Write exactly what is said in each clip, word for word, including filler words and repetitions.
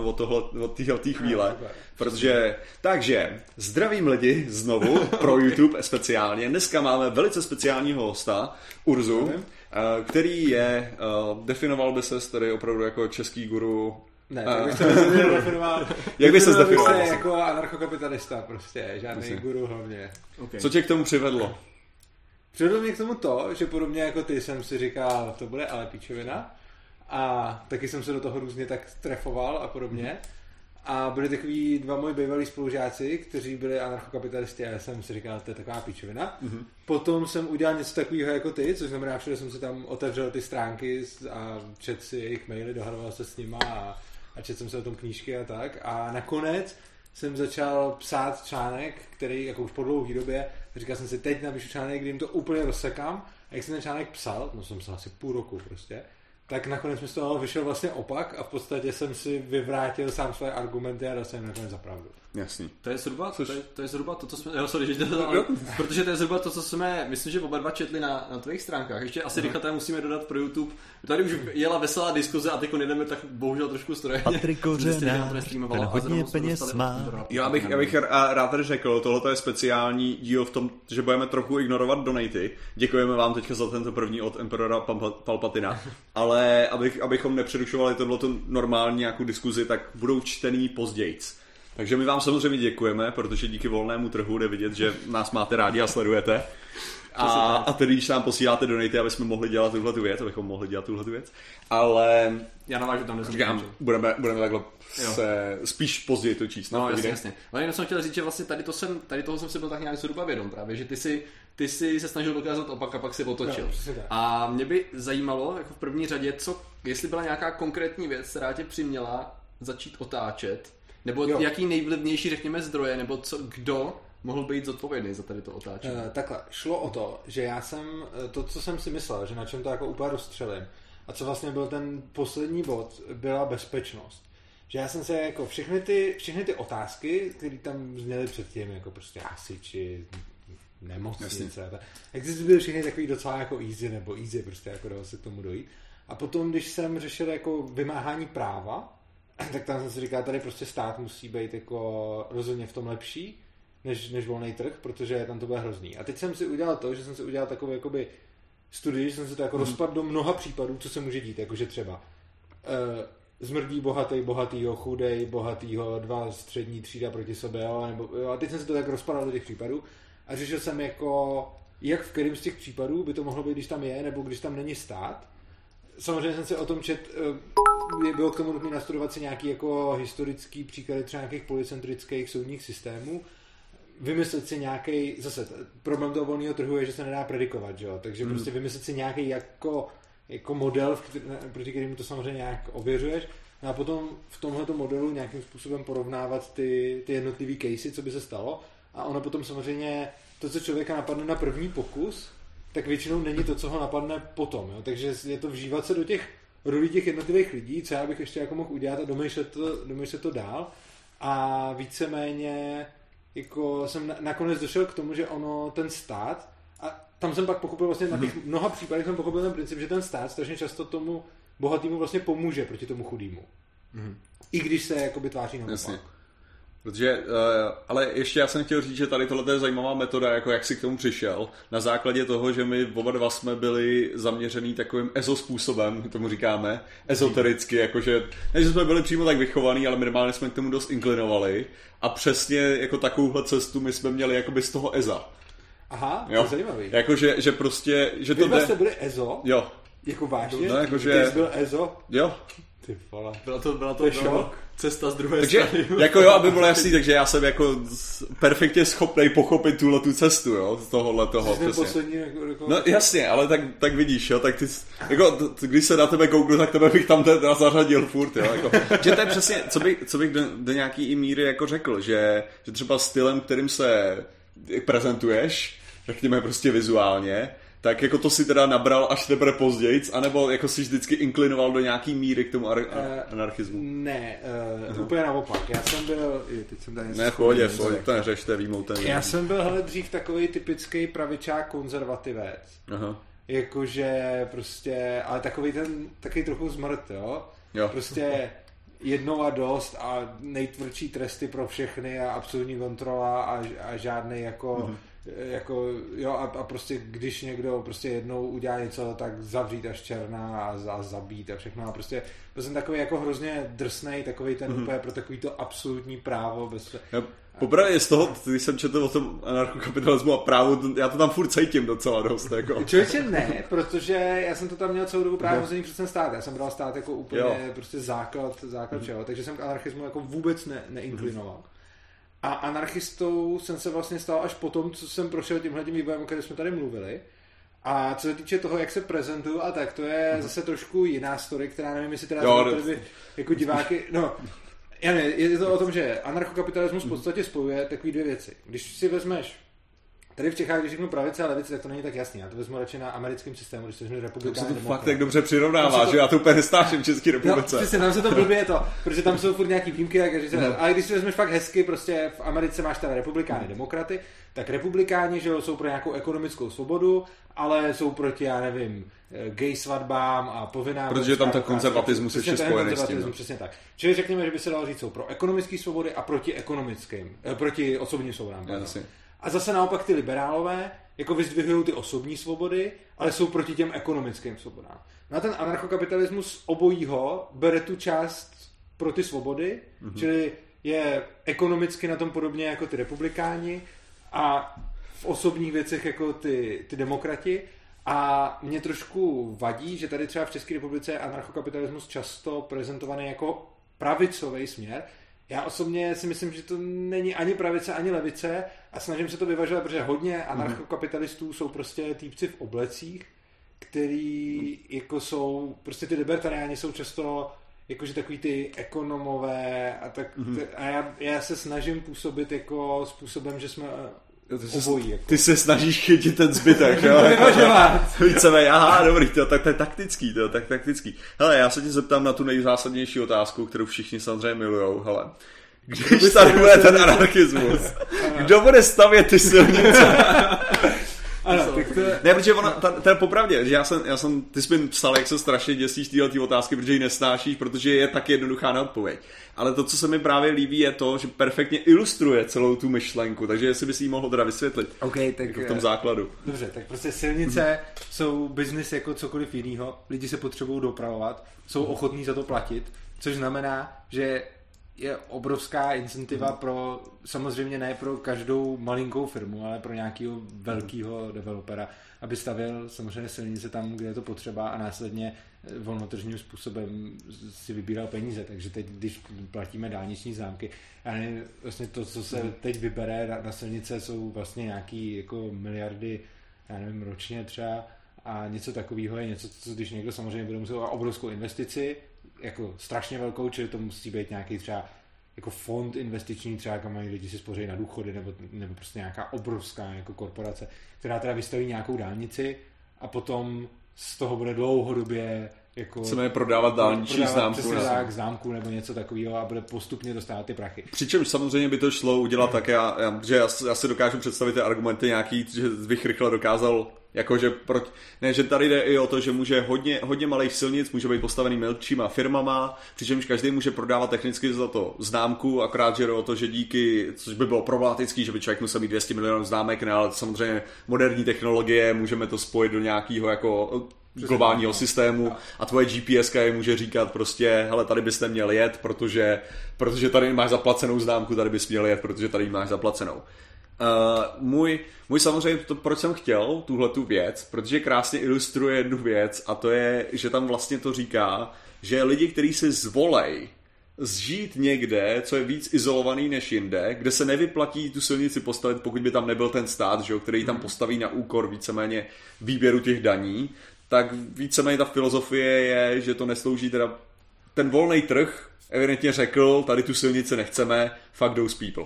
odtáhnu od, tohle, od téhle chvíle, no, protože, takže, zdravím lidi znovu pro YouTube speciálně. Dneska máme velice speciálního hosta, Urzu, který je, definoval by se tady opravdu jako český guru. Ne, tak bych se definoval. Jak by se zdefinoval? Jako anarchokapitalista prostě, žádný Myslím. guru hlavně. Okay. Co tě k tomu přivedlo? Přivedlo mě k tomu to, že podobně jako ty jsem si říkal, to bude ale píčovina. A taky jsem se do toho různě tak trefoval a podobně. A byli takový dva moji bývalí spolužáci, kteří byli anarchokapitalisti a já jsem si říkal, to je taková píčovina. Mm-hmm. Potom jsem udělal něco takového jako ty, což znamená, že jsem si tam otevřel ty stránky a četl si jejich maily, dohadoval se s nima a, a četl jsem se o tom knížky a tak. A nakonec jsem začal psát článek, který jako už po dlouhé době, říkal jsem si, teď napíšu článek, kdy jim to úplně rozsekám. A jak jsem ten článek psal, no jsem psal asi půl roku prostě, tak nakonec mi z toho vyšel vlastně opak a v podstatě jsem si vyvrátil sám své argumenty a dal jsem nakonec za pravdu. Jasný. To je zhruba, Což... to, je, to je zhruba to, co jsme, jo, sorry, že to, ale, protože to je zhruba to, co jsme, myslím, že oba dva četli na, na tvých stránkách. Ještě asi rychle tady musíme dodat pro YouTube. Tady už jela veselá diskuze a teď jdeme tak bohužel trošku strojeně. Patrik Kořenář, ten hodně peněz má. Jo, abych, abych rád tady řekl, tohle je speciální díl v tom, že budeme trochu ignorovat donaty. Děkujeme vám teďka za tento první od Emperora Palpatina, ale abych, abychom nepřerušovali tohleto normální nějakou diskuzi, tak budou čtený pozdějc. Takže my vám samozřejmě děkujeme, protože díky volnému trhu jde vidět, že nás máte rádi a sledujete. A, a tedy, když nám posíláte donaty, aby jsme mohli dělat tuhle tu věc, abychom mohli dělat tuhle tu věc. Ale já navážu tam říkám, budeme, budeme takhle se spíš později to číst. No, jasně, jasně. Ale jenom jsem chtěl říct, že vlastně tady, to jsem, tady toho jsem si byl tak nějak zhruba vědom právě, že ty si, ty si se snažil dokázat opak a pak si otočil. No, a mě by zajímalo, jako v první řadě, co, jestli byla nějaká konkrétní věc, která tě přiměla začít otáčet, nebo jo. jaký nejvlivnější, řekněme, zdroje, nebo co, kdo mohl být zodpovědný za tady to otáčení? Uh, takhle, šlo o to, že já jsem, to, co jsem si myslel, že na čem to jako úplně rozstřelím, a co vlastně byl ten poslední bod, byla bezpečnost. Že já jsem se jako všechny ty, všechny ty otázky, které tam zněly předtím, jako prostě hasiči, nemocnice, jak ty byly všechny takový docela jako easy, nebo easy, prostě jako dalo se k tomu dojít. A potom, když jsem řešil jako vymáhání práva, tak tam jsem si říkal, tady prostě stát musí být jako rozhodně v tom lepší, než, než volný trh, protože tam to bude hrozný. A teď jsem si udělal to, že jsem si udělal takovou jakoby studii, že jsem si to jako hmm. rozpadl do mnoha případů, co se může dít, jakože třeba uh, zmrdí bohatý, bohatýho, chudej, bohatýho, dva střední třída proti sobě, jo, nebo, jo, a teď jsem si to tak rozpadal do těch případů a řešil jsem jako, jak v kterém z těch případů by to mohlo být, když tam je, nebo když tam není stát. Samozřejmě jsem si o tom čet, bylo k tomu nutné nastudovat si nějaký jako historický příklady třeba nějakých policentrických soudních systémů, vymyslet si nějaký, zase problém toho volného trhu je, že se nedá predikovat, že jo? Takže hmm. prostě vymyslet si nějaký jako, jako model, proti kterému to samozřejmě nějak ověřuješ, no a potom v tomhleto modelu nějakým způsobem porovnávat ty, ty jednotlivý casey, co by se stalo, a ono potom samozřejmě to, co člověka napadne na první pokus, tak většinou není to, co ho napadne potom, jo? Takže je to vžívat se do těch rolí těch jednotlivých lidí, co já bych ještě jako mohl udělat a domýšlet to, domýšlet to dál, a víceméně jako jsem na, nakonec došel k tomu, že ono, ten stát, a tam jsem pak pochopil vlastně na těch mnoha případech jsem pochopil ten princip, že ten stát strašně často tomu bohatýmu vlastně pomůže proti tomu chudýmu. Mm. I když se jakoby tváří na opak. Protože, uh, ale ještě já jsem chtěl říct, že tady tohle je zajímavá metoda, jako jak si k tomu přišel. Na základě toho, že my oba dva jsme byli zaměřený takovým ezo způsobem, tomu říkáme, ezotericky, jakože, ne, že jsme byli přímo tak vychovaný, ale minimálně jsme k tomu dost inklinovali. A přesně jako takovouhle cestu my jsme měli jakoby z toho eza. Aha, to je zajímavý. Jakože, že prostě, že Vy to jde... jste byli ezo? Jo. Jako vážně? No, jakože... Ty jsi byl ezo? Jo. Ty vole. Byla to, byla to, to byla cesta z druhé takže, strany. Jako jo, aby bylo jasný, takže já jsem jako perfektně schopný pochopit tuhle tu cestu, jo, z tohohle toho. Poslední, jako, jako... No jasně, ale tak, tak vidíš, jo, tak ty, jako, t, když se na tebe kouknu, tak tebe bych tam teda zařadil furt, jo, jako, že to je přesně, co bych, co bych do, do nějaký i míry jako řekl, že, že třeba stylem, kterým se prezentuješ, řekněme prostě vizuálně, tak jako to si teda nabral až teprve pozdějc, anebo jako si vždycky inklinoval do nějaký míry k tomu ar- uh, anarchismu? Ne, uh, uh-huh. úplně naopak. Já jsem byl... Je, teď jsem tady ne, v pohodě, to neřešte, výmoutem. Já jsem byl hele dřív takový typický pravičák konzervativec. Uh-huh. Jakože prostě, ale takový ten, takový trochu zmrt, jo? Jo. Prostě jednou a dost a nejtvrdší tresty pro všechny a absolutní kontrola a, a žádný jako, mm-hmm. jako jo a, a prostě když někdo prostě jednou udělá něco, tak zavřít až černá a, a zabít a všechno a prostě byl jsem takový jako hrozně drsnej, takový ten mm-hmm. úplně pro takový to absolutní právo bez... Ja, popravdě z toho, když jsem četl o tom anarchokapitalismu a právu, já to tam furt cítím docela dost. Jako. Člověče ne, protože já jsem to tam měl celou dobu právě hozený před ten stát. Já jsem bral stát jako úplně jo. prostě základ, základ mm-hmm. čeho, takže jsem k anarchismu jako vůbec ne, neinklinoval. Mm-hmm. A anarchistou jsem se vlastně stal až po tom, co jsem prošel tímhletím vývojem, o kterém jsme tady mluvili. A co se týče toho, jak se prezentuju a tak, to je mm-hmm. zase trošku jiná story, která nevím, jestli teda jo, tady by, jako diváky, no, já ne, je to o tom, že anarchokapitalismus v podstatě spojuje takové dvě věci. Když si vezmeš, tady v Čechách, když řeknu pravice a levice, tak to není tak jasný. Já to vezmu radši na americkém systému, když se řekne republikáni. To se to fakt tak dobře přirovnává, to... že já to úplně nestáším v České republice. No, přesně, tam se to blbě to, protože tam jsou furt nějaký výjimky, a když se, ale když si vezmeš fakt hezky, prostě v Americe máš teda republikány, demokraty, tak republikáni, že jsou pro nějakou ekonomickou svobodu, ale jsou proti, já nevím, gay svatbám a povinná... Protože tam ten konzervatismus ještě spojený s tím. Přesně tak. Čili řekněme, že by se dalo říct, jsou pro ekonomické svobody a proti ekonomickým, eh, proti osobním svobodám. A zase naopak ty liberálové jako vyzdvihují ty osobní svobody, ale jsou proti těm ekonomickým svobodám. No a ten anarchokapitalismus obojího bere tu část pro ty svobody, mm-hmm. čili je ekonomicky na tom podobně jako ty republikáni a v osobních věcech jako ty, ty demokrati. A mě trošku vadí, že tady třeba v České republice je anarchokapitalismus často prezentovaný jako pravicový směr. Já osobně si myslím, že to není ani pravice, ani levice a snažím se to vyvažovat, protože hodně anarchokapitalistů jsou prostě týpci v oblecích, který jako jsou, prostě ty libertariáni jsou často jakože takový ty ekonomové a tak mm-hmm. a já, já se snažím působit jako způsobem, že jsme ty obojí. Jako. Ty se snažíš chytit ten zbytek, jo? Víceméně, aha, dobrý, to, tak to je taktický, to, tak taktický. Hele, já se tě zeptám na tu nejzásadnější otázku, kterou všichni samozřejmě milujou, hele. Když tady bude ten anarchismus, kdo bude stavět ty silnice? Ano, tak to... Ne, protože ona, ta, ta popravdě, že já jsem, já jsem, ty jsi mi psal, jak se strašně děsíš tyhle otázky, protože ji nesnášíš, protože je tak jednoduchá na odpověď. Ale to, co se mi právě líbí, je to, že perfektně ilustruje celou tu myšlenku, takže jestli bys jí mohl teda vysvětlit. Okay, tak, jako v tom základu. Dobře, tak prostě silnice jsou biznis jako cokoliv jinýho, lidi se potřebují dopravovat, jsou ochotní za to platit, což znamená, že je obrovská incentiva mm. pro, samozřejmě ne pro každou malinkou firmu, ale pro nějakého velkého developera, aby stavěl samozřejmě silnice tam, kde je to potřeba a následně volnotržním způsobem si vybíral peníze. Takže teď, když platíme dálniční známky, a ne, vlastně to, co se teď vybere na, na silnice, jsou vlastně nějaký jako miliardy, já nevím, ročně třeba a něco takového je něco, co když někdo samozřejmě bude muset obrovskou investici, jako strašně velkou, čili to musí být nějaký třeba jako fond investiční, třeba kam mají lidi si spoří na důchody, nebo, nebo prostě nějaká obrovská jako korporace, která teda vystaví nějakou dálnici a potom z toho bude dlouhodobě jako... Chceme prodávat dálniční známku. Přesně tak, známku nebo něco takového a bude postupně dostávat ty prachy. Přičemž samozřejmě by to šlo udělat hmm. tak, já, já, že já, já si dokážu představit ty argumenty nějaký, že bych rychle dokázal jakože proč, ne, že tady jde i o to, že může hodně, hodně malých silnic může být postavený menšíma firmama, přičemž každý může prodávat technicky za to známku, akorát že jde o to, že díky, což by bylo problematický, že by člověk musel mít dvě stě milionů známek, ne, ale samozřejmě moderní technologie, můžeme to spojit do nějakého jako globálního systému a tvoje G P S ka je může říkat prostě, hele, tady byste měl jet, protože, protože tady máš zaplacenou známku, tady bys měl jet, protože tady máš zaplacenou. Uh, můj, můj samozřejmě, to, proč jsem chtěl tuhletu věc, protože krásně ilustruje jednu věc a to je, že tam vlastně to říká, že lidi, kteří si zvolej zžít někde, co je víc izolovaný než jinde, kde se nevyplatí tu silnici postavit, pokud by tam nebyl ten stát, že, který tam postaví na úkor víceméně výběru těch daní, tak víceméně ta filozofie je, že to neslouží teda ten volný trh evidentně řekl, tady tu silnici nechceme, fuck those people.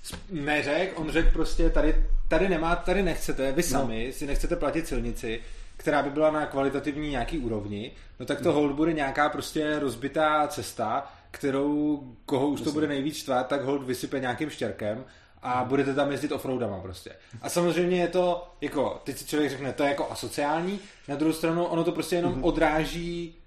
Neřek, on řekl prostě, tady, tady nemá, tady nechcete, vy sami no. si nechcete platit silnici, která by byla na kvalitativní nějaký úrovni, no tak to hold bude nějaká prostě rozbitá cesta, kterou, koho už to bude nejvíc štvát, tak hold vysype nějakým štěrkem a budete tam jezdit offroadama prostě. A samozřejmě je to, jako, teď si člověk řekne, to je jako asociální, na druhou stranu ono to prostě jenom odráží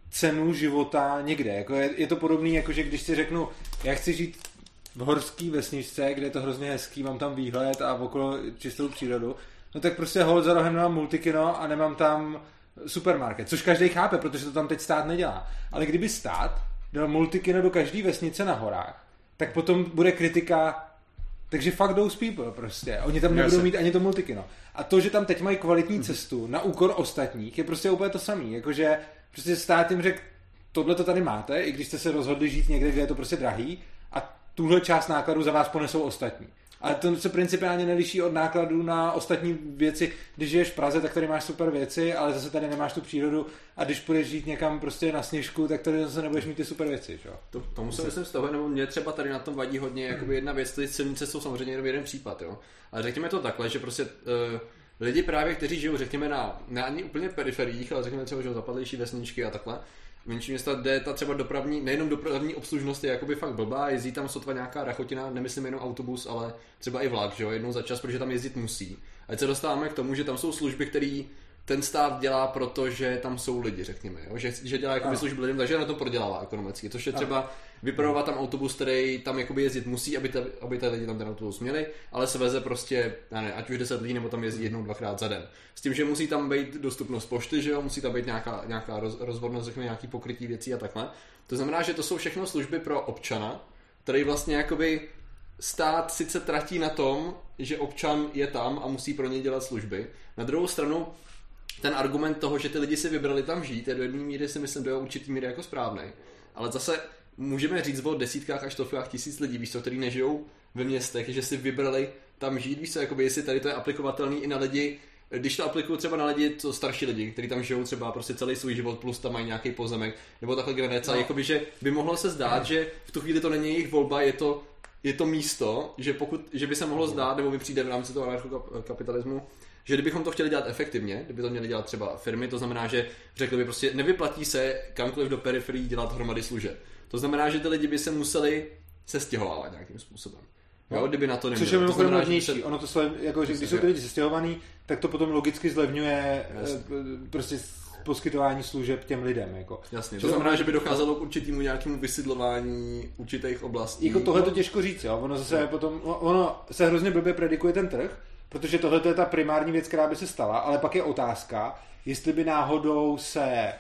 cenu života někde. Jako je, je to podobný, jako že když si řeknu, já chci žít v horský vesničce, kde je to hrozně hezký, mám tam výhled a okolo čistou přírodu, no tak prostě hold za rohem nemám multikino a nemám tam supermarket, což každý chápe, protože to tam teď stát nedělá. Ale kdyby stát dal multikino do každé vesnice na horách, tak potom bude kritika, takže fuck those people prostě. Oni tam nebudou mít ani to multikino. A to, že tam teď mají kvalitní cestu na úkor ostatních, je prostě úplně to samý. Jakože prostě stát jim řekl, tohle to tady máte, i když jste se rozhodli žít někde, kde je to prostě drahý, a tuhle část nákladů za vás ponesou ostatní. Ale to se principiálně neliší od nákladů na ostatní věci. Když žiješ v Praze, tak tady máš super věci, ale zase tady nemáš tu přírodu, a když půjdeš žít někam prostě na Sněžku, tak tady zase nebudeš mít ty super věci. Čo? To, tomu se myslím z toho, nebo mě třeba tady na tom vadí hodně jakoby jedna věc, ty silnice jsou samozřejmě jenom jeden případ, jo. Ale řekněme to takhle, že prostě uh, lidi právě, kteří žijou, řekněme na, ne ani úplně periferiích, ale řekněme třeba, že zapadlejší vesničky a takhle, menší města, kde ta třeba dopravní, nejenom dopravní obslužnost je jakoby fakt blbá, jezdí tam sotva nějaká rachotina, nemyslím jenom autobus, ale třeba i vlak, že jo, jednou za čas, protože tam jezdit musí. A teď se dostáváme k tomu, že tam jsou služby, které ten stát dělá, protože tam jsou lidi, řekněme, jo? Že, že dělá jakoby služby lidem, takže na to prodělává ekonomicky, což je třeba vypravovat tam autobus, který tam jakoby jezdit musí, aby, te, aby ty lidi tam ten autobus měli, ale sveze prostě, ne, ať už deset lidí, nebo tam jezdí jednou, dvakrát za den. S tím, že musí tam být dostupnost pošty, že jo, musí tam být nějaká, nějaká roz, rozvodnost, řekněme, nějaký pokrytí věcí a takhle. To znamená, že to jsou všechno služby pro občana, který vlastně jakoby stát sice tratí na tom, že občan je tam a musí pro něj dělat služby. Na druhou stranu ten argument toho, že ty lidi si vybrali tam žít, je do jedné míry si myslím do určitý míry jako správný. Ale zase můžeme říct o desítkách až stovkách tisíc lidí, víš co, který nežijou ve městech, že si vybrali tam žít, víš co, jakoby jestli tady to je aplikovatelný i na lidi, když to aplikuju třeba na lidi, co starší lidi, kteří tam žijou třeba prostě celý svůj život, plus tam mají nějaký pozemek, nebo takhle generace, no. Jakoby, že by mohlo se zdát, že v tu chvíli to není jejich volba, je to, je to místo, že pokud, že by se mohlo zdát, nebo by přijde v rámci toho anarchokapitalismu, že kdybychom to chtěli dělat efektivně, kdyby to měly dělat třeba firmy, to znamená, že řekli by prostě nevyplatí se kamkoliv do periferií dělat hromady služeb. To znamená, že ty lidi by se museli sestěhovávat nějakým způsobem. Jo, kdyby na to nemělo. Což je mimochodem levnější. Se... Ono to slev... jako, že když jsou ty lidi sestěhovaný, tak to potom logicky zlevňuje yes. prostě poskytování služeb těm lidem. Jako. Jasně, to znamená, že by docházelo k určitému nějakému vysidlování určitých oblastí. Jako tohle to těžko říct, jo. Ono zase no. potom, ono se hrozně blbě predikuje ten trh, protože tohle je ta primární věc, která by se stala, ale pak je otázka, jestli by náhodou se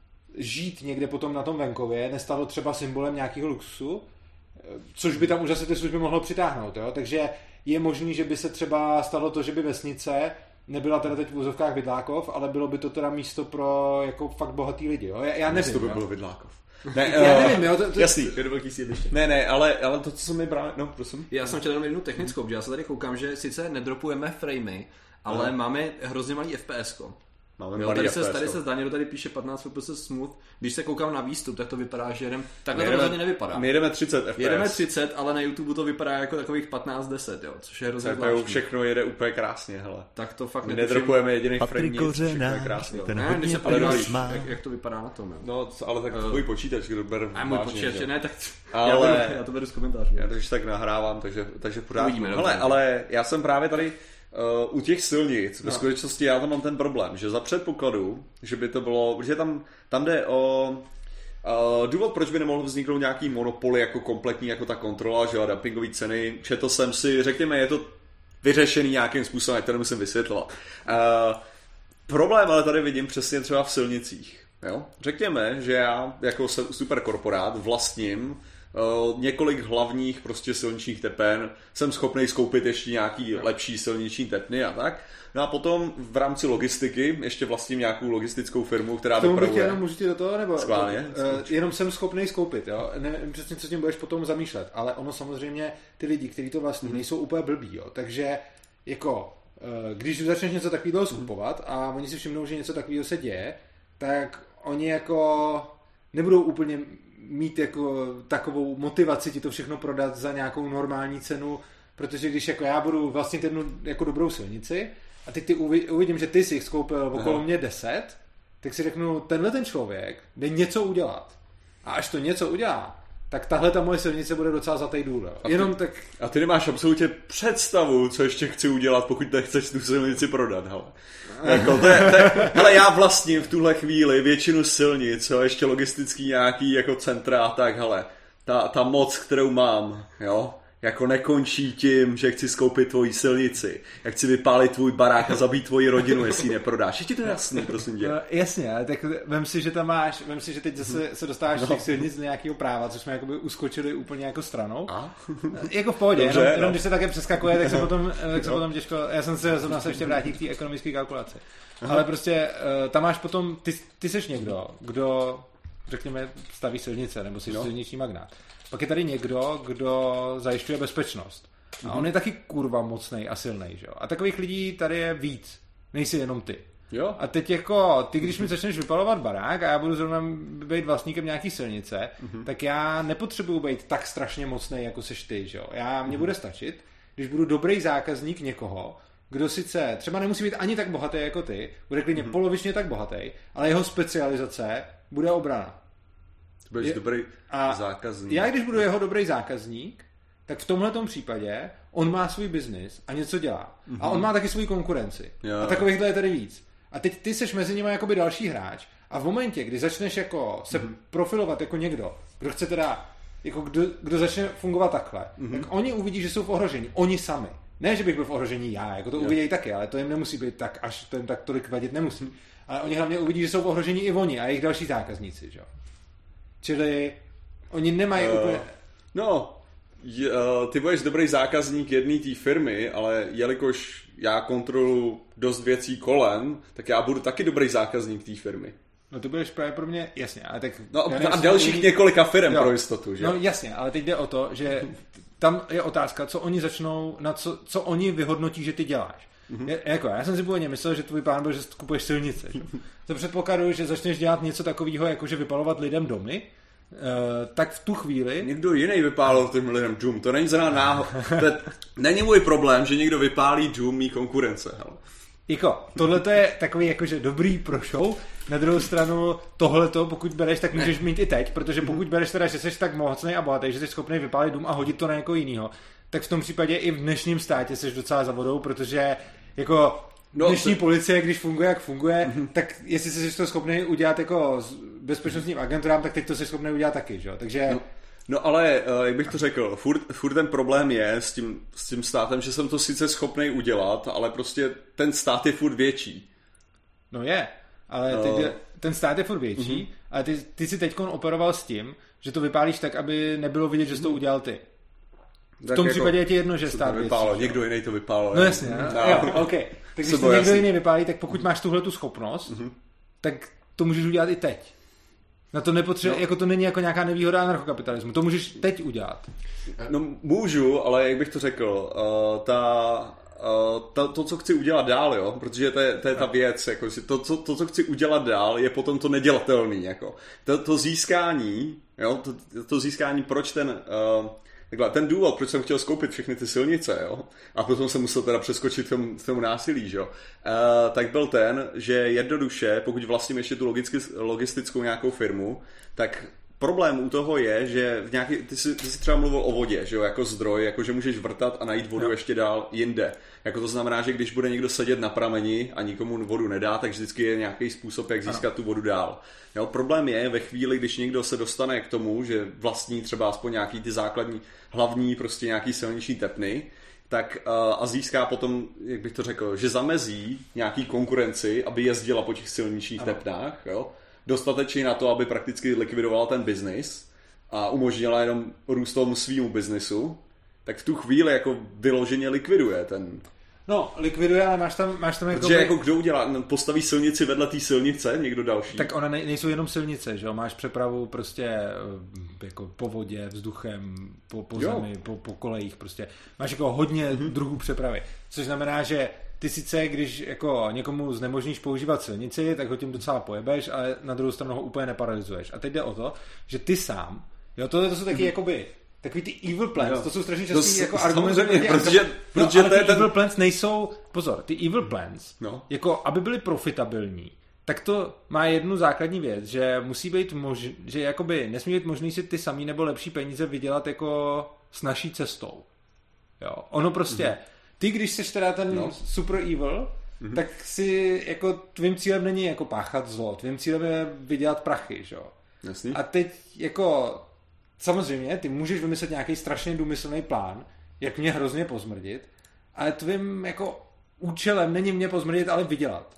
žít někde potom na tom venkově nestalo třeba symbolem nějakého luxusu, což by tam už zase ty služby mohlo přitáhnout. Jo? Takže je možný, že by se třeba stalo to, že by vesnice nebyla teda teď v úzovkách Vidlákov, ale bylo by to teda místo pro jako fakt bohatý lidi. Jo? Já, já nevím. To by jo? bylo Vidlákov. Ne, já nevím, jo. To, to... Jasný. Je to velký sídliště. Ne, ne, ale, ale to, co jsem mi bral... No, prosím. Já jsem chtěl jenom jednu technickou, protože já se tady koukám, že sice nedropujeme framey, ale no. máme hrozně malý F P S ko. Máme jo, tady, se, tady se zdá, někdo tady píše patnáct F P S smooth. Když se koukám na výstup, tak to vypadá, že jedem... Takhle to rozhodně nevypadá. My jedeme třicet F P S. Jedeme třicet, ale na YouTube to vypadá jako takových patnáct deset, jo, což je hrozně zvláštní. Všechno jede úplně krásně, hele. Tak to fakt my nedropujeme jediný frame, nic, všechno je krásně. Ne, když se podíváš, jak, jak to vypadá na tom, jo. No, ale tak tvůj počítač, kdo ber vážně. A můj počítač, ne, tak ale... já, beru, já to beru z komentářů. Já to už tak nahrávám, takže, takže pořád. Hele, ale já jsem právě tady Uh, u těch silnic, ve skutečnosti já tam mám ten problém, že za předpokladu, že by to bylo, protože tam, tam jde o uh, důvod, proč by nemohl vzniknout nějaký monopoly jako kompletní, jako ta kontrola, že a dumpingové ceny, četl jsem si, řekněme, je to vyřešený nějakým způsobem, to nemusím vysvětlovat. Uh, problém ale tady vidím přesně třeba v silnicích. Jo? Řekněme, že já jako superkorporát vlastním Uh, několik hlavních prostě silničních tepen, jsem schopný skoupit ještě nějaký lepší silniční tepny a tak. No a potom v rámci logistiky ještě vlastním nějakou logistickou firmu, která dopravuje. Tomu bych jenom můžu ti do toho, nebo Skválně, uh, jenom jsem schopný skoupit, jo. Nevím přesně, co tím budeš potom zamýšlet, ale ono samozřejmě ty lidi, kteří to vlastní, mm. nejsou úplně blbí, jo. Takže jako uh, když začneš něco takového skupovat a oni si všimnou, že něco takového se děje, tak oni jako nebudou úplně mít jako takovou motivaci ti to všechno prodat za nějakou normální cenu, protože když jako já budu vlastně jednu jako dobrou silnici a teď ty uvidím, že ty si jich skoupil okolo mě deset, tak si řeknu, tenhle ten člověk jde něco udělat. A až to něco udělá, tak tahle ta moje silnice bude docela zlatý důl. A Jenom ty, tak... a ty nemáš absolutně představu, co ještě chci udělat, pokud nechceš tu silnici prodat, hele. Jako, to je, to je, hele, já vlastním v tuhle chvíli většinu silnic, jo, ještě logistický nějaký jako centra a tak, hele, ta, ta moc, kterou mám, jo, jako nekončí tím, že chci skoupit tvoji silnici, jak chci vypálit tvůj barák a zabít tvoji rodinu, jestli ji neprodáš. Je ti to jasný, prosím tě? No, jasně, ale tak vem si, že tam máš, vem si, že teď zase se dostáváš no. z těch silnic do nějakého práva, což jsme jakoby uskočili úplně jako stranou. A? Jako v pohodě, Dobře, jenom, no. jenom když se také přeskakuje, tak se potom, tak se potom těžko, já jsem se zrovna se ještě vrátil k té ekonomické kalkulaci. Aha. Ale prostě tam máš potom, ty, ty seš někdo, kdo, řekněme, staví silnice, nebo jsi no. silniční magnát. Pak je tady někdo, kdo zajišťuje bezpečnost. A on je taky kurva mocnej a silnej, že jo? A takových lidí tady je víc, nejsi jenom ty. Jo. A teď jako, ty když mi začneš vypalovat barák a já budu zrovna být vlastníkem nějaký silnice, uh-huh. tak já nepotřebuju být tak strašně mocnej, jako seš ty, že jo? Já, mně uh-huh. bude stačit, když budu dobrý zákazník někoho, kdo sice třeba nemusí být ani tak bohatý jako ty, bude klidně uh-huh. polovičně tak bohatý, ale jeho specializace bude obrana. Budeš je, dobrý a zákazník. Já když budu jeho dobrý zákazník, tak v tomhletom případě on má svůj biznis a něco dělá. Mm-hmm. A on má taky svou konkurenci. Jo. A takovýchhle je tady víc. A teď ty seš mezi nimi jakoby další hráč a v momentě, kdy začneš jako se mm-hmm. profilovat jako někdo, kdo chce teda, jako kdo, kdo začne fungovat takhle, mm-hmm. tak oni uvidí, že jsou v ohrožení. Oni sami. Ne, že bych byl v ohrožení já, jako to jo. uvidějí taky, ale to jim nemusí být tak, až to jim tak tolik vadit nemusí. Mm-hmm. Ale oni hlavně uvidí, že jsou v ohrožení i oni a jejich další zákazníci, že jo. Čili oni nemají uh, úplně... No, je, uh, ty budeš dobrý zákazník jedné té firmy, ale jelikož já kontroluji dost věcí kolem, tak já budu taky dobrý zákazník té firmy. No to budeš právě pro mě, jasně, ale tak... No a dalších jiný... několika firm jo. pro jistotu, že? No jasně, ale teď jde o to, že tam je otázka, co oni začnou, na co, co oni vyhodnotí, že ty děláš. Mm-hmm. Je, jako, já jsem si původně myslel, že tvůj plán byl, že kupuješ silnice. Že? To předpokladu, že začneš dělat něco takového, jako že vypalovat lidem domy, uh, tak v tu chvíli... Někdo jiný vypálil těm lidem dům, to není zrovna náhod. Není můj problém, že někdo vypálí dům mý konkurence. Hele. Jako, tohle je takový jakože dobrý pro show. Na druhou stranu tohleto, pokud bereš, tak můžeš mít i teď, protože pokud bereš teda, že jsi tak mocnej a bohatý, že jsi schopný vypálit dům a hodit to na někoho jinýho, tak v tom případě i v dnešním státě jsi docela za vodou, protože jako dnešní no, to... policie, když funguje, jak funguje, mm-hmm. tak jestli jsi to schopný udělat jako s bezpečnostním agenturám, tak teď to jsi schopný udělat taky, že? Takže... No. No ale, jak bych to řekl, furt, furt ten problém je s tím, s tím státem, že jsem to sice schopný udělat, ale prostě ten stát je furt větší. No je, ale teď je, ten stát je furt větší, uh-huh. ale ty, ty si teďkon operoval s tím, že to vypálíš tak, aby nebylo vidět, že jsi to udělal ty. V tak tom jako, případě je ti jedno, že stát větší. Někdo jiný to vypálil. No jasně, no. Jo, ok. Tak když to někdo jiný vypálí, tak pokud máš tuhle tu schopnost, uh-huh. tak to můžeš udělat i teď. Na to nepotřebuje, no. jako to není jako nějaká nevýhoda anarchokapitalismu. To můžeš teď udělat. No můžu, ale jak bych to řekl, uh, ta, uh, ta, to, co chci udělat dál, jo, protože to je, to je ta věc, jako, to, co, to, co chci udělat dál, je potom to nedělatelný, jako. To, to získání, jo, to, to získání, proč ten... Uh, Takhle, ten důvod, proč jsem chtěl skoupit všechny ty silnice, jo, a potom jsem musel teda přeskočit k tomu, k tomu násilí, jo, uh, tak byl ten, že jednoduše, pokud vlastním ještě tu logicky, logistickou nějakou firmu, tak problém u toho je, že v nějaký, ty, jsi, ty jsi třeba mluvil o vodě, že jo, jako zdroj, jako že můžeš vrtat a najít vodu no. ještě dál jinde. Jako to znamená, že když bude někdo sedět na prameni a nikomu vodu nedá, tak vždycky je nějaký způsob, jak získat ano. tu vodu dál. Jo, problém je ve chvíli, když někdo se dostane k tomu, že vlastní třeba aspoň nějaký ty základní, hlavní prostě nějaký silniční tepny, tak uh, a získá potom, jak bych to řekl, že zamezí nějaký konkurenci, aby jezdila po těch silničních ano. tepnách, jo, dostatečně na to, aby prakticky likvidovala ten biznis a umožnila jenom růst tomu svýmu biznisu, tak v tu chvíli jako vyloženě likviduje ten... No, likviduje, ale máš tam, máš tam jako... Protože jako kdo udělá, postaví silnici vedle té silnice, někdo další? Tak ona ne, nejsou jenom silnice, že jo, máš přepravu prostě jako po vodě, vzduchem, po, po zemi, po, po kolejích prostě. Máš jako hodně mm-hmm. druhů přepravy, což znamená, že ty sice, když jako někomu znemožníš používat silnici, tak ho tím docela pojebeš, ale na druhou stranu ho úplně neparalyzuješ. A teď jde o to, že ty sám, jo, tohle to jsou taky mm-hmm. jakoby takový ty evil plans, jo. to jsou strašně častý jako argumenty. Protože, no, protože ale ty ten... evil plans nejsou, pozor, ty evil plans, no. jako aby byly profitabilní, tak to má jednu základní věc, že musí být možný, že jakoby nesmí být možný si ty samý nebo lepší peníze vydělat jako s naší cestou. Jo. Ono prostě, mm-hmm. ty když jsi teda ten no. super evil, mm-hmm. tak si jako tvým cílem není jako páchat zlo, tvým cílem je vydělat prachy, že jo. Jasný. A teď jako samozřejmě ty můžeš vymyslet nějaký strašně důmyslný plán, jak mě hrozně pozmrdit, ale tvým jako účelem není mě pozmrdit, ale vydělat.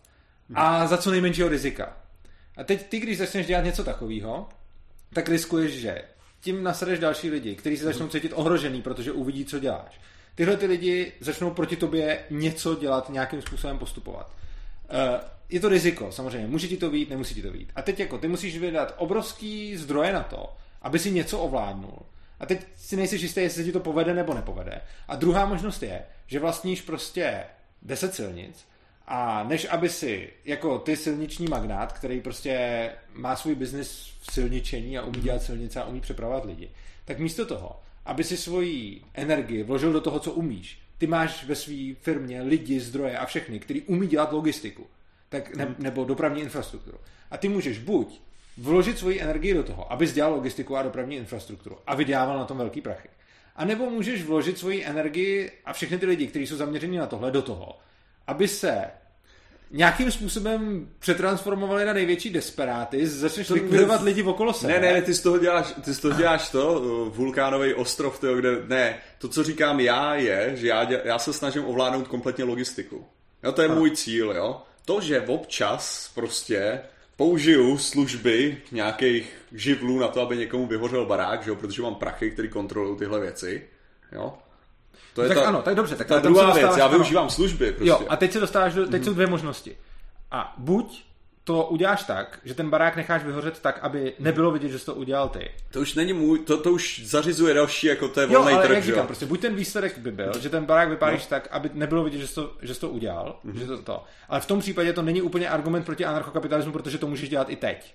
A za co nejmenšího rizika. A teď ty, když začneš dělat něco takového, tak riskuješ, že tím nasadeš další lidi, kteří se začnou cítit ohrožený, protože uvidí, co děláš. Tyhle ty lidi začnou proti tobě něco dělat, nějakým způsobem postupovat. Je to riziko, samozřejmě. Může ti to vyjít, nemusí ti to vyjít. A teď jako ty musíš vydat obrovský zdroje na to, aby si něco ovládnul. A teď si nejsi jistý, jestli se ti to povede nebo nepovede. A druhá možnost je, že vlastníš prostě deset silnic a než aby si jako ty silniční magnát, který prostě má svůj biznis v silničení a umí dělat silnice a umí přepravovat lidi, tak místo toho, aby si svoji energii vložil do toho, co umíš, ty máš ve své firmě lidi, zdroje a všechny, který umí dělat logistiku tak ne, nebo dopravní infrastrukturu. A ty můžeš buď vložit svoji energii do toho, abys dělal logistiku a dopravní infrastrukturu a vydělával na tom velký prachy. A nebo můžeš vložit svoji energii a všechny ty lidi, kteří jsou zaměřeni na tohle, do toho, aby se nějakým způsobem přetransformovali na největší desperáty, začneš to likvidovat lidi okolo sebe. Ne, ne, ne, ty z toho děláš, ty z toho děláš to, vulkánový ostrov, tyjo, kde, ne, to, co říkám já, je, že já, děl, já se snažím ovládnout kompletně logistiku. Jo, to je a. můj cíl, jo. To, že občas prostě použiju služby nějakých živlů na to, aby někomu vyhořel barák, že jo, protože mám prachy, který kontrolují tyhle věci, jo. To je tak ta, ano, tak dobře. Tak ta druhá věc, já využívám ano. služby. Prostě. Jo, a teď se dostáváš do, teď mm-hmm. jsou dvě možnosti. A buď to uděláš tak, že ten barák necháš vyhořet tak, aby nebylo vidět, že jsi to udělal ty. To už není můj, to, to už zařizuje další, jako to je volný trh, jo, ale jak říkám, prostě buď ten výsledek by byl, že ten barák vypálíš no. tak, aby nebylo vidět, že jsi to, že jsi to udělal, mm-hmm. že to, to. Ale v tom případě to není úplně argument proti anarchokapitalismu, protože to můžeš dělat i teď.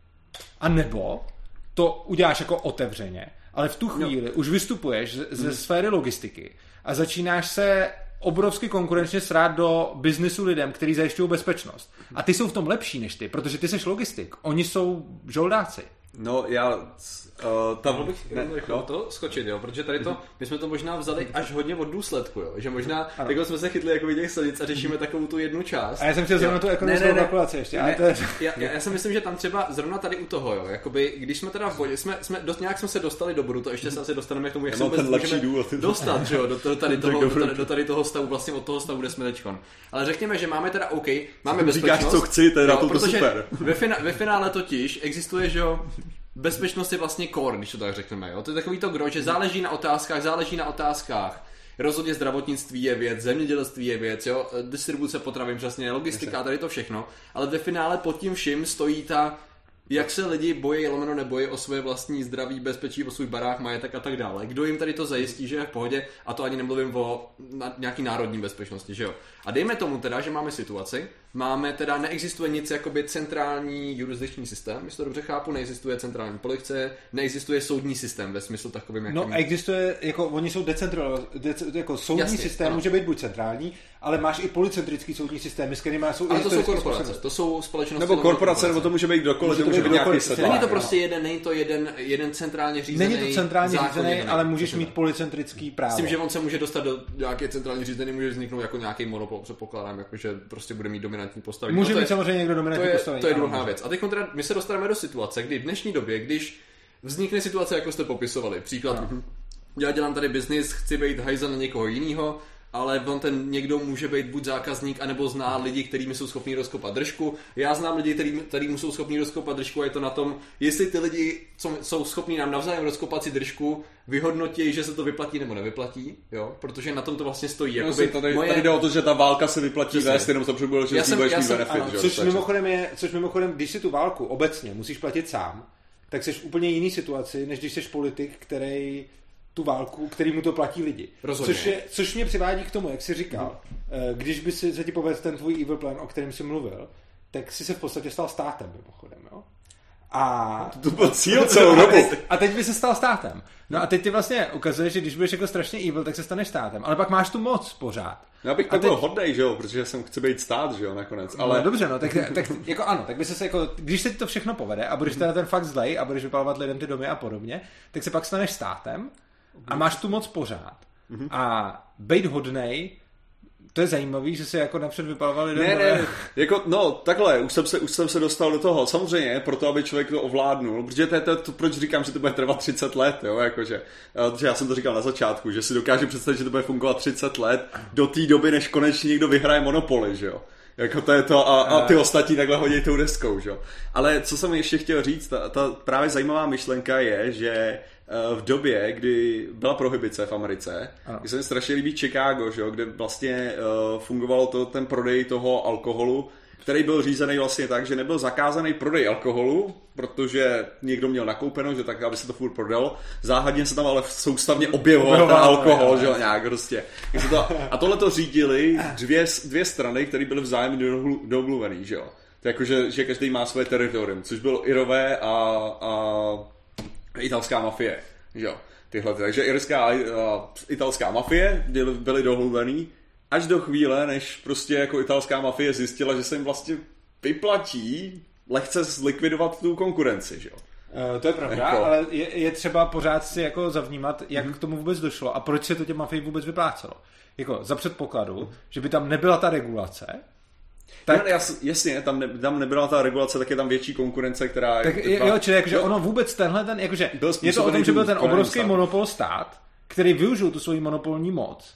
A nebo to uděláš jako otevřeně, ale v tu chvíli no. už vystupuješ ze, ze mm. sféry logistiky a začínáš se obrovsky konkurenčně srát do biznisu lidem, kteří zajišťují bezpečnost. A ty jsou v tom lepší než ty, protože ty seš logistik. Oni jsou žoldáci. No já... Uh, tam Mohl bych ne, no. to skočit, jo, protože tady to, my jsme to možná vzali až hodně od důsledku, jo, že možná jako jsme se chytli jako těch silnic a řešíme takovou tu jednu část. A já jsem chtěl zrovna tu ekonomickou kalkulaci ještě. Ne, to je... já, já si myslím, že tam třeba zrovna tady u toho, jo, jakoby, když jsme teda v bodě, jsme, jsme dost, nějak jsme se dostali do bodu, to ještě se asi dostaneme k tomu, jak se vůbec můžeme dostat, že jo, do, do, tady toho, do, tady, do tady toho stavu, vlastně od toho stavu, kde jsme teďkon. Ale řekněme, že máme teda OK, máme bezpečnost. Říkáš, co chci, teda to super. Ve, fina, ve finále totiž existuje, že jo, bezpečnost je vlastně core, když to tak řekneme. Jo? To je takový to gro, že záleží na otázkách, záleží na otázkách. Rozhodně zdravotnictví je věc, zemědělství je věc, jo? Distribuce potravin, přesně, logistika a tady to všechno. Ale ve finále pod tím vším stojí ta, jak se lidi bojí, lomeno nebojí o svoje vlastní zdraví, bezpečí, o svůj barák, majetek a tak dále. Kdo jim tady to zajistí, že je v pohodě, a to ani nemluvím o nějaký národní bezpečnosti, že jo. A dejme tomu teda, že máme situaci, máme teda, neexistuje nic jakoby centrální jurisdikční systém, jestli to dobře chápu, neexistuje centrální policie, neexistuje soudní systém ve smyslu takovým, jakým... No existuje, jako oni jsou decentralizovaní, dece, jako soudní Jasně, systém ano. může být buď centrální, ale máš i policentrický soudní systém, s kterými jsou... Ale to jsou korporace, to jsou společnosti... Nebo korporace, nebo to může být kdokoliv, to může být nějaký setlák. Není to prostě jeden, není to jeden, jeden centrálně řízený Není to centrálně řízený, ale můžeš mít policentrický právo. Myslím, že on se může dostat do nějaké centrálně řízený, může vzniknout jako nějaký monopol, předpokládám, jakože prostě bude mít dominantní postavení. Může mít samozřejmě někdo dominantní to je, postavení. To je druhá věc. A teď teda my se dostaneme do situace, kdy v dnešní době, když vznikne situace, jako jste popisovali, příklad, no. já dělám tady biznis, chci být hajzel na někoho jiného, ale on ten někdo může být buď zákazník, anebo zná lidi, kterými jsou schopní rozkopat držku. Já znám lidi, který, kterými jsou schopní rozkopat držku a je to na tom, jestli ty lidi co, jsou schopní nám navzájem rozkopat si držku, vyhodnotí, že se to vyplatí nebo nevyplatí, jo, protože na tom to vlastně stojí. No, jakoby, tady, moje... tady jde o to, že ta válka se vyplatí vést, jenom to přebylo, že si budeš mít benefit. Ano, což, mimochodem je, což mimochodem, když si tu válku obecně musíš platit sám, tak jsi v úplně jiný situaci, než když jsi politik, který tu válku, který mu to platí lidi. Což, je, což mě přivádí k tomu, jak jsi říkal, hmm. když by si, se ti povedl ten tvůj evil plan, o kterém jsi mluvil, tak jsi se v podstatě stal státem, mimochodem, jo? A to byl cíl celou dobu. A teď by se stal státem. No a teď ty vlastně ukazuješ, že když budeš jako strašně evil, tak se staneš státem. Ale pak máš tu moc pořád. Já bych tak teď... byl hodnej, že jo, protože jsem chci být stát, že jo, nakonec. Ale... No dobře, no, tak, tak jako ano, tak by se jako, když se ti to všechno povede a budeš teda ten fakt zlej a budeš vypalovat lidem ty domy a podobně, tak se pak staneš státem a máš tu moc pořád. Mm-hmm. A být hodnej, to je zajímavý, že se jako napřed vypaloval lidem. Ne, ne, jako, no, takhle, už jsem, se, už jsem se dostal do toho. Samozřejmě, proto, aby člověk to ovládnul, protože to je to, to, proč říkám, že to bude trvat třicet let, jo, jakože. Protože já jsem to říkal na začátku, že si dokážu představit, že to bude fungovat třicet let do té doby, než konečně někdo vyhraje Monopoly, že jo. Jako to je to a, a ty ostatní takhle hodí tou deskou, že jo. Ale co jsem ještě chtěl říct, ta, ta právě zajímavá myšlenka je, že v době, kdy byla prohibice v Americe, kdy se mi strašně líbí Chicago, že jo, kde vlastně uh, fungovalo to, ten prodej toho alkoholu, který byl řízený vlastně tak, že nebyl zakázaný prodej alkoholu, protože někdo měl nakoupeno, že tak, aby se to furt prodalo. Záhadně se tam ale soustavně objevoval ten alkohol, že jo, nějak prostě. A tohle to řídili dvě, dvě strany, které byly vzájemně domluvený, že jo. To je jako, že, že každý má své teritorium, což bylo Irové a, a italská mafie, že jo. Tyhle, takže irská a italská mafie byly, byly domluvený až do chvíle, než prostě jako italská mafie zjistila, že se jim vlastně vyplatí lehce zlikvidovat tu konkurenci, že jo. Uh, to je pravda, jako... ale je, je třeba pořád si jako zavnímat, jak mm. k tomu vůbec došlo a proč se to těm mafii vůbec vyplácelo. Jako za předpokladu, mm. že by tam nebyla ta regulace, tak... No, jasně, tam, ne, tam nebyla ta regulace, tak je tam větší konkurence, která... Tak je, jo, čili jakože ono vůbec tenhle ten, jakože je to o tom, že byl ten obrovský stát. monopol stát, který využil tu svoji monopolní moc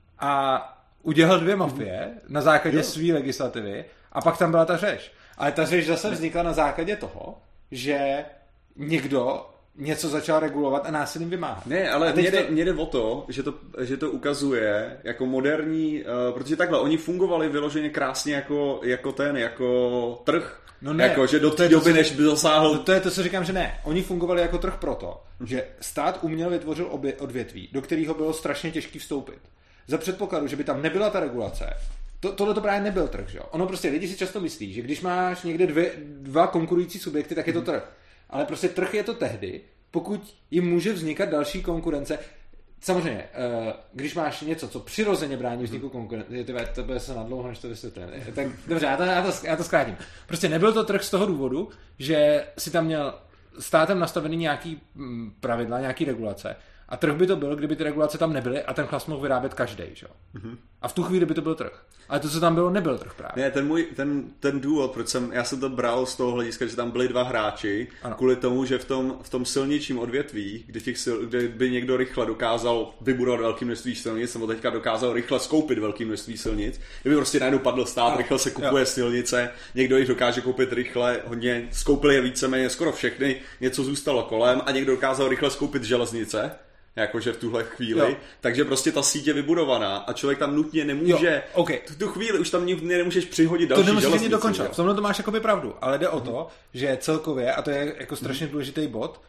a udělal dvě mafie na základě své legislativy a pak tam byla ta řeč. Ale ta řeč zase vznikla na základě toho, že někdo něco začal regulovat a násilím vymáhat. Ne, ale mě jde, to... mě jde o to, že to, že to ukazuje jako moderní, uh, protože takhle, oni fungovali vyloženě krásně jako, jako ten, jako trh. No ne, jako, že do té doby, než by zasáhl... No to je to, co říkám, že ne. Oni fungovali jako trh proto, že stát uměl vytvořil obě, odvětví, do kterého bylo strašně těžké vstoupit. Za předpokladu, že by tam nebyla ta regulace, to, tohle to právě nebyl trh, že jo? Ono prostě lidi si často myslí, že když máš někde dvě, dva konkurující subjekty, tak je to trh. Ale prostě trh je to tehdy, pokud jim může vznikat další konkurence. Samozřejmě, když máš něco, co přirozeně brání vzniku konkurence, to bude se nadlouho, než to vysvětlím. Tak dobře, já to, já, to, já to zkrátím. Prostě nebyl to trh z toho důvodu, že si tam měl státem nastavený nějaký pravidla, nějaký regulace. A trh by to byl, kdyby ty regulace tam nebyly a ten chlast mohl vyrábět každý, že jo. Mm-hmm. A v tu chvíli by to byl trh. Ale to, co tam bylo, nebyl trh právě. Ne, ten můj, ten, ten důvod, proč jsem, já jsem to bral z toho hlediska, že tam byli dva hráči, ano. Kvůli tomu, že v tom, v tom silničním odvětví, kde, těch sil, kde by někdo rychle dokázal vybudovat velké množství silnic, nebo teďka dokázal rychle skoupit velké množství silnic, kdyby prostě najednou padl stát, ano. Rychle se kupuje jo. silnice, někdo jich dokáže koupit rychle, hodně, skoupili je víceméně skoro všechny, něco zůstalo kolem a někdo dokázal rychle skoupit železnice, jakože v tuhle chvíli, jo. Takže prostě ta síť je vybudovaná a člověk tam nutně nemůže, jo, okay. v tu chvíli už tam nemůžeš přihodit další železnici. To nemusíš dokončit, v tomhle to máš jakoby pravdu, ale jde o to, že celkově, a to je jako strašně důležitý bod,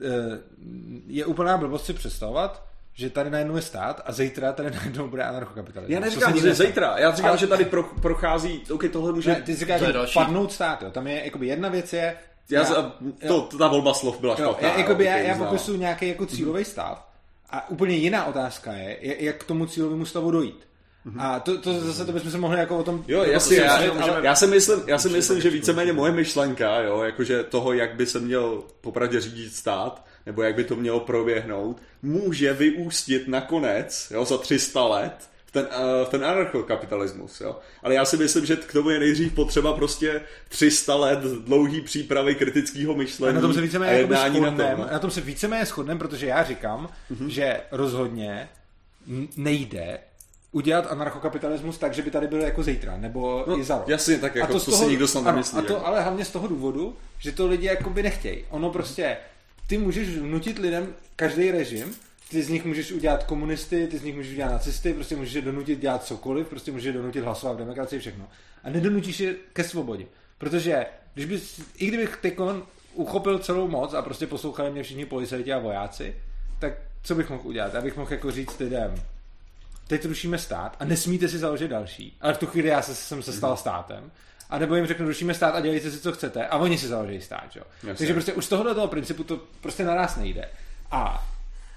je úplná blbost si představovat, že tady najednou je stát a zítra tady najednou bude anarchokapitalismus. Já neříkám, že zítra, já říkám, ale... že tady pro, prochází, ok, tohle může... Ne, ty říkáš, že padnout stát, jo. Tam je, jakoby jedna věc je... Já, já, to, ta volba slov byla špatná. Já, jakoby, já, já popisuju nějaký jako cílový stav a úplně jiná otázka je, jak k tomu cílovému stavu dojít. Mm-hmm. A to, to zase to bychom se mohli jako o tom... Jo, jasně, já, ale... já si myslím, já si myslím že víceméně moje myšlenka, jo, jakože toho, jak by se měl popravdě řídit stát, nebo jak by to mělo proběhnout, může vyústit nakonec, jo, za tři sta let, v ten, uh, v ten anarchokapitalismus, jo. Ale já si myslím, že k tomu je nejdřív potřeba prostě tři sta let dlouhý přípravy kritického myšlení. A na tom se víceméně shodneme, na, tom, na tom se víceméně shodneme, protože já říkám, mm-hmm. že rozhodně nejde udělat anarchokapitalismus tak, že by tady byl jako zítra, nebo no, i za rok. Jasně, tak jako to, to toho, si nikdo snad nemyslí. A to ale hlavně z toho důvodu, že to lidi jakoby nechtějí. Ono prostě, ty můžeš vnutit lidem každý režim, ty z nich můžeš udělat komunisty, ty z nich můžeš udělat nacisty, prostě můžeš je donutit dělat cokoliv, prostě můžeš je donutit hlasovat v demokracii, všechno. A nedonutíš je ke svobodě. Protože, když bys, i kdybych tykon uchopil celou moc a prostě poslouchali mě všichni policajti a vojáci, tak co bych mohl udělat? Já bych mohl jako říct lidem, teď rušíme stát a nesmíte si založit další, ale v tu chvíli já se, jsem se stal státem, a nebo jim řeknu, rušíme stát a dělejte si, co chcete, a oni si založí stát, jo. Takže prostě už z tohohle toho principu to prostě naraz nejde. A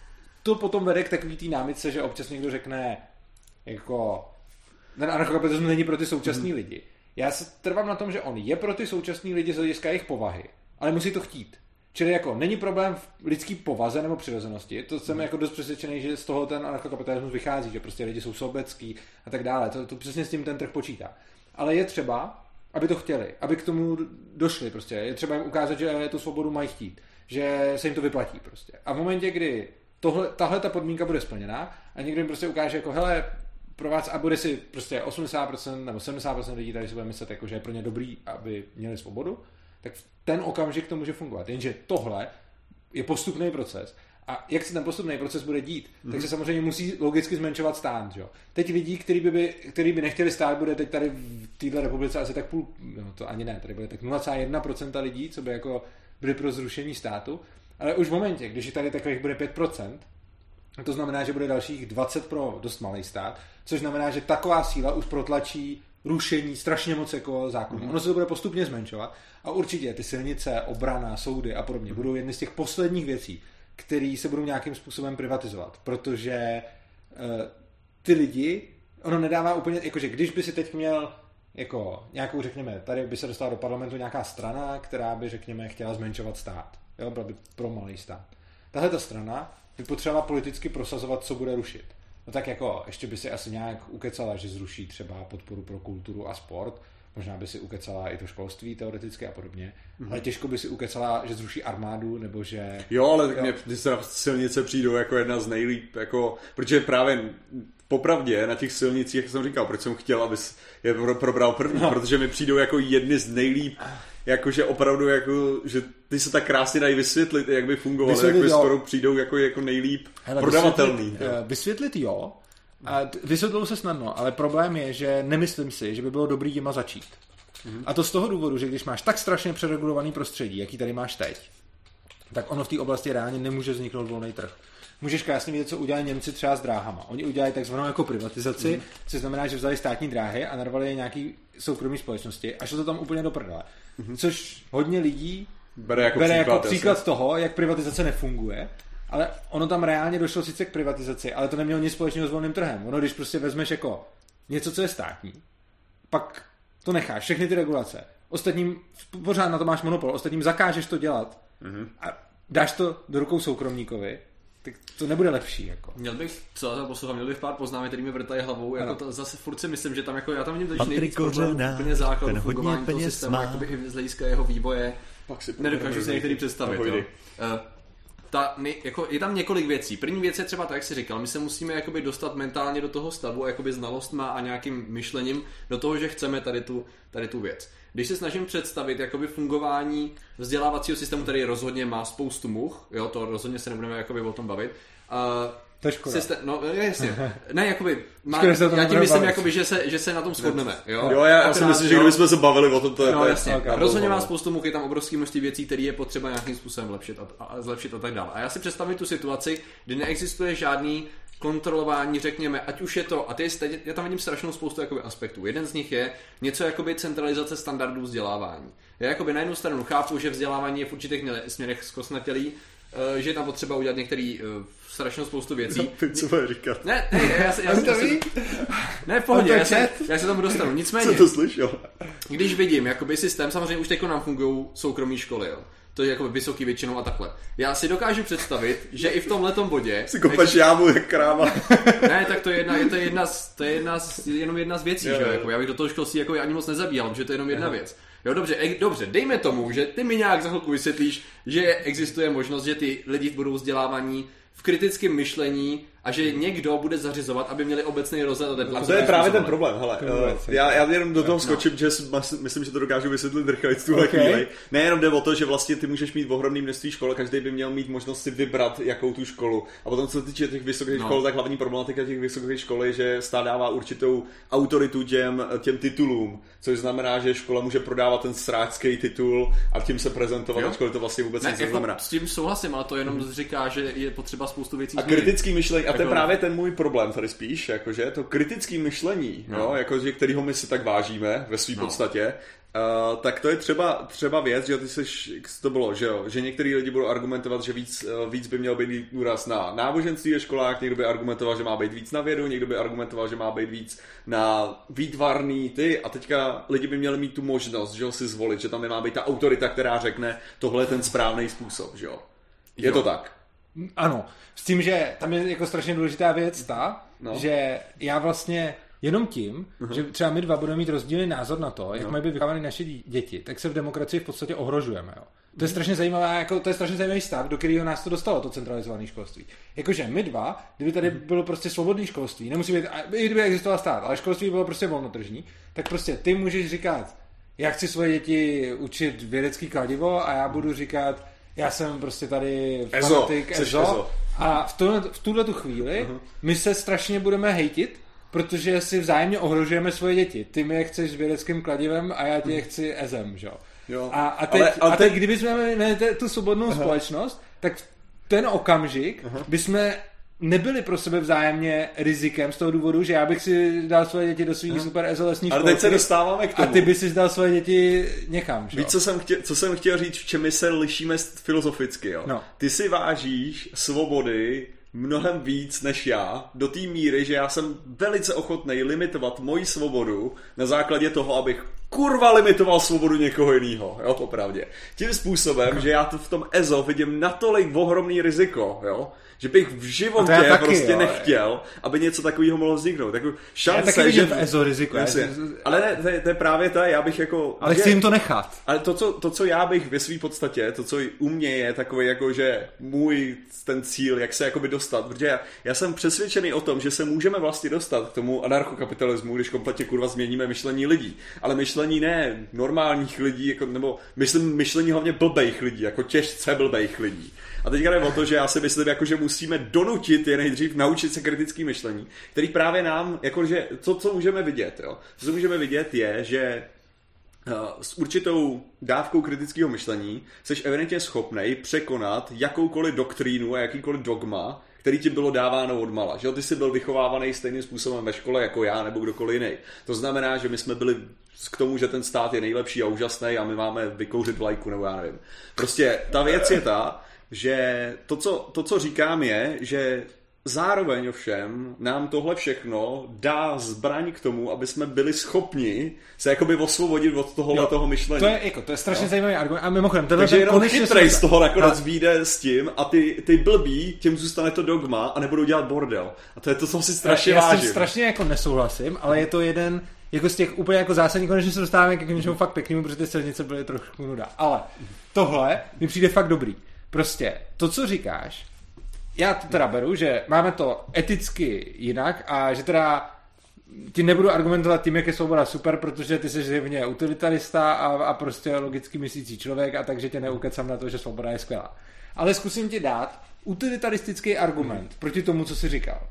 to potom vede k takový té námitce, že občas někdo řekne, jako, ten anarchokapitalismus není pro ty současný mm. lidi. Já se trvám na tom, že on je pro ty současný lidi z hlediska jejich povahy, ale musí to chtít. Čili jako není problém v lidský povaze nebo přirozenosti. To jsem mm. jako dost přesvědčený, že z toho ten anarchokapitalismus vychází, že prostě lidi jsou sobecký a tak dále. To, to přesně s tím ten trh počítá. Ale je třeba, aby to chtěli, aby k tomu došli prostě. Je třeba jim ukázat, že tu svobodu mají chtít, že se jim to vyplatí prostě. A v momentě, kdy tohle, tahle ta podmínka bude splněná a někdo jim prostě ukáže jako hele, pro vás a bude si prostě osmdesát procent nebo sedmdesát procent lidí tady si bude myslet, jako, že je pro ně dobrý, aby měli svobodu, tak v ten okamžik to může fungovat. Jenže tohle je postupný proces. A jak se ten postupný proces bude dít, mm. tak se samozřejmě musí logicky zmenšovat stát. Jo? Teď lidí, kteří by, který by nechtěli stát, bude teď tady v této republice asi tak půl, no to ani ne, tady bude tak nula celá jedna procenta lidí, co by jako byli pro zrušení státu, ale už v momentě, když je tady takových bude pět procent, to znamená, že bude dalších dvacet pro dost malý stát, což znamená, že taková síla už protlačí rušení strašně moc jako zákonů. Mm. Ono se to bude postupně zmenšovat a určitě ty silnice, obrana, soudy a podobně mm. budou jedny z těch posledních věcí, který se budou nějakým způsobem privatizovat, protože uh, ty lidi, ono nedává úplně, jakože když by si teď měl jako nějakou, řekněme, tady by se dostala do parlamentu nějaká strana, která by, řekněme, chtěla zmenšovat stát, jo, byla by pro malý stát. Tahle ta strana by potřebovala politicky prosazovat, co bude rušit. No tak jako, ještě by si asi nějak ukecala, že zruší třeba podporu pro kulturu a sport, možná by si ukecala i to školství teoreticky a podobně, mm-hmm. ale těžko by si ukecala, že zruší armádu, nebo že... Jo, ale tak mě když se na silnice přijdou jako jedna z nejlíp, jako, protože právě popravdě na těch silnicích, jak jsem říkal, proč jsem chtěl, abys je probral první, no. protože mi přijdou jako jedny z nejlíp, jakože opravdu, jako, že ty se tak krásně dají vysvětlit, jak by fungovaly, jak by skoro přijdou jako, jako nejlíp hele, prodavatelný. Vysvětlit, jo. vysvětlit jo, a vysvětlilo se snadno, ale problém je, že nemyslím si, že by bylo dobrý jima začít. Mm-hmm. A to z toho důvodu, že když máš tak strašně přeregulovaný prostředí, jaký tady máš teď, tak ono v té oblasti reálně nemůže vzniknout volný trh. Můžeš krásně vidět, co udělali Němci třeba s dráhama. Oni udělali takzvanou jako privatizaci, mm-hmm. což znamená, že vzali státní dráhy a narvali je nějaký soukromý společnosti a šlo to tam úplně do prdele. Mm-hmm. Což hodně lidí bere jako bere příklad, jako příklad toho, jak privatizace nefunguje. Ale ono tam reálně došlo sice k privatizaci, ale to nemělo nic společného s volným trhem. Ono, když prostě vezmeš jako něco, co je státní, pak to necháš, všechny ty regulace. Ostatním, pořád na to máš monopol, ostatním zakážeš to dělat mm-hmm. a dáš to do rukou soukromníkovi, tak to nebude lepší. Jako. Měl bych, co já poslouchám, měl bych pár poznámek, který mi vrtají hlavou, jako to, zase furt si myslím, že tam jako, já tam vidím totiž nejvíc problém, úplně základ fungování toho systému, jakoby i z hlediska jeho vývoje, nedokážu si některý představit. Jo. Ta, ne, jako, je tam několik věcí. První věc je třeba tak, jak jsi říkal, my se musíme jakoby dostat mentálně do toho stavu, jakoby znalostma a nějakým myšlením do toho, že chceme tady tu, tady tu věc. Když se snažím představit jakoby fungování vzdělávacího systému, který rozhodně má spoustu much, jo, to rozhodně se nebudeme jakoby o tom bavit. Uh, to je škoda. Systém, no jasně. Ne, jakoby, má, já tím myslím, jakoby, že, se, že se na tom shodneme. Jo, jo já, já si myslím, že kdybychom se bavili o tom, to je... No jasně, okay, rozhodně má spoustu much, je tam obrovský množství věcí, které je potřeba nějakým způsobem lepšit a, a zlepšit a tak dále. A já si představím tu situaci, kdy neexistuje žádný kontrolování, řekněme, ať už je to, a ty jste, já tam vidím strašnou spoustu jakoby aspektů. Jeden z nich je něco jakoby centralizace standardů vzdělávání. Já jakoby na jednu stranu chápu, že vzdělávání je v určitých směrech zkostnatělý, že je tam potřeba udělat některý strašnou spoustu věcí. No, ty co bude říkat? Ne, ne, já, já, já, já si, ne, v pohodě, já se, já se tomu dostanu. Nicméně, co to slyšel? Když vidím, jakoby systém, samozřejmě už teď nám fungují soukromí školy, jo. To je jakoby vysoký většinou a takhle. Já si dokážu představit, že i v tomhletom bodě... Si kopeš jámu jak kráva. Ne, tak to je jedna, je to jedna z, to je jedna z, jenom jedna z věcí, jo, že jo. Jako, já bych do toho školství jako ani moc nezabíhal, protože to je jenom jedna věc. Jo, dobře, e, dobře, dejme tomu, že ty mi nějak za chvilku vysvětlíš, že existuje možnost, že ty lidi budou vzdělávaní v kritickém myšlení a že někdo bude zařizovat, aby měli obecný rozhled a ten plán. To je právě ten problém, hele. Já, já jenom do toho no. skočím, že myslím, že to dokážu vysvětlit rychlejc tuhle okay. chvíli. Nejenom jde o to, že vlastně ty můžeš mít ohromný množství škol, každý by měl mít možnost si vybrat, jakou tu školu. A potom, co se týče těch vysokých no. škol, tak hlavní problematika těch vysokých škol je, že stát dává určitou autoritu těm, těm titulům, což znamená, že škola může prodávat ten sráčský titul a tím se prezentovat, ačkoliv to vlastně vůbec ne, nic jako neznamená. S tím souhlasím, ale to jenom hmm. říká, že je potřeba spoustu věcí a kritický myšlení, a to je právě ten můj problém tady spíš, jakože to kritické myšlení, no. jo, jakože, kterýho my si tak vážíme ve své no. podstatě, Uh, tak to je třeba, třeba věc, že ty seš, to bylo, že jo, že některý lidi budou argumentovat, že víc, víc by měl být důraz na náboženství ve školách, někdo by argumentoval, že má být víc na vědu, někdo by argumentoval, že má být víc na výtvarný ty a teďka lidi by měli mít tu možnost, že jo, si zvolit, že tam nemá být ta autorita, která řekne, tohle je ten správný způsob, že jo. Je jo. to tak? Ano, s tím, že tam je jako strašně důležitá věc ta, no. že já vlastně jenom tím, uh-huh. že třeba my dva budeme mít rozdílný názor na to, jak no. mají být vychovávány naše děti, tak se v demokracii v podstatě ohrožujeme. Jo. To je strašně zajímavá, jako, to je strašně zajímavý stav, do kterého nás to dostalo, to centralizované školství. Jakože my dva, kdyby tady bylo prostě svobodné školství, nemusí být, i kdyby existoval stát, ale školství bylo prostě volnotržní, tak prostě ty můžeš říkat, já chci svoje děti učit vědecký kladivo a já budu říkat, já jsem prostě tady fanatik Ezo, Ezo, Ezo. A v, tuhle, v tuhle tu chvíli uh-huh. my se strašně budeme hejtit, protože si vzájemně ohrožujeme svoje děti. Ty mi je chceš s vědeckým kladivem a já ti je chci ezem, že jo. A, a teď, ale, ale a teď, teď kdybychom měli tu svobodnou Aha. společnost, tak v ten okamžik Aha. bychom nebyli pro sebe vzájemně rizikem z toho důvodu, že já bych si dal svoje děti do svých super ezo lesní školky. Ale teď se dostáváme k tomu. A ty bys si dal svoje děti někam, že jo. Víš, co jsem chtěl, co jsem chtěl říct, v čem my se lišíme filozoficky, jo. No. Ty si vážíš svobody mnohem víc než já, do té míry, že já jsem velice ochotný limitovat moji svobodu na základě toho, abych kurva limitoval svobodu někoho jiného, jo, popravdě. Tím způsobem, že já to v tom ezo vidím natolik ohromný riziko, jo, že bych v životě taky, prostě jo, nechtěl, aby něco takového mohlo vzniknout. Takovou šance, já že v ezo riziko. Jasně, ale ne, to, je, to je právě ta, já bych jako... Ale chci jim to nechat. Ale to co, to, co já bych ve své podstatě, to, co u mě je takový jako, že můj ten cíl, jak se jakoby dostat, protože já, já jsem přesvědčený o tom, že se můžeme vlastně dostat k tomu anarchokapitalismu, když kompletně kurva změníme myšlení lidí. Ale myšlení ne normálních lidí, jako, nebo myslím myšlení hlavně blbejch lidí, jako těžce blbejch lidí. A teďka jde o to, že já si myslím, jako, že musíme donutit je nejdřív naučit se kritické myšlení, který právě nám, jakože, to, co můžeme vidět, jo. To, co můžeme vidět, je, že uh, s určitou dávkou kritického myšlení seš evidentně schopnej překonat jakoukoliv doktrínu a jakýkoliv dogma, který ti bylo dáváno odmala. Že jo? Ty jsi byl vychovávaný stejným způsobem ve škole jako já nebo kdokoliv jiný. To znamená, že my jsme byli k tomu, že ten stát je nejlepší a úžasný a my máme vykouřit vlajku, nebo já nevím. Prostě ta věc je ta, že to co, to, co říkám, je, že zároveň ovšem nám tohle všechno dá zbraň k tomu, aby jsme byli schopni se jakoby osvobodit od tohohle toho myšlení. To je, jako, to je strašně jo. zajímavý argument. A mimochodem, takže jenom chytrej z toho nakonec vyjde s tím a ty, ty blbí, těm zůstane to dogma a nebudou dělat bordel. A to je to, co si strašně já, vážím. Já si strašně jako nesouhlasím, ale je to jeden jako z těch úplně jako zásadní, konečně se dostáváme k něčemu fakt pěknému, protože ty silnice byly trošku nuda. Ale tohle mi přijde fakt dobrý. Prostě to, co říkáš, já to teda beru, že máme to eticky jinak a že teda ti nebudu argumentovat tím, jak je svoboda super, protože ty jsi zjevně utilitarista a, a prostě logicky myslící člověk a takže tě neukecám na to, že svoboda je skvělá. Ale zkusím ti dát utilitaristický argument hmm. proti tomu, co jsi říkal.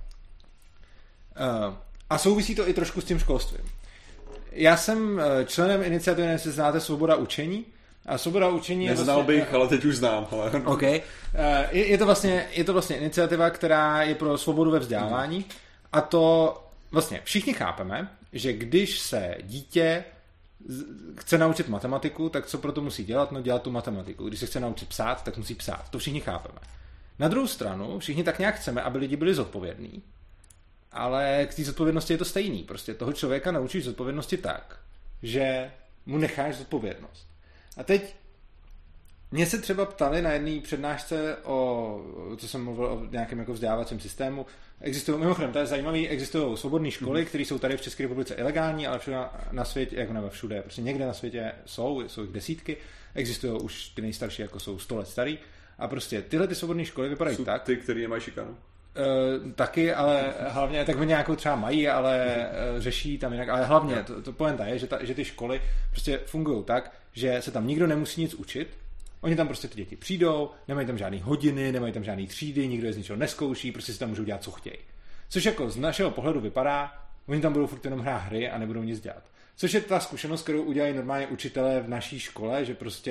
Uh, a souvisí to i trošku s tím školstvím. Já jsem členem iniciativy, nevím, jestli znáte, Svoboda učení. A svoboda učení je Neznal vlastně, bych, ale teď už znám. Ale... Okay. Je, je, to vlastně, je to vlastně iniciativa, která je pro svobodu ve vzdělávání. Hmm. A to vlastně všichni chápeme, že když se dítě chce naučit matematiku, tak co pro to musí dělat? No dělat tu matematiku. Když se chce naučit psát, tak musí psát. To všichni chápeme. Na druhou stranu, všichni tak nějak chceme, aby lidi byli zodpovědní. Ale k té zodpovědnosti je to stejný. Prostě toho člověka naučíš zodpovědnosti tak, že mu necháš zodpovědnost. A teď mě se třeba ptali na jedné přednášce o, co jsem mluvil o nějakém jako vzdělávacím systému. Existují, mimochodem, to je zajímavý, existují svobodné školy, které jsou tady v České republice ilegální, ale všude na světě, jako nebo všude, prostě někde na světě jsou, jsou jich desítky, existují už ty nejstarší, jako jsou sto let starý. A prostě tyhle ty svobodné školy vypadají jsou tak. Ty, který mají šikanu? Uh, taky, ale hlavně, tak oni nějakou třeba mají, ale uh, řeší tam jinak, ale hlavně, to, to pointa je, že, ta, že ty školy prostě fungují tak, že se tam nikdo nemusí nic učit, oni tam prostě ty děti přijdou, nemají tam žádný hodiny, nemají tam žádný třídy, nikdo je z ničeho neskouší, prostě si tam můžou dělat, co chtějí. Což jako z našeho pohledu vypadá, oni tam budou furt jenom hrát hry a nebudou nic dělat. Což je ta zkušenost, kterou udělají normálně učitelé v naší škole, že prostě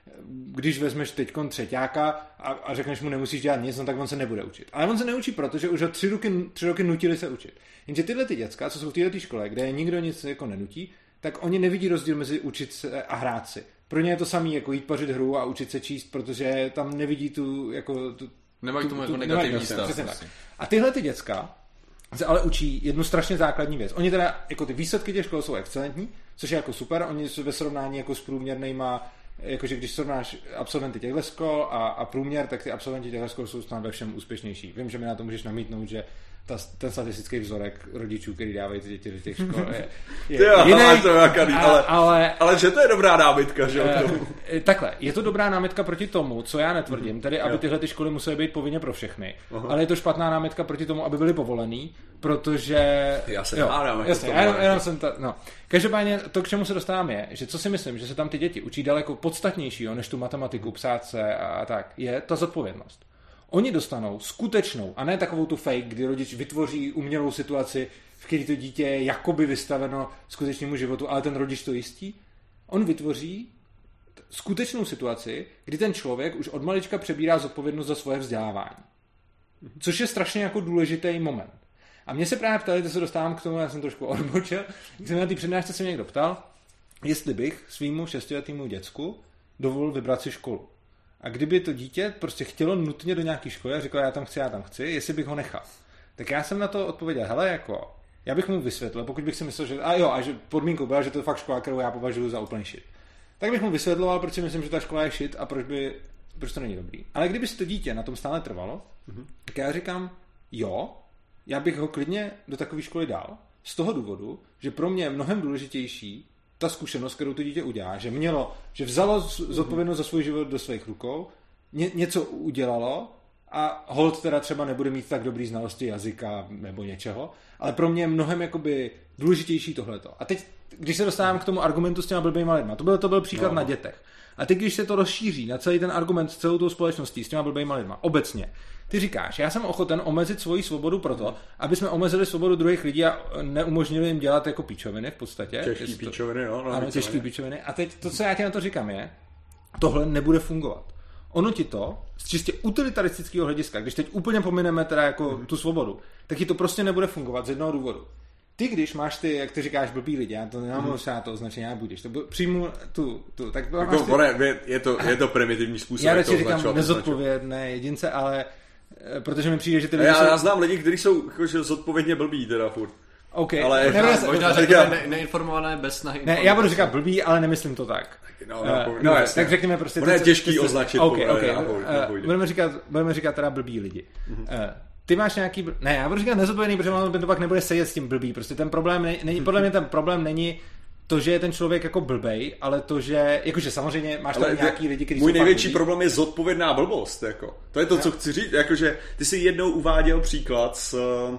když vezmeš teďkon třeťáka a, a řekneš mu nemusíš dělat nic, no tak on se nebude učit. Ale on se neučí, protože už ho tři roky, tři roky nutili se učit. Jenže tyhle ty děcka, co jsou v této škole, kde nikdo nic jako nenutí, tak oni nevidí rozdíl mezi učit se a hrát si. Pro ně je to samé jako jít pařit hru a učit se číst, protože tam nevidí tu jako tu, nemají tu, tomu tu, jako negativní stav. A tyhle ty děcka se ale učí jednu strašně základní věc. Oni teda, jako ty výsledky těch škol jsou excelentní, což je jako super, oni jsou ve srovnání jako s průměrnejma, jakože když srovnáš absolventy těchto škol a, a průměr, tak ty absolventi těchto škol jsou snad ve všem úspěšnější. Vím, že mi na to můžeš namítnout, že ta, ten statistický vzorek rodičů, který dávají ty děti do těch škol, je, je jo, jiný. Ale, to jakarý, ale, ale, ale že to je dobrá námitka, že e, takhle, je to dobrá námitka proti tomu, co já netvrdím, tedy aby tyhle ty školy musely být povinně pro všechny, aha. ale je to špatná námitka proti tomu, aby byly povolený, protože... Já se hádám. Jasně, já jenom, jenom jsem ta, no. Každopádně to, k čemu se dostávám je, že co si myslím, že se tam ty děti učí daleko podstatnějšího, než tu matematiku, psát se a tak, je ta zodpovědnost. Oni dostanou skutečnou, a ne takovou tu fake, kdy rodič vytvoří umělou situaci, v které to dítě je jakoby vystaveno skutečnému životu, ale ten rodič to jistí. On vytvoří skutečnou situaci, kdy ten člověk už od malička přebírá zodpovědnost za svoje vzdělávání. Což je strašně jako důležitý moment. A mě se právě ptali, to se dostávám k tomu, já jsem trošku odbočil, když jsem na té přednášce se mě někdo ptal, jestli bych svýmu šestiletému děcku dovolil vybrat si školu. A kdyby to dítě prostě chtělo nutně do nějaké školy a řeklo, já tam chci, já tam chci, jestli bych ho nechal. Tak já jsem na to odpověděl, hele, jako, já bych mu vysvětlil, pokud bych si myslel, že, a jo, a že podmínkou byla, že to je fakt škola, kterou já považuji za úplný shit. Tak bych mu vysvětloval, proč si myslím, že ta škola je shit a proč, by, proč to není dobrý. Ale kdyby si to dítě na tom stále trvalo, mm-hmm. tak já říkám, jo, já bych ho klidně do takové školy dal, z toho důvodu, že pro mě je mnohem důležitější ta zkušenost, kterou to dítě udělá, že mělo, že vzalo zodpovědnost za svůj život do svých rukou, ně, něco udělalo a holt teda třeba nebude mít tak dobrý znalosti jazyka nebo něčeho, ale pro mě je mnohem jakoby důležitější tohleto. A teď, když se dostávám k tomu argumentu s těma blbýma lidma, to byl, to byl příklad no. na dětech. A teď, když se to rozšíří na celý ten argument s celou tou společností, s těma blbýma lidma, obecně, ty říkáš, já jsem ochoten omezit svoji svobodu proto, aby jsme omezili svobodu druhých lidí a neumožnili jim dělat jako píčoviny v podstatě. Těžký píčoviny, no. no ano, těžký píčoviny. A teď to, co já ti na to říkám, je, tohle nebude fungovat. Ono ti to, z čistě utilitaristického hlediska, když teď úplně pomineme teda jako mm. tu svobodu, tak ti to prostě nebude fungovat z jednoho důvodu. Ty, když máš ty, jak ty říkáš, blbý lidi, já to nemám mm. na to označení, já budeš, to přijmu tu, tu, tak jako, máš ty... Bore, je, to, je to primitivní způsob, já radši říkám nezodpovědné jedince, ale protože mi přijde, že ty lidi já, jsou... Já znám lidi, kteří jsou jakože zodpovědně blbí teda furt. Okay. Ale možná, se, možná že to ne, neinformované bez snahy. Ne, já budu říkat blbý, ale nemyslím to tak. No, no, uh, no, tak řekněme prostě... Ono je těžký označit. Okay, okay. Uh, budeme, říkat, budeme říkat teda blbý lidi. Uh-huh. Uh, ty máš nějaký... Ne, já budu říkat nezodpovědný, protože on to pak nebude sedět s tím blbý. Prostě ten problém není... Podle mě ten problém není to, že je ten člověk jako blbej, ale to, že... Jakože samozřejmě máš tam nějaký lidi, kteří jsou můj největší problém je zodpovědná blbost. Jako. To je to, co chci říct. Jakože ty jsi jednou uváděl příklad s...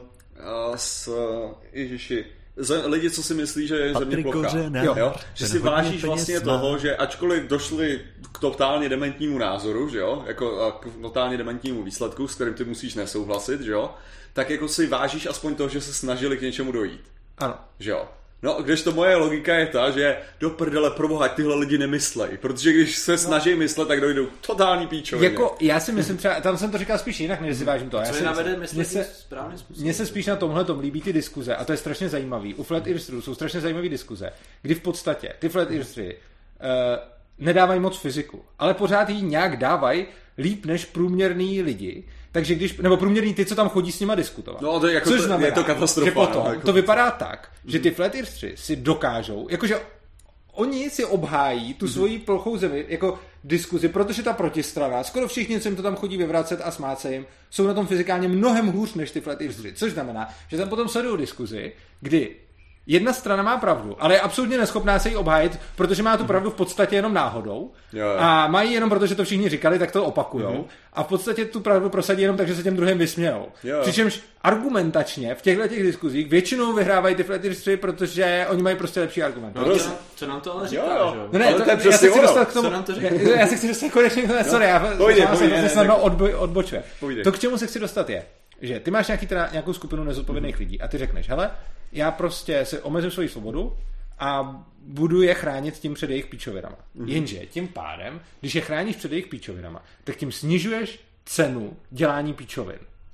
s ježiši, lidi, co si myslí, že je země plochá. Jo, jo? Že si vážíš vlastně toho, že ačkoliv došli k totálně dementnímu názoru, že jo, jako k totálně dementnímu výsledku, s kterým ty musíš nesouhlasit, že jo, tak jako si vážíš aspoň toho, že se snažili k něčemu dojít. Ano. Že jo. No, když to moje logika je ta, že do prdele proboha tyhle lidi nemyslej, protože když se snaží no. myslet, tak dojdou totální píčoviny. Jako, já si myslím třeba, tam jsem to říkal spíš jinak, než si vážím to. Já co si, je navede myslet správným způsobem? Mně se spíš na tomhletom líbí ty diskuze a to je strašně zajímavý. U Flat Earthů jsou strašně zajímavé diskuze, kdy v podstatě ty Flat Earthy uh, nedávají moc fyziku, ale pořád ji nějak dávají líp než průměrný lidi. Takže když, nebo průměrný ty, co tam chodí s nima diskutovat. No, to je, jako což to, znamená, je to katastrofa. že potom no, jako... to vypadá tak, že ty Flat Earthři si dokážou, jakože oni si obhájí tu svoji plochou zemi jako diskuzi, protože ta protistrana, skoro všichni, co jim to tam chodí vyvracet a smát se jim, jsou na tom fyzikálně mnohem hůř než ty Flat Earthři. Což znamená, že tam potom sledují diskuzi, kdy jedna strana má pravdu, ale je absolutně neschopná se jí obhájit, protože má tu pravdu v podstatě jenom náhodou. Jo, jo. A mají jenom proto, že to všichni říkali, tak to opakujou. Mm-hmm. A v podstatě tu pravdu prosadí jenom tak, že se těm druhým vysmějou. Jo. Přičemž argumentačně v těchto těch diskuzích většinou vyhrávají ty Flat Earthři, protože oni mají prostě lepší argument. No, co, co nám to ale říká, jo, jo. No ne, ale to, já se chci dostat k tomu. Co nám to říká? Já se chci dostat konečně k tomu. Sorry, já se snadno odbočuje. To, k čemu se chci dostat je, že ty máš nějaký teda, nějakou skupinu nezodpovědných lidí a ty řekneš, hele, já prostě si omezím svoji svobodu a budu je chránit tím před jejich píčovinama. Mm-hmm. Jenže tím pádem, když je chráníš před jejich píčovinama, tak tím snižuješ cenu dělání píčovin.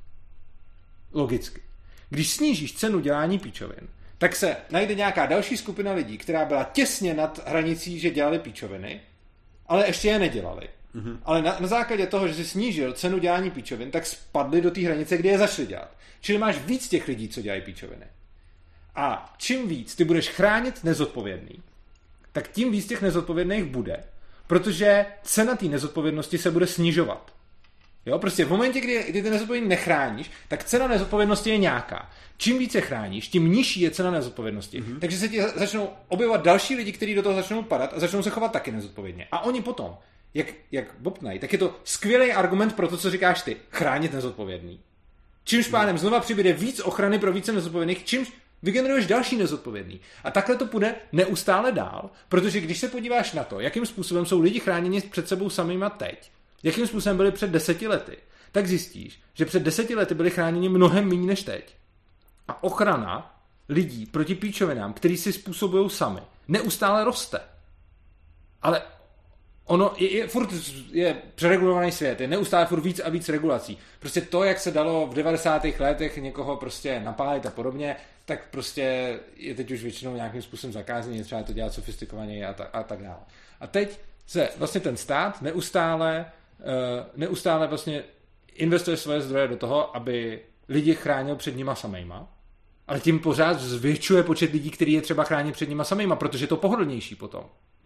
Logicky. Když snížíš cenu dělání píčovin, tak se najde nějaká další skupina lidí, která byla těsně nad hranicí, že dělali píčoviny, ale ještě je nedělali. Mm-hmm. Ale na, na základě toho, že jsi snížil cenu dělání píčovin, tak spadli do té hranice, kde je začali dělat. Čili máš víc těch lidí, co dělají píčoviny. A čím víc ty budeš chránit nezodpovědný, tak tím víc těch nezodpovědných bude, protože cena té nezodpovědnosti se bude snižovat. Jo, prostě v momentě, kdy, kdy ty nezodpovědný nechráníš, tak cena nezodpovědnosti je nějaká. Čím více chráníš, tím nižší je cena nezodpovědnosti. Mm-hmm. Takže se ti začnou objevovat další lidi, kteří do toho začnou padat a začnou se chovat taky nezodpovědně. A oni potom, jak, jak bobnají, tak je to skvělý argument pro to, co říkáš ty. Chránit nezodpovědný. Čímž pádem znova přibude víc ochrany pro více nezodpovědných, čímž vygeneruješ další nezodpovědný. A takhle to půjde neustále dál, protože když se podíváš na to, jakým způsobem jsou lidi chráněni před sebou samýma teď, jakým způsobem byli před deseti lety, tak zjistíš, že před deseti lety byli chráněni mnohem méně než teď. A ochrana lidí proti píčovinám, který si způsobují sami, neustále roste. Ale ono je, je, furt je přeregulovaný svět, je neustále furt víc a víc regulací. Prostě to, jak se dalo v devadesátých letech někoho prostě napálit a podobně, tak prostě je teď už většinou nějakým způsobem zakázaný, třeba to dělat sofistikovaněji a, ta, a tak dále. A teď se vlastně ten stát neustále, uh, neustále vlastně investuje svoje zdroje do toho, aby lidi chránil před nima samejma, ale tím pořád zvětšuje počet lidí, který je třeba chránit před nima samejma, protože je to pohodlnější potom.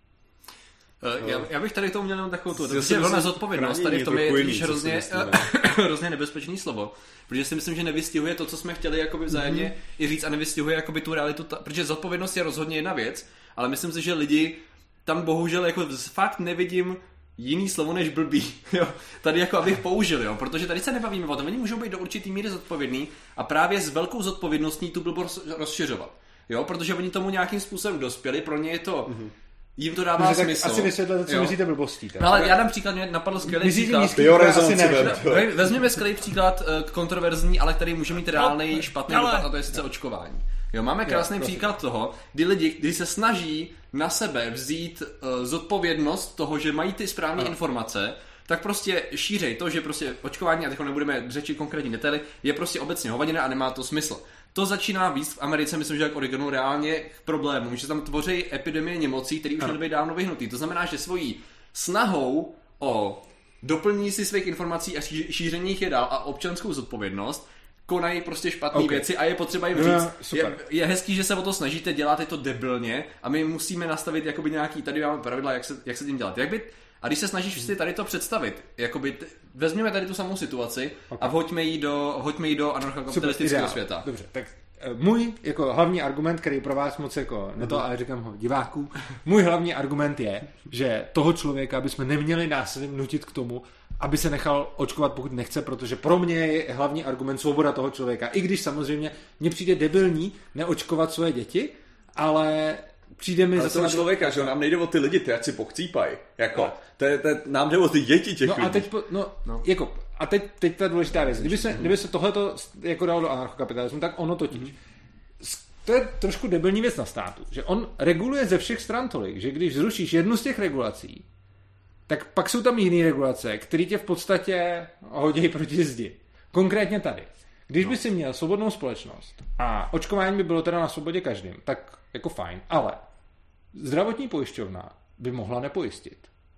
Já, já bych tady to měl jenom takovou tu, protože vlna zodpovědnost tady v tom je totiž hrozně, hrozně nebezpečný slovo, protože si myslím, že nevystihuje to, co jsme chtěli jakoby vzájemně mm-hmm. i říct a nevystihuje jakoby tu realitu, ta, protože zodpovědnost je rozhodně jedna věc, ale myslím si, že lidi tam bohužel jako fakt nevidím jiný slovo než blbý, jo, tady jako abych použil, jo, protože tady se nebavíme o tom, oni můžou být do určitý míry zodpovědný a právě s velkou zodpovědností tu blbost rozšiřovat, jo, protože oni tomu nějakým způsobem dospěli, pro ně je to mm-hmm. jim to dává Může smysl. Asi vysvětlete, co jo. myslíte blbostí. Tak. No, ale já dám příklad, mě napadl skvělý Myslíte příklad. Nízký, asi ne, vezměme skvělý příklad kontroverzní, ale který může mít reálný no, špatný ale... dopad, a to je sice očkování. Jo, máme krásný jo, příklad toho, kdy lidi, kdy se snaží na sebe vzít uh, zodpovědnost toho, že mají ty správné informace, tak prostě šířej to, že prostě očkování, a teď nebudeme řečit konkrétní detaily, je prostě obecně hovadina a nemá to smysl. To začíná víc v Americe, myslím, že jak Oregonu reálně k problémům, že tam tvoří epidemie nemocí, které už měly být dávno vyhnutý. To znamená, že svojí snahou o doplnění si svých informací a šíření jich je dál a občanskou zodpovědnost konají prostě špatné okay. věci a je potřeba jim říct, no, je, je hezký, že se o to snažíte, děláte to debilně a my musíme nastavit jakoby nějaký, tady máme pravidla, jak se, jak se tím dělat. Jak by, a když se snažíš si tady to představit, jakoby, vezměme tady tu samou situaci okay. a vhoďme ji do, vhoďme ji do anarchokapitalistického světa. Dobře, tak můj jako hlavní argument, který pro vás moc jako, ne to, ale říkám ho diváků, můj hlavní argument je, že toho člověka bychom neměli násilím nutit k tomu, aby se nechal očkovat, pokud nechce, protože pro mě je hlavní argument svoboda toho člověka. I když samozřejmě mně přijde debilní neočkovat svoje děti, ale přijde mi ale zase... toho člověka, že nám nejde o ty lidi, ty ať si pochcípají. Jako, no. to je, to je, nám jde o ty děti těch no lidí. A teď, no, no. Jako, a teď, teď ta důležitá věc. Kdyby se, kdyby se tohleto jako dalo do anarchokapitalismu, tak ono totiž. Mm-hmm. To je trošku debilní věc na státu, že on reguluje ze všech stran tolik, že když zrušíš jednu z těch regulací, tak pak jsou tam jiné regulace, které tě v podstatě hodí proti zdi. Konkrétně tady. Když by si měl svobodnou společnost a očkování by bylo teda na svobodě každým, tak jako fajn, ale zdravotní pojišťovna by mohla nepojistit.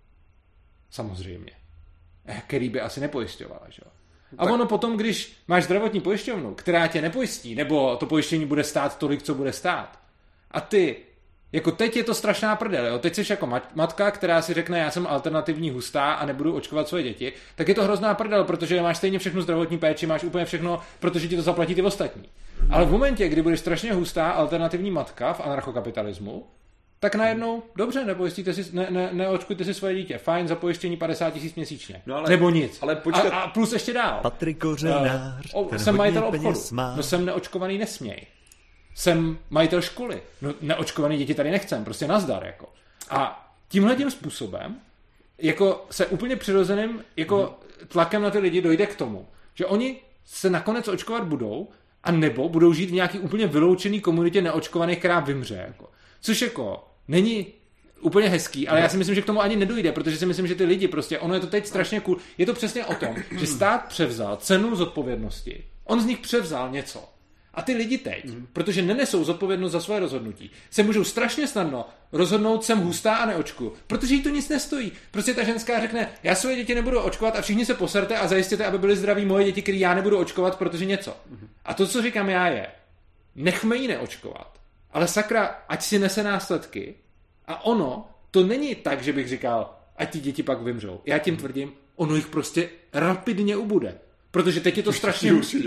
Samozřejmě. Který by asi nepojišťovala, že jo? A tak... ono potom, když máš zdravotní pojišťovnu, která tě nepojistí, nebo to pojištění bude stát tolik, co bude stát, a ty, jako teď je to strašná prdel, jo? Teď jsi jako matka, která si řekne, já jsem alternativní hustá a nebudu očkovat svoje děti, tak je to hrozná prdel, protože máš stejně všechno zdravotní péči, máš úplně všechno, protože ti to zaplatí ty ostatní. Ale v momentě, kdy budeš strašně hustá alternativní matka v anarchokapitalismu, tak najednou, dobře, nepojistíte si, ne, ne, neočkujte si svoje dítě. Fajn, za pojištění padesát tisíc měsíčně. No ale, nebo nic. Ale počkat... a, a plus ještě dál. Patrik Kořenář, uh, jsem majitel obchodu. No jsem neočkovaný, nesměj. Jsem majitel školy. No neočkovaný děti tady nechcem, prostě nazdar. Jako. A tímhletím způsobem jako se úplně přirozeným jako tlakem na ty lidi dojde k tomu, že oni se nakonec očkovat budou, a nebo budou žít v nějaký úplně vyloučený komunitě neočkovaných, která vymře. Jako. Což jako není úplně hezký, ale já si myslím, že k tomu ani nedojde, protože si myslím, že ty lidi prostě, ono je to teď strašně cool. Je to přesně o tom, že stát převzal cenu zodpovědnosti. On z nich převzal něco. A ty lidi teď, mm. protože nenesou zodpovědnost za svoje rozhodnutí, se můžou strašně snadno rozhodnout, jsem hustá a neočkuju, protože jí to nic nestojí. Prostě ta ženská řekne, já svoje děti nebudu očkovat a všichni se poserte a zajistěte, aby byly zdraví moje děti, které já nebudu očkovat, protože něco. Mm. A to, co říkám já, je, nechme jí neočkovat, ale sakra, ať si nese následky. A ono, to není tak, že bych říkal, ať ty děti pak vymřou. Já tím tvrdím, ono jich prostě rapidně ubude. Protože teď je to strašně hustý.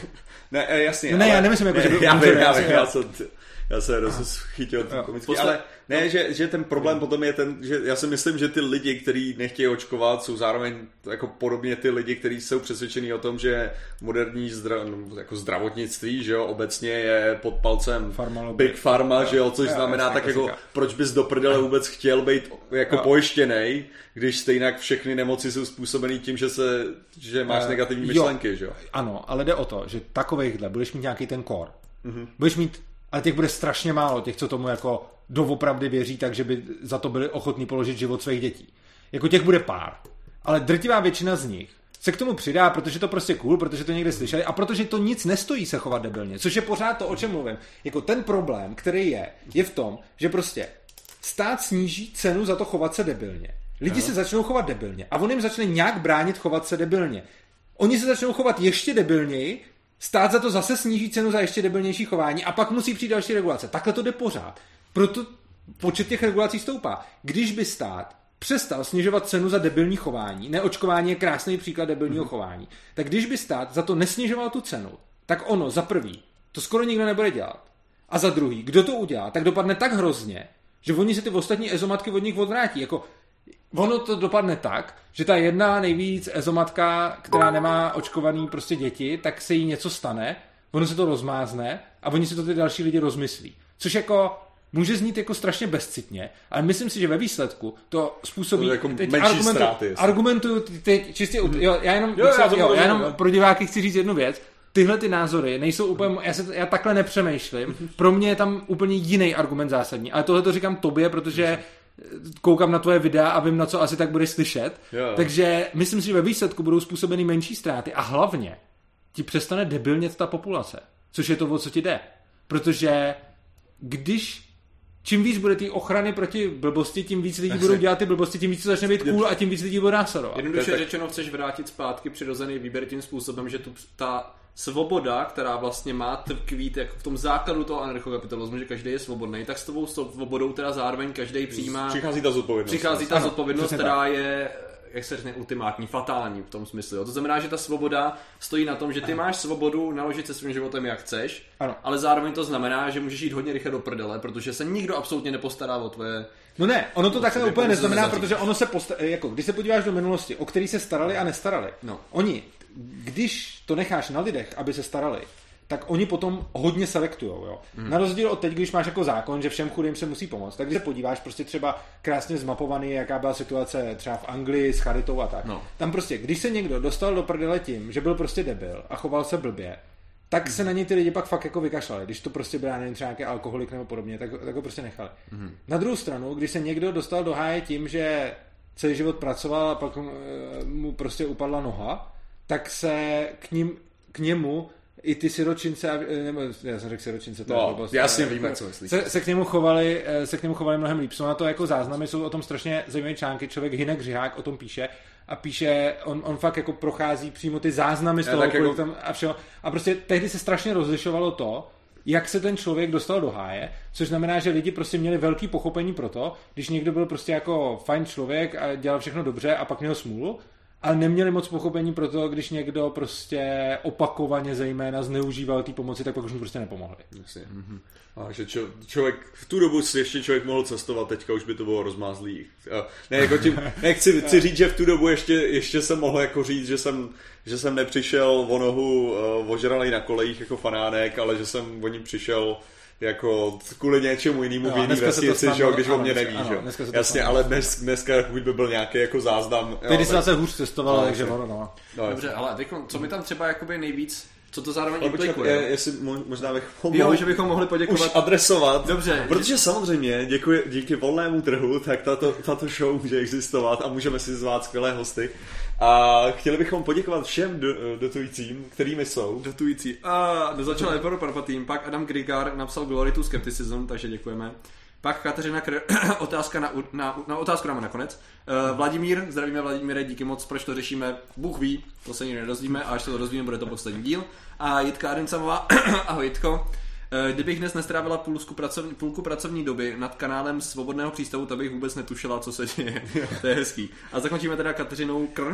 Ne, jasně. No ne, ale... já nemyslím, jako, že by já umřel. Já, já, já jsem, já se rozchytil tím komický, ale ne, no. že, že ten problém potom je ten, že já si myslím, že ty lidi, kteří nechtějí očkovat, jsou zároveň jako podobně ty lidi, kteří jsou přesvědčení o tom, že moderní zdra, jako zdravotnictví, že jo, obecně je pod palcem Pharma Big Pharma, že jo, což já, znamená já, tak jako, říká. Proč bys do prdele vůbec chtěl být jako já. pojištěnej, když stejně všechny nemoci jsou způsobený tím, že se, že máš uh, negativní myšlenky, jo. že jo. Ano, ale jde o to, že takovejhle budeš mít nějaký ten core. Mm-hmm. Budeš mít, ale těch bude strašně málo, těch, co tomu jako doopravdy věří, takže by za to byli ochotní položit život svých dětí. Jako těch bude pár. Ale drtivá většina z nich se k tomu přidá, protože to prostě cool, protože to někde slyšeli a protože to nic nestojí se chovat debilně. Což je pořád to, o čem mluvím. Jako ten problém, který je, je v tom, že prostě stát sníží cenu za to chovat se debilně. Lidi no. se začnou chovat debilně a on jim začne nějak bránit chovat se debilně. Oni se začnou chovat ještě debilněji, stát za to zase sníží cenu za ještě debilnější chování a pak musí přijít další regulace. Takhle to jde pořád. Proto počet těch regulací stoupá. Když by stát přestal snižovat cenu za debilní chování, neočkování je krásný příklad debilního mm. chování, tak když by stát za to nesnižoval tu cenu, tak ono za prvý, to skoro nikdo nebude dělat. A za druhý, kdo to udělá, tak dopadne tak hrozně, že oni se ty ostatní ezomatky od nich odvrátí. Jako ono to dopadne tak, že ta jedna nejvíc ezomatka, která nemá očkovaný prostě děti, tak se jí něco stane, ono se to rozmázne a oni si to ty další lidi rozmyslí. Což jako může znít jako strašně bezcitně, ale myslím si, že ve výsledku to způsobí... To jako teď argumentu, ztráty, argumentuju teď čistě... Hmm. Jo, já jenom, jo, já, jo, já jenom pro diváky chci říct jednu věc. Tyhle ty názory nejsou úplně... Já, se, já takhle nepřemýšlím. Pro mě je tam úplně jiný argument zásadní. Ale tohle to říkám tobě, protože koukám na tvoje videa a vím, na co asi tak budeš slyšet. Jo. Takže myslím si, že ve výsledku budou způsobeny menší ztráty a hlavně ti přestane debilnět ta populace. Což je to, o co ti jde. Protože když čím víc bude ty ochrany proti blbosti, tím víc lidí budou dělat ty blbosti, tím víc to začne být cool a tím víc lidí bude následovat. Jednoduše řečeno, chceš vrátit zpátky přirozený výběr tím způsobem, že tu, ta svoboda, která vlastně má tkvít jako v tom základu toho anarchokapitalismu, že každý je svobodný, tak s tou svobodou teda zároveň každý přijímá... Přichází ta zodpovědnost. Přichází ta ano, zodpovědnost, která je, jak se řekne, ultimátní, fatální v tom smyslu. Jo. To znamená, že ta svoboda stojí na tom, že ty ano. máš svobodu naložit se svým životem jak chceš, ano. ale zároveň to znamená, že můžeš jít hodně rychle do prdele, protože se nikdo absolutně nepostará o tvoje... No ne, ono to takhle úplně neznamená, protože ono se posta- jako když se podíváš do minulosti, o který se starali a nestarali. No. Oni, když to necháš na lidech, aby se starali, tak oni potom hodně selektujou, jo. Mm. Na rozdíl od teď, když máš jako zákon, že všem chudým se musí pomoct, tak když se podíváš prostě třeba krásně zmapovaný, jaká byla situace třeba v Anglii s charitou a tak. No. Tam prostě, když se někdo dostal do prdele tím, že byl prostě debil a choval se blbě, tak se na něj ty lidi pak fakt jako vykašlali. Když to prostě byl, nevím, třeba nějaký alkoholik nebo podobně, tak, tak ho prostě nechali. Mm. Na druhou stranu, když se někdo dostal do háje tím, že celý život pracoval a pak mu prostě upadla noha, tak se k, ním, k němu i ty siročince, nebo, já jsem řekl siročince, to no, je blbost, jasně víme, co myslíš. Se, se, k němu chovali, se k němu chovali mnohem líp. Jsou na to jako záznamy, jsou o tom strašně zajímavé články, člověk Hynek Řihák o tom píše a píše, on, on fakt jako prochází přímo ty záznamy z toho, kolik jako... tam a všeho. A prostě tehdy se strašně rozlišovalo to, jak se ten člověk dostal do háje, což znamená, že lidi prostě měli velký pochopení pro to, když někdo byl prostě jako fajn člověk a dělal všechno dobře a pak měl smůlu, ale neměli moc pochopení pro to, když někdo prostě opakovaně zejména zneužíval té pomoci, tak pak už mu prostě nepomohli. Jasně. Mm-hmm. A že čo, člověk, v tu dobu si ještě člověk mohl cestovat, teďka už by to bylo rozmázlý. Ne, jako tím, ne, chci, chci říct, že v tu dobu ještě, ještě jsem mohl jako říct, že jsem, že jsem nepřišel o nohu uh, ožralej na kolejích jako fanánek, ale že jsem o ní přišel jako kvůli něčemu jinému v jiný vesnici, že jo, když ano, o mě neví, ano, že jo. Jasně, ale dnes, dneska by byl nějaký jako záznam. Tedy se zase hůř cestoval, takže ono, no. no. Dobře, ale teď, co mi tam třeba jakoby nejvíc co to zároveň implikuje. Jestli možná bychom jo, že bychom mohli poděkovat. Už adresovat. Dobře. Protože samozřejmě děkuji, díky volnému trhu, tak tato, tato show může existovat a můžeme si zvát skvělé hosty. A chtěli bychom poděkovat všem do, dotujícím, kterými jsou. Dotující. A začal Emperor Palpatine, pak Adam Grigar napsal Glory to Skepticism, takže děkujeme. Pak Kateřina Kr... otázka na, na, na otázku dáme nakonec. Uh, Vladimír, zdravíme Vladimíre, díky moc, proč to řešíme, Bůh ví, to se nikdy nedozvíme a až se to dozvíme, bude to poslední díl. A Jitka Adencamová, ahoj Jitko. Uh, kdybych dnes nestrávila půlku pracovní, půlku pracovní doby nad kanálem Svobodného přístavu, to bych vůbec netušila, co se děje. To je hezký. A zakončíme teda Kateřinou Kr.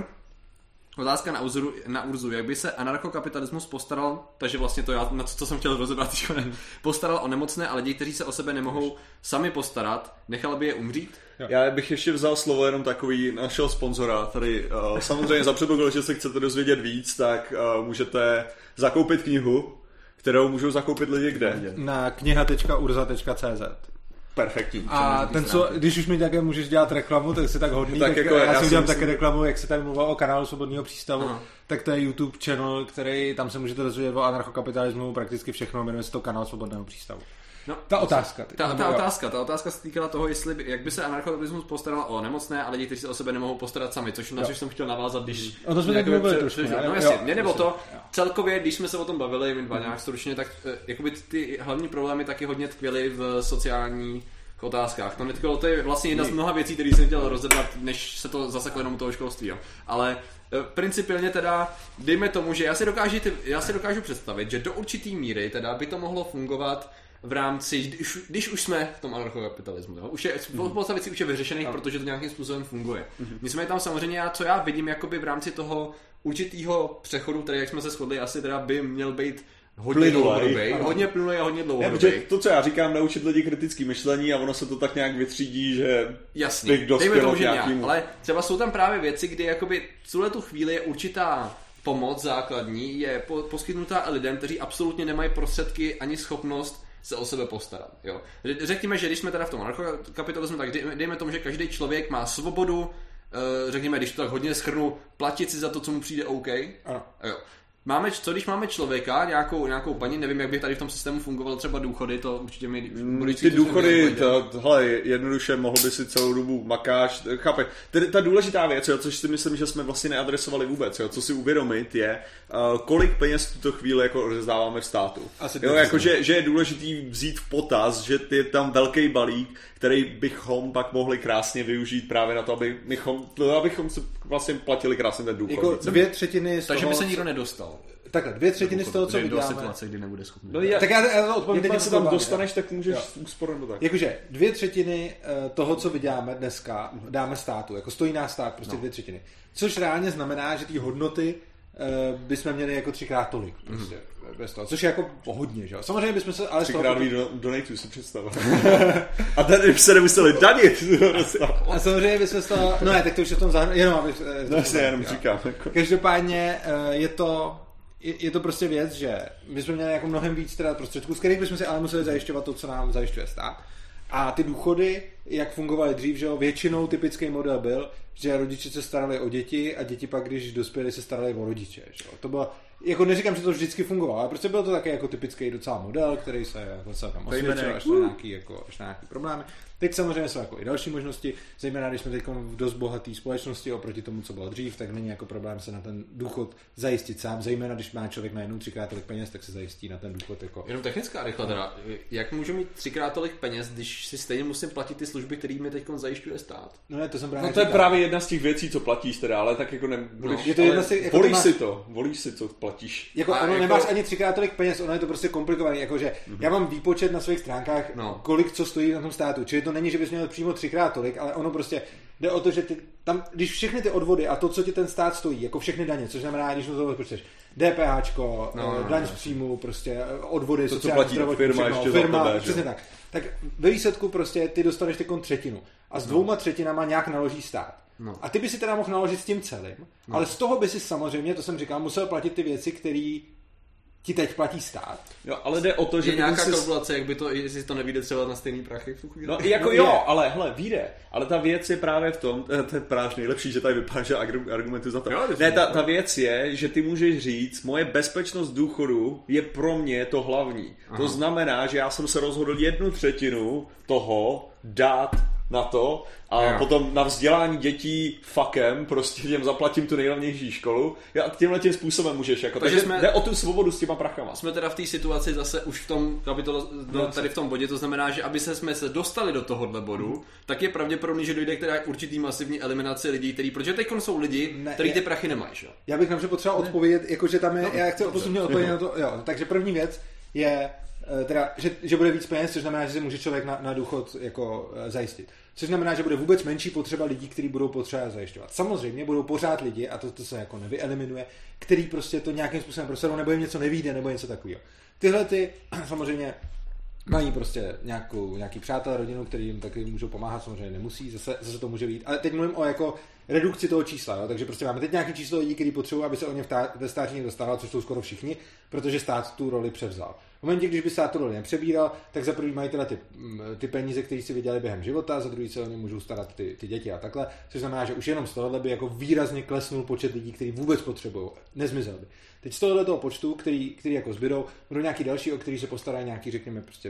Otázka na, Uzuru, na Urzu, jak by se anarchokapitalismus postaral, takže vlastně to já, na co, co jsem chtěl rozebrat, postaral o nemocné a lidi, kteří se o sebe nemohou sami postarat, nechal by je umřít? Já bych ještě vzal slovo jenom takový našeho sponzora tady. Uh, samozřejmě za předpokladu, že se chcete dozvědět víc, tak uh, můžete zakoupit knihu, kterou můžou zakoupit lidi kde? Na kniha tečka urza tečka cé zet. Perfektní. A ten, co, když už mi také můžeš dělat reklamu, tak jsi tak hodný, tak, tak jako já, já si udělám myslím... také reklamu, jak se tady mluvil o kanálu Svobodného přístavu, aha. Tak to je YouTube channel, který, tam se můžete dozvědět o anarchokapitalismu, prakticky všechno, jmenuje se to kanál Svobodného přístavu. No, ta otázka. Ta, ta, otázka, ta otázka se týkala toho, jestli by, jak by se anarchokapitalismus postaral o nemocné a lidi, kteří se o sebe nemohou postarat sami, což na což jsem chtěl navázat, když... O to jsme tak mluvili trošku. No jasně, mě nebo to, celkově, když jsme se o tom bavili, my dva nějak stručně, tak jakoby ty hlavní problémy taky hodně tkvěly v sociální otázkách. To netkvělo, to je vlastně jedna z mnoha věcí, které jsem chtěl rozebrat, než se to zaseklo jenom u toho školství. Jo. Ale e, principiálně teda, dejme tomu, že já si, dokážu, já si dokážu představit, že do určitý míry teda by to mohlo fungovat v rámci, když, když už jsme v tom anarchokapitalismu. Jo. Už je, spousta věcí už je vyřešených, protože to nějakým způsobem funguje. Mm-hmm. Nicméně tam samozřejmě, já, co já vidím jakoby v rámci toho určitého přechodu, který, jak jsme se shodli, asi teda by měl být hodně dlouhodobý, hodně plynulej a hodně dlouhodobý. To, co já říkám, naučit lidi kritický myšlení a ono se to tak nějak vytřídí, že jasný, bych dospěl k nějakým... Ale třeba jsou tam právě věci, kdy jakoby v tuhle tu chvíli je určitá pomoc základní, je po, poskytnutá lidem, kteří absolutně nemají prostředky ani schopnost se o sebe postarat. Jo? Řekněme, že když jsme teda v tom anarchokapitalismu, tak dejme tomu, že každý člověk má svobodu, řekněme, když to tak hodně shrnu, platit si za to, co mu přijde OK. Ano. Jo. Máme, co když máme člověka, nějakou, nějakou paní, nevím, jak by tady v tom systému fungoval třeba důchody, to určitě mi... Ty důchody, to, hele, jednoduše mohl by si celou dobu makáš, chápe. Tedy ta důležitá věc, jo, což si myslím, že jsme vlastně neadresovali vůbec, jo, co si uvědomit je, uh, kolik peněz v tuto chvíli jako rozdáváme v státu. Jo, jako, že, že je důležitý vzít v potaz, že je tam velký balík, který bychom pak mohli krásně využít právě na to, aby bychom, abychom se vlastně platili krásně ten důchod. Jako dvě třetiny z toho, takže by se nikdo nedostal. Takhle, dvě třetiny z toho, co vyděláme. Do situace, kdy nebude schopný. No, já, tak já, já to odpovím. Jak se tam dostaneš, tak můžeš úsporem do tak. Jakože dvě třetiny toho, co vyděláme dneska, dáme státu. Jako stojí nás stát, prostě no. dvě třetiny. Což reálně znamená, že ty hodnoty uh, bychom měli jako třikrát tolik. Prostě. Mm. Bez toho, což je jako hodně, že jo. Samozřejmě bychom se... Ale třikrát víc do, donatů si představil. A tady by se nemuseli danit. A samozřejmě bychom z toho... No ne, tak to už je v tom zahrnu... Jenom abych... No si jenom říkám. Jako. Každopádně je to... Je to prostě věc, že my jsme měli jako mnohem víc teda prostředků, z kterých bychom si ale museli zajišťovat to, co nám zajišťuje stát. A ty důchody, jak fungovaly dřív, že jo, většinou typický model byl, že rodiče se starali o děti a děti pak, když dospěli, se starali o rodiče. Že jo. To bylo, jako neříkám, že to vždycky fungovalo, ale prostě byl to taky jako typický docela model, který se jako se tam osvědčil až na nějaký, jako, až na nějaký problémy. Teď samozřejmě jsou jako i další možnosti, zejména když jsme teď v dost bohatý společnosti oproti tomu, co bylo dřív, tak není jako problém se na ten důchod zajistit sám, zejména když má člověk najednou třikrát tolik peněz, tak se zajistí na ten důchod jako... Jenom technická rychle teda, jak můžu mít třikrát tolik peněz, když si stejně musím platit ty služby, které mi teď zajišťuje stát? No ne, to jsem právě No to je právě jedna z těch věcí, co platíš teda, ale tak jako nebudeš... No, je to jedna z těch, jako volíš máš... si to, volíš si, co platíš. Jako a ono jako... nemáš ani třikrát tolik peněz, ono je to prostě komplikovaný, jakože mm-hmm. já mám výpočet na svých stránkách, no. kolik co stojí na tom státu, čili to není, že bys měl přímo třikrát tolik, ale ono prostě jde o to, že ty, tam, když všechny ty odvody a to, co ti ten stát stojí, jako všechny daně, což znamená, když to počteš, DPHčko, no, daň no, z příjmu, prostě odvody, to, sociální zdravotní, firma, ještě firma tebe, přesně tak. Tak ve výsledku prostě ty dostaneš teď třetinu a s dvouma třetinama nějak naloží stát. No. A ty by si teda mohl naložit s tím celým, no. ale z toho by si samozřejmě, to jsem říkal, musel platit ty věci, které ti teď platí stát. Jo, ale jde o to, že... Je nějaká jsi... kalkulace, jak by to, jestli to nevyjde třeba na stejný prachy v tu chvíli. No jako jo, ale hele, vyjde. Ale ta věc je právě v tom, to je právě nejlepší, že tady vypadá, že argumenty za to. Jo, ne, ta, ta věc je, že ty můžeš říct, moje bezpečnost důchodu je pro mě to hlavní. Aha. To znamená, že já jsem se rozhodl jednu třetinu toho dát na to a jo. potom na vzdělání dětí fakem prostě těm zaplatím tu nejlevnější školu a tímhle tím způsobem můžeš jako, takže, takže jsme, jde o tu svobodu s těma prachama. Jsme teda v té situaci zase už v tom kapitole, no, tady v tom bodě, to znamená, že aby se jsme se dostali do tohohle bodu, hmm. tak je pravděpodobný, že dojde k určitý masivní eliminaci lidí, který, protože teď jsou lidi, ne, kteří ty prachy nemají, že? Já bych například potřeboval odpovědět, jakože tam je, no, já chci oposumě odpovědět na to, jo, takže první věc je teda, že, že bude víc peněz, což znamená, že si může člověk na, na důchod jako zajistit. Což znamená, že bude vůbec menší potřeba lidí, kteří budou potřeba zajišťovat. Samozřejmě budou pořád lidi, a to, to se jako nevyeliminuje, který prostě to nějakým způsobem prosadou, nebo jim něco nevyjde, nebo něco takového. Tyhle ty samozřejmě mají prostě nějakou, nějaký přátel, rodinu, který jim taky můžou pomáhat, samozřejmě nemusí, zase, zase to může být. Ale teď mluvím o jako redukci toho čísla, jo? Takže prostě máme teď nějaké číslo lidí, kteří potřebují, aby se o ně ve stáří někdo staral, což jsou skoro všichni, protože stát tu roli převzal. V momentě, když by stát tu roli nepřebíral, tak za první mají teda ty, ty peníze, které si vydělali během života, za druhý se o ně můžou starat ty, ty děti a takhle, což znamená, že už jenom z tohohle by jako výrazně klesnul počet lidí, kteří vůbec potřebují, nezmizel by. Teď z tohohle toho počtu, který, který jako zbydou, budou nějaký další, o který se postarají nějaký, řekněme, prostě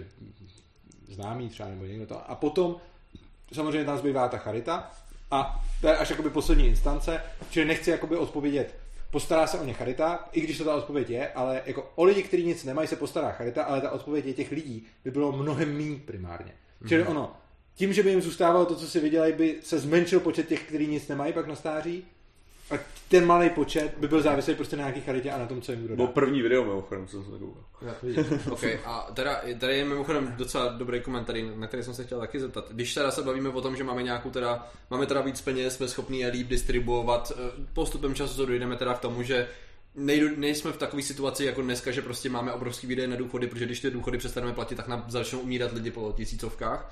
známý třeba nebo někdo to. A potom samozřejmě tam zbývá ta charita a to je až jakoby poslední instance, čili nechci jakoby odpovědět, postará se o ně charita, i když to ta odpověď je, ale jako o lidi, kteří nic nemají, se postará charita, ale ta odpověď je těch lidí by bylo mnohem míň primárně. Mm-hmm. Čili ono, tím, že by jim zůstávalo to, co si vydělají, by se zmenšil počet těch, kteří nic nemají pak na stáří, a ten malý počet by byl závislý prostě na nějaký charitě a na tom, co jim bude dát. Byl první video mimochodem, co jsem se koukal. Ok, a teda, tady je mimochodem docela dobrý komentář, na který jsem se chtěl taky zeptat. Když teda se bavíme o tom, že máme nějakou teda, máme teda víc peněz, jsme schopni je líp distribuovat, postupem času to dojdeme teda k tomu, že nejdu, nejsme v takové situaci jako dneska, že prostě máme obrovský výdaje na důchody, protože když ty důchody přestaneme platit, tak nám začnou umírat lidi po tisícovkách.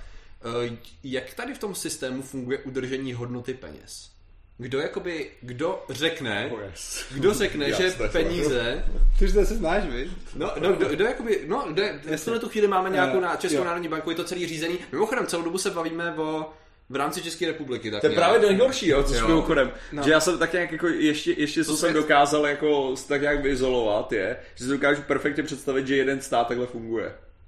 Jak tady v tom systému funguje udržení hodnoty peněz? Kdo jakoby, kdo řekne, oh yes. kdo řekne, že peníze... Ty už to se znáš, víš? No, no kdo, kdo jakoby, no, kdo, v tuhle tu chvíli máme nějakou na Českou jo. národní banku, je to celý řízený. Mimochodem, celou dobu se bavíme o, v rámci České republiky. Tak to je právě nejhorší, jo, co s mimochodem. No. Že já jsem tak nějak jako, ještě, ještě co jsem svět... dokázal jako tak nějak vyizolovat je, že si dokážu perfektně představit, že jeden stát takhle funguje.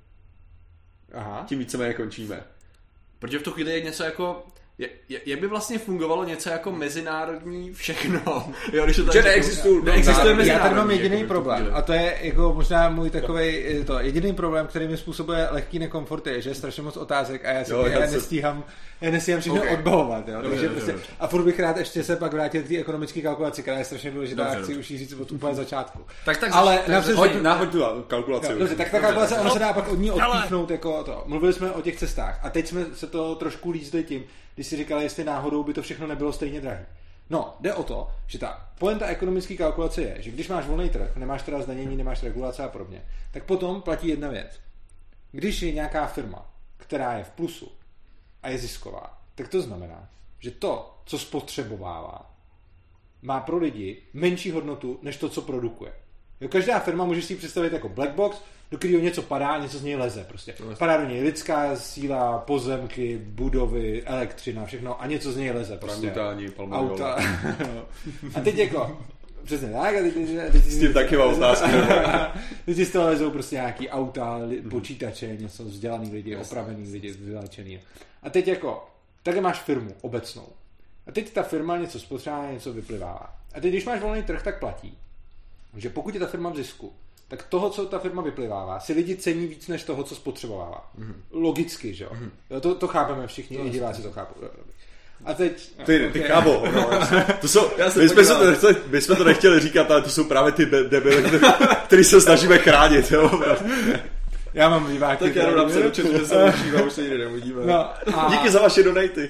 Aha. Tím víceméně končíme. Protože v tu chvíli je něco jako... Jak by vlastně fungovalo něco jako mezinárodní všechno? Jo, když to že neexistuje, neexistuje mezinárodní. Já tady mám jediný jako problém a to je jako možná můj takovej, to jediný problém, který mi způsobuje lehký nekomfort je, že je strašně moc otázek a já, si, jo, já, já nestíhám já nestíhám všechno okay. odbavovat. Jo? Takže dobře, prostě, dobře. A furt bych rád ještě se pak vrátil k té ekonomické kalkulaci, která je strašně důležitá a chci už říct od úplně začátku. Tak, tak ale náhoď tu kalkulaci. Jo, dobře, tak ta kalkulace, ono se dá pak od ní odpíchnout jako to. Mluvili jsme o těch cestách a teď jsme se to trošku lízli tím, když si říkali, jestli náhodou by to všechno nebylo stejně drahé. No, jde o to, že ta pointa ekonomické kalkulace je, že když máš volný trh, nemáš teda zdanění, nemáš regulace a podobně, tak potom platí jedna věc. Když je nějaká firma, která je v plusu a je zisková, tak to znamená, že to, co spotřebovává, má pro lidi menší hodnotu, než to, co produkuje. Jo, každá firma může si ji představit jako black box, do kterého něco padá, něco z něj leze. Prostě. Padá do něj lidská síla, pozemky, budovy, elektřina, všechno a něco z něj leze. Prostě. Auta. A teď jako, přesně tak. A teď, teď, teď, s tím taky mám otázky. Teď z toho lezou prostě nějaký auta, li, počítače, něco vzdělaný lidi, opravený lidi, vyléčený. A teď jako, takhle máš firmu obecnou. A teď ta firma něco spotřebuje, něco vyplivává. A teď, když máš volný trh, tak platí, že pokud je ta firma v zisku, tak toho, co ta firma vyplivává, si lidi cení víc než toho, co spotřebovává. Mm-hmm. Logicky, že jo? Mm-hmm. To, to chápeme všichni, i diváci to chápou. A teď... Ty, ty kámo, no, to jsou, my, jsme to nechtěli, my jsme to nechtěli říkat, ale to jsou právě ty debily, který se snažíme chránit, jo? Já mám diváky. Tak já jenom napsat do četu, že se učíme, už se nikdy neuvidíme. No, a... Díky za vaše donaty.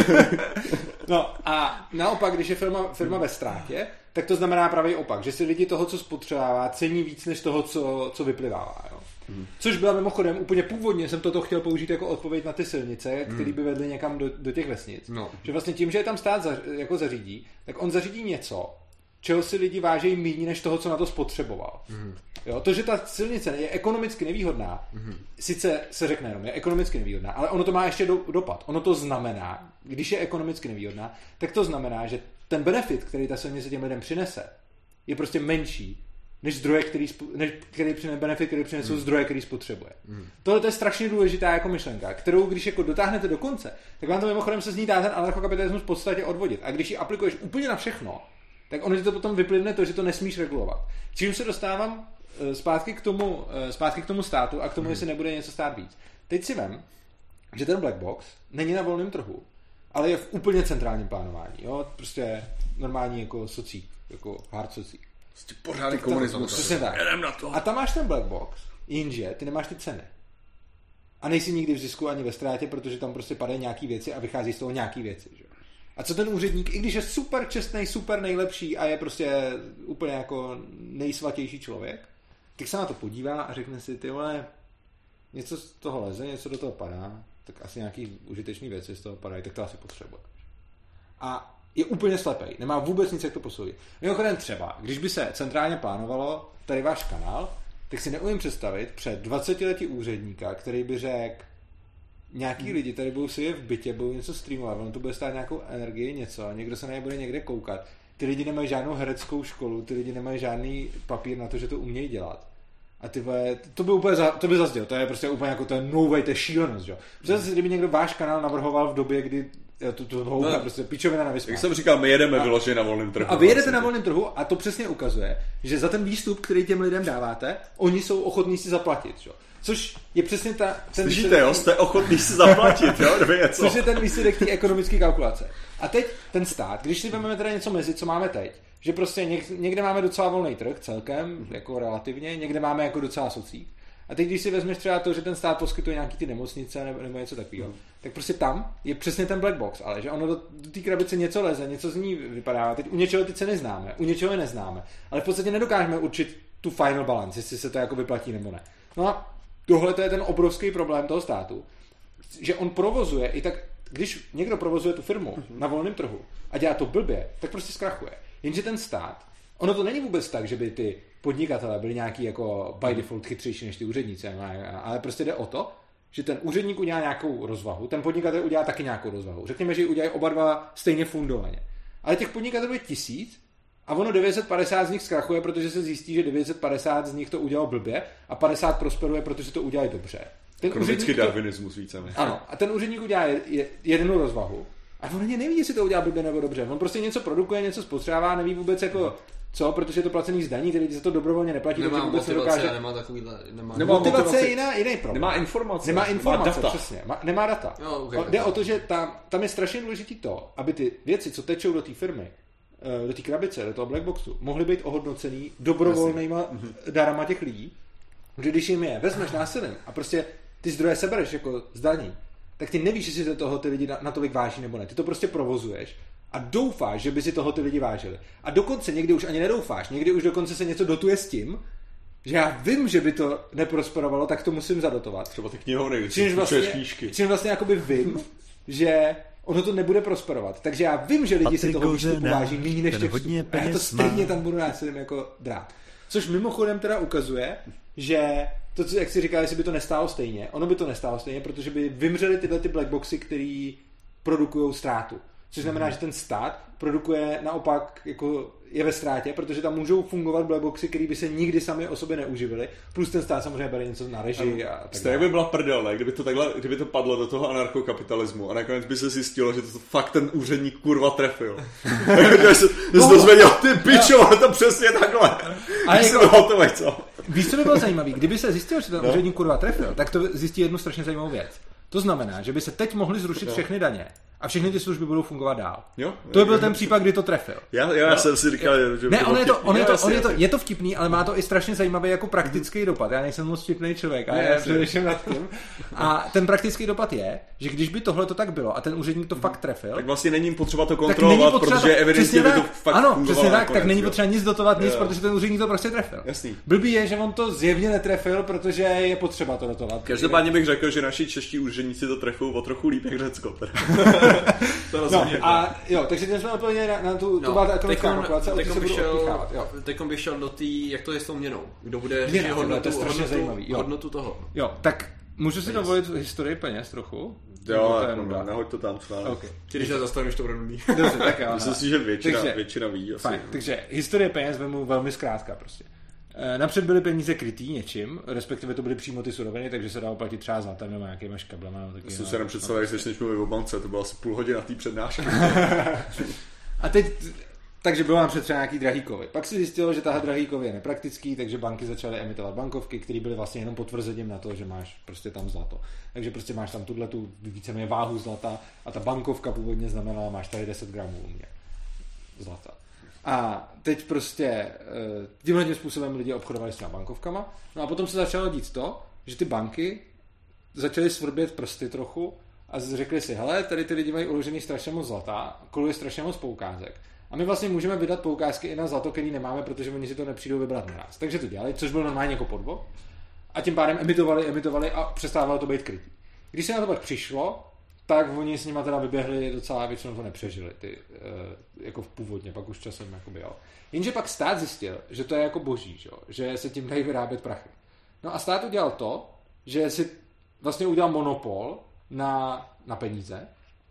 No a naopak, když je firma, firma ve ztrátě, tak to znamená pravý opak, že si lidi toho, co spotřebává, cení víc než toho, co, co vyplivává. Jo? Hmm. Což byla mimochodem, úplně původně jsem toto chtěl použít jako odpověď na ty silnice, hmm. které by vedly někam do, do těch vesnic. No. Že vlastně tím, že je tam stát za, jako zařídí, tak on zařídí něco, čeho si lidi vážejí méně než toho, co na to spotřeboval. Mm. Jo, to, že ta silnice je ekonomicky nevýhodná, mm. sice se řekne jenom, je ekonomicky nevýhodná, ale ono to má ještě do, dopad. Ono to znamená, když je ekonomicky nevýhodná, tak to znamená, že ten benefit, který ta silnice těm lidem přinese, je prostě menší než zdroje, který, než který přinese benefit, který přinesou mm. zdroje, který spotřebuje. Mm. Tohle to je strašně důležitá jako myšlenka, kterou když jako dotáhnete do konce, tak vám to mimochodem se z ní dá ten anarchokapitalismus v podstatě odvodit. A když ji aplikuješ úplně na všechno, tak ono ti to potom vyplivne to, že to nesmíš regulovat. Čím se dostávám zpátky k tomu, zpátky k tomu státu a k tomu, mm. jestli nebude něco stát víc. Teď si vem, že ten black box není na volném trhu, ale je v úplně centrálním plánování. Jo? Prostě normální jako socík, jako hard socík. Prostě pořádný komunismus. Přesně tak. Na to. A tam máš ten black box, jinže ty nemáš ty ceny. A nejsi nikdy v zisku ani ve ztrátě, protože tam prostě padají nějaký věci a vychází z toho nějaký věci. Že? A co ten úředník, i když je super čestný, super nejlepší a je prostě úplně jako nejsvatější člověk, tak se na to podívá a řekne si, ty vole, něco z toho leze, něco do toho padá, tak asi nějaký užitečný věci z toho padají, tak to asi potřebuješ. A je úplně slepej, nemá vůbec nic, jak to posoudit. Mimochodem třeba, když by se centrálně plánovalo tady váš kanál, tak si neumím představit před dvacetiletí úředníka, který by řekl, nějaký hmm. lidi tady budou si je v bytě, budou něco streamovat, ono to bude stát nějakou energii, něco, někdo se na ně bude někde koukat. Ty lidi nemají žádnou hereckou školu, ty lidi nemají žádný papír na to, že to umějí dělat. A ty vole, to by úplně za, to by zazděl, to je prostě úplně jako to je no way, to je šílenost, jo. Představte si, kdyby někdo váš kanál navrhoval v době, kdy to, to houka, no, prostě pičovina na vyspách. Jak jsem říkal, my jedeme vyloženě na volném trhu. A vy jedete na volném trhu a to přesně ukazuje, že za ten výstup, který těm lidem dáváte, oni jsou ochotní si zaplatit, jo. Což je přesně ta... Ten Slyšíte, výsledek, jo? Jste ochotní si zaplatit, jo? Což je ten výsledek té ekonomické kalkulace. A teď ten stát, když si vezmeme teda něco mezi, co máme teď, že prostě něk, někde máme docela volný trh celkem, jako relativně, někde máme jako docela socík. A teď, když si vezmeš třeba to, že ten stát poskytuje nějaký ty nemocnice nebo, nebo něco takového, mm. tak prostě tam je přesně ten black box, ale že ono do, do té krabice něco leze, něco z ní vypadá. Teď u něčeho ty ceny známe, u něčeho je neznáme, ale v podstatě nedokážeme určit tu final balance, jestli se to jako vyplatí nebo ne. No a tohle to je ten obrovský problém toho státu, že on provozuje i tak, když někdo provozuje tu firmu mm. na volném trhu a dělá to blbě, tak prostě zkrachuje. Jenže ten stát, ono to není vůbec tak, že by ty podnikatelé byli nějaký jako by default chytřejší než ty úředníci, ale prostě jde o to, že ten úředník udělá nějakou rozvahu, ten podnikatel udělá taky nějakou rozvahu. Řekněme, že ji udělají oba dva stejně fundovaně. Ale těch podnikatelů je tisíc a ono devět set padesát z nich zkrachuje, protože se zjistí, že devět set padesát z nich to udělalo blbě a padesát prosperuje, protože to udělají dobře. Ten Kronický darwinismus více. Ano, a ten úředník udělá jednu rozvahu. A on ani neví, jestli to udělá blbě nebo dobře. On prostě něco produkuje, něco spotřebává, neví vůbec jako co, protože je to placený z daní, ty lidi za to dobrovolně neplatí, nemá takže vůbec motivace, nedokáže. Nemá takovýhle, nemá Nemá motivace, motivace je jiná, jiný problém. Nemá informace. Nemá informace, nemá data. Přesně. Má, nemá data. Jo, okay, Jde o to, že tam, tam je strašně důležitý to, aby ty věci, co tečou do té firmy, do té krabice, do toho black boxu, mohly být ohodnocený dobrovolnýma darama těch lidí, že když jim je vezmeš násilím a prostě ty zdroje sebereš jako z daní, tak ty nevíš, jestli se toho ty lidi natolik váží nebo ne. Ty to prostě provozuješ a doufáš, že by si toho ty lidi vážili. A dokonce někdy už ani nedoufáš, někdy už dokonce se něco dotuje s tím, že já vím, že by to neprosperovalo, tak to musím zadotovat. Třeba ty knihovny, čímž vlastně, čím vlastně jakoby vím, že ono to nebude prosperovat. Takže já vím, že lidi Patrik si toho výstupu váží méně než těch vstupů. A já to stejně tam budu násilím jako drát. Což mimochodem teda ukazuje, že to, jak si říkal, jestli by to nestálo stejně, ono by to nestálo stejně, protože by vymřely tyhle ty blackboxy, které produkují ztrátu. Což znamená, že ten stát produkuje naopak, jako je ve ztrátě, protože tam můžou fungovat blackboxy, které by se nikdy sami o sobě neuživily. Plus ten stát samozřejmě bere něco na režii a tak dále. by byla prdel, ne? Kdyby to takhle, kdyby to padlo do toho anarchokapitalismu a nakonec by se zjistilo, že to fakt ten úředník kurva trefil. Takže se dozvěděl, ty pičo, ale to přesně takhle. A jako, to hotové, co? Víš, co by bylo zajímavé? Kdyby se zjistilo, že ten no. úředník kurva trefil, tak to zjistí jednu strašně zajímavou věc. To znamená, že by se teď mohly zrušit všechny daně a všechny ty služby budou fungovat dál. Jo? To by byl ten případ, kdy to trefil. Já, já no. jsem si říkal, že ne, on je to, on je to, on je to, je to vtipný, ale má to i strašně zajímavý jako praktický mm. dopad. Já nejsem moc vtipný člověk, a já především nad tím. A ten praktický dopad je, že když by tohle to tak bylo a ten úředník to fakt trefil, tak vlastně není potřeba to kontrolovat, potřeba protože to, evidentně by to fakt ano, přesně tak, tak není potřeba nic dotovat, nic, protože ten úředník to prostě trefil. Jasný. Blbý je, že on to zjevně netrefil, protože je potřeba to dotovat. Každopádně bych řekl, že naši čeští úředníci to trefují o trochu líp jak Řecko. No, a jo, takže ten jsme odpověděli na, na tu, no, to byla ta ekonomická kalkulace, a teď bych šel, teďkom bych šel do té, jak to je s tou měnou, kdo bude řešit hodnotu, to hodnotu, zajímavý, jo. hodnotu toho. Jo, tak můžu si dovolit historii peněz trochu? Jo, no, nehoď to tam stále. Okay. Ty, když já zastavím, že to bude nudný. Dobře, tak jo. Myslím si, že většina, takže, většina ví. Fajn, takže historie peněz vemu velmi zkrátka prostě. Napřed byly peníze krytý něčím, respektive to byly přímo ty suroviny, takže se dalo platit třeba zlatem nebo nějakýma škablama. Já jsem se jenom představil, jak začneš mluvit o bance, to bylo asi půl hodina té přednášky. A teď, takže bylo napřed třeba nějaký drahý kovy. Pak se zjistilo, že tahle drahý kovy je nepraktický, takže banky začaly emitovat bankovky, které byly vlastně jenom potvrzením na to, že máš prostě tam zlato. Takže prostě máš tam tuhle tu víceméně váhu zlata a ta bankovka původně znamenala, máš tady deset gramů u mě zlata. A teď prostě tímhle tím způsobem lidi obchodovali s těma bankovkama. No a potom se začalo dít to, že ty banky začaly svrbět prsty trochu a řekli si, hele, tady ty lidi mají uložený strašně moc zlata, koluje strašně moc poukázek. A my vlastně můžeme vydat poukázky i na zlato, který nemáme, protože oni si to nepřijdou vybrat na nás. Takže to dělali, což byl normálně jako podvod. A tím pádem emitovali, emitovali a přestávalo to být krytý. Když se na to pak přišlo, tak oni s nima teda vyběhli docela, většinou to nepřežili, ty, jako v původně, pak už časem jakoby, jo. Jenže pak stát zjistil, že to je jako boží, že, že se tím dají vyrábět prachy. No a stát udělal to, že si vlastně udělal monopol na, na peníze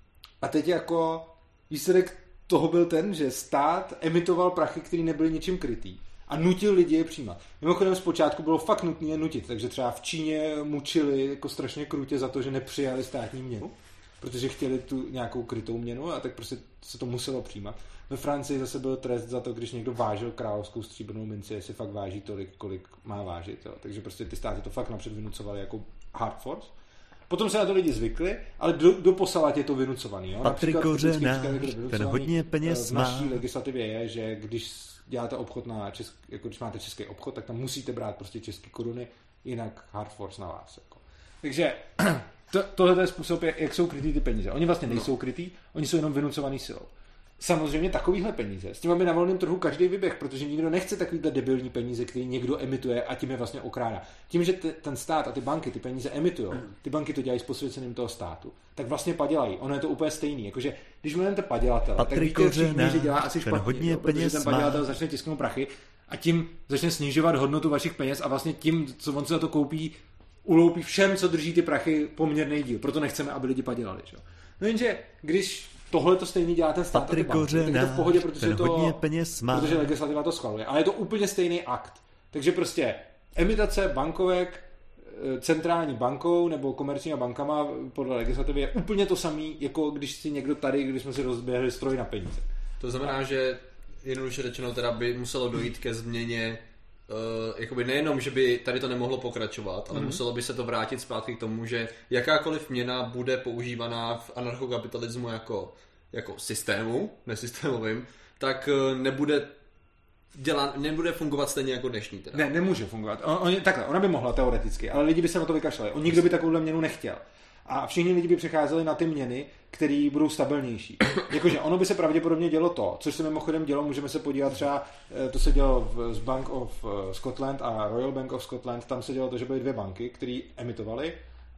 a teď jako výsledek toho byl ten, že stát emitoval prachy, které nebyly ničím krytý a nutil lidi je přijímat. Mimochodem zpočátku bylo fakt nutné je nutit, takže třeba v Číně mučili jako strašně krutě za to, že nepřijali státní měnu, protože chtěli tu nějakou krytou měnu a tak prostě se to muselo přijímat. Ve Francii zase byl trest za to, když někdo vážil královskou stříbrnou minci, jestli fakt váží tolik, kolik má vážit. Jo. Takže prostě ty státy to fakt napřed vynucovaly jako hard force. Potom se na to lidi zvykli, ale do, do posalat je to vynucovaný. Jo. Patrik Kořenář, ten hodně peněz v naší legislativě je, že když děláte obchod na česk, jako když máte český obchod, tak tam musíte brát prostě české koruny, jinak hard force na vás. Jako. Takže to, tohle je způsob, jak, jak jsou krytý ty peníze. Oni vlastně nejsou no. krytý, oni jsou jenom vynucovaný silou. Samozřejmě takovýhle peníze, s tím máme na volném trhu každý vyběh, protože nikdo nechce takovýhle debilní peníze, který někdo emituje a tím je vlastně okrádá. Tím, že t- ten stát a ty banky ty peníze emitujou, ty banky to dělají s posvěcením toho státu, tak vlastně padělají. Ono je to úplně stejný. Jakože, když mluvíme padělatele, tak víte všichni, že dělá asi špatně, jo, protože ten padělatel začne tisknout prachy a tím začne snižovat hodnotu vašich peněz a vlastně tím, co on se za to koupí, uloupí všem, co drží ty prachy, poměrný díl. Proto nechceme, aby lidi padělali. Že? No jenže, když tohle to stejný dělá ten stát a ty banky, tak je to v pohodě, protože, to, protože legislativa to schvaluje. Ale je to úplně stejný akt. Takže prostě emitace bankovek centrální bankou nebo komerčníma bankama podle legislativy je úplně to samý, jako když si někdo tady, když jsme si rozběhli stroj na peníze. To znamená, že jednoduše řečeno teda by muselo dojít ke změně. Uh, jakoby nejenom, že by tady to nemohlo pokračovat, ale mm. muselo by se to vrátit zpátky k tomu, že jakákoliv měna bude používaná v anarchokapitalismu jako, jako systému, nesystémovým, tak uh, nebude dělá, nebude fungovat stejně jako dnešní. Teda. Ne, nemůže fungovat. On, on, takhle, ona by mohla teoreticky, ale lidi by se na to vykašlali. On nikdo by takovouhle měnu nechtěl. A všichni lidi by přecházeli na ty měny, které budou stabilnější. Jakože ono by se pravděpodobně dělo to, což se mimochodem dělo, můžeme se podívat třeba, to se dělo v Bank of Scotland a Royal Bank of Scotland, tam se dělo to, že byly dvě banky, které emitovaly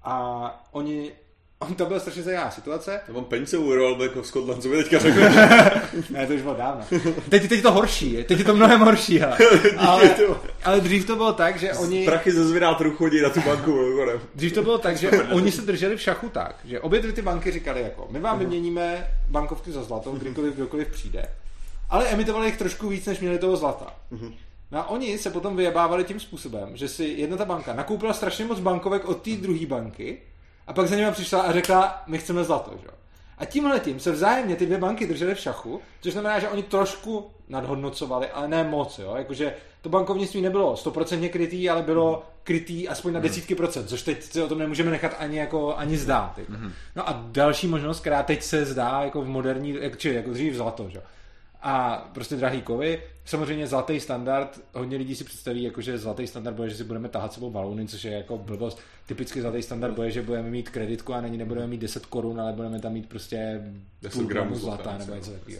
a oni, on to byla strašně zajímavá situace. Já mám peníze u Royal Bank of Scotland, co by teďka řekl? Ne, to už bylo dávno. Teď, teď je to horší, teď je to mnohem horší, ale, ale, ale dřív to bylo tak, že oni... Prachy ze zvědátorů chodí na tu banku. Dřív to bylo tak, že oni se drželi v šachu tak, že obě dvě ty banky říkali jako, my vám vyměníme bankovky za zlato, kdykoliv kdokoliv přijde, ale emitovali jich trošku víc, než měli toho zlata. No a oni se potom vyjebávali tím způsobem, že si jedna ta banka nakoupila strašně moc bankovek od té druhé banky a pak za nimi přišla a řekla, my chceme zlato, že? A tímhletím se vzájemně ty dvě banky držely v šachu, což znamená, že oni trošku nadhodnocovali, ale ne moc, jo? Jakože to bankovnictví nebylo sto procent krytý, ale bylo krytý aspoň na desítky procent, což teď si o tom nemůžeme nechat ani, jako, ani zdát. Jako. No a další možnost, která teď se zdá jako v moderní, čili jako dřív zlato, že? A prostě drahý kovy. Samozřejmě zlatý standard, hodně lidí si představí, jako, že zlatý standard bude, že si budeme tahat sebou balóny, což je jako blbost. Typicky zlatý standard bude, že budeme mít kreditku a na ní nebudeme mít deset korun, ale budeme tam mít prostě půl gramu zlata nebo něco takového.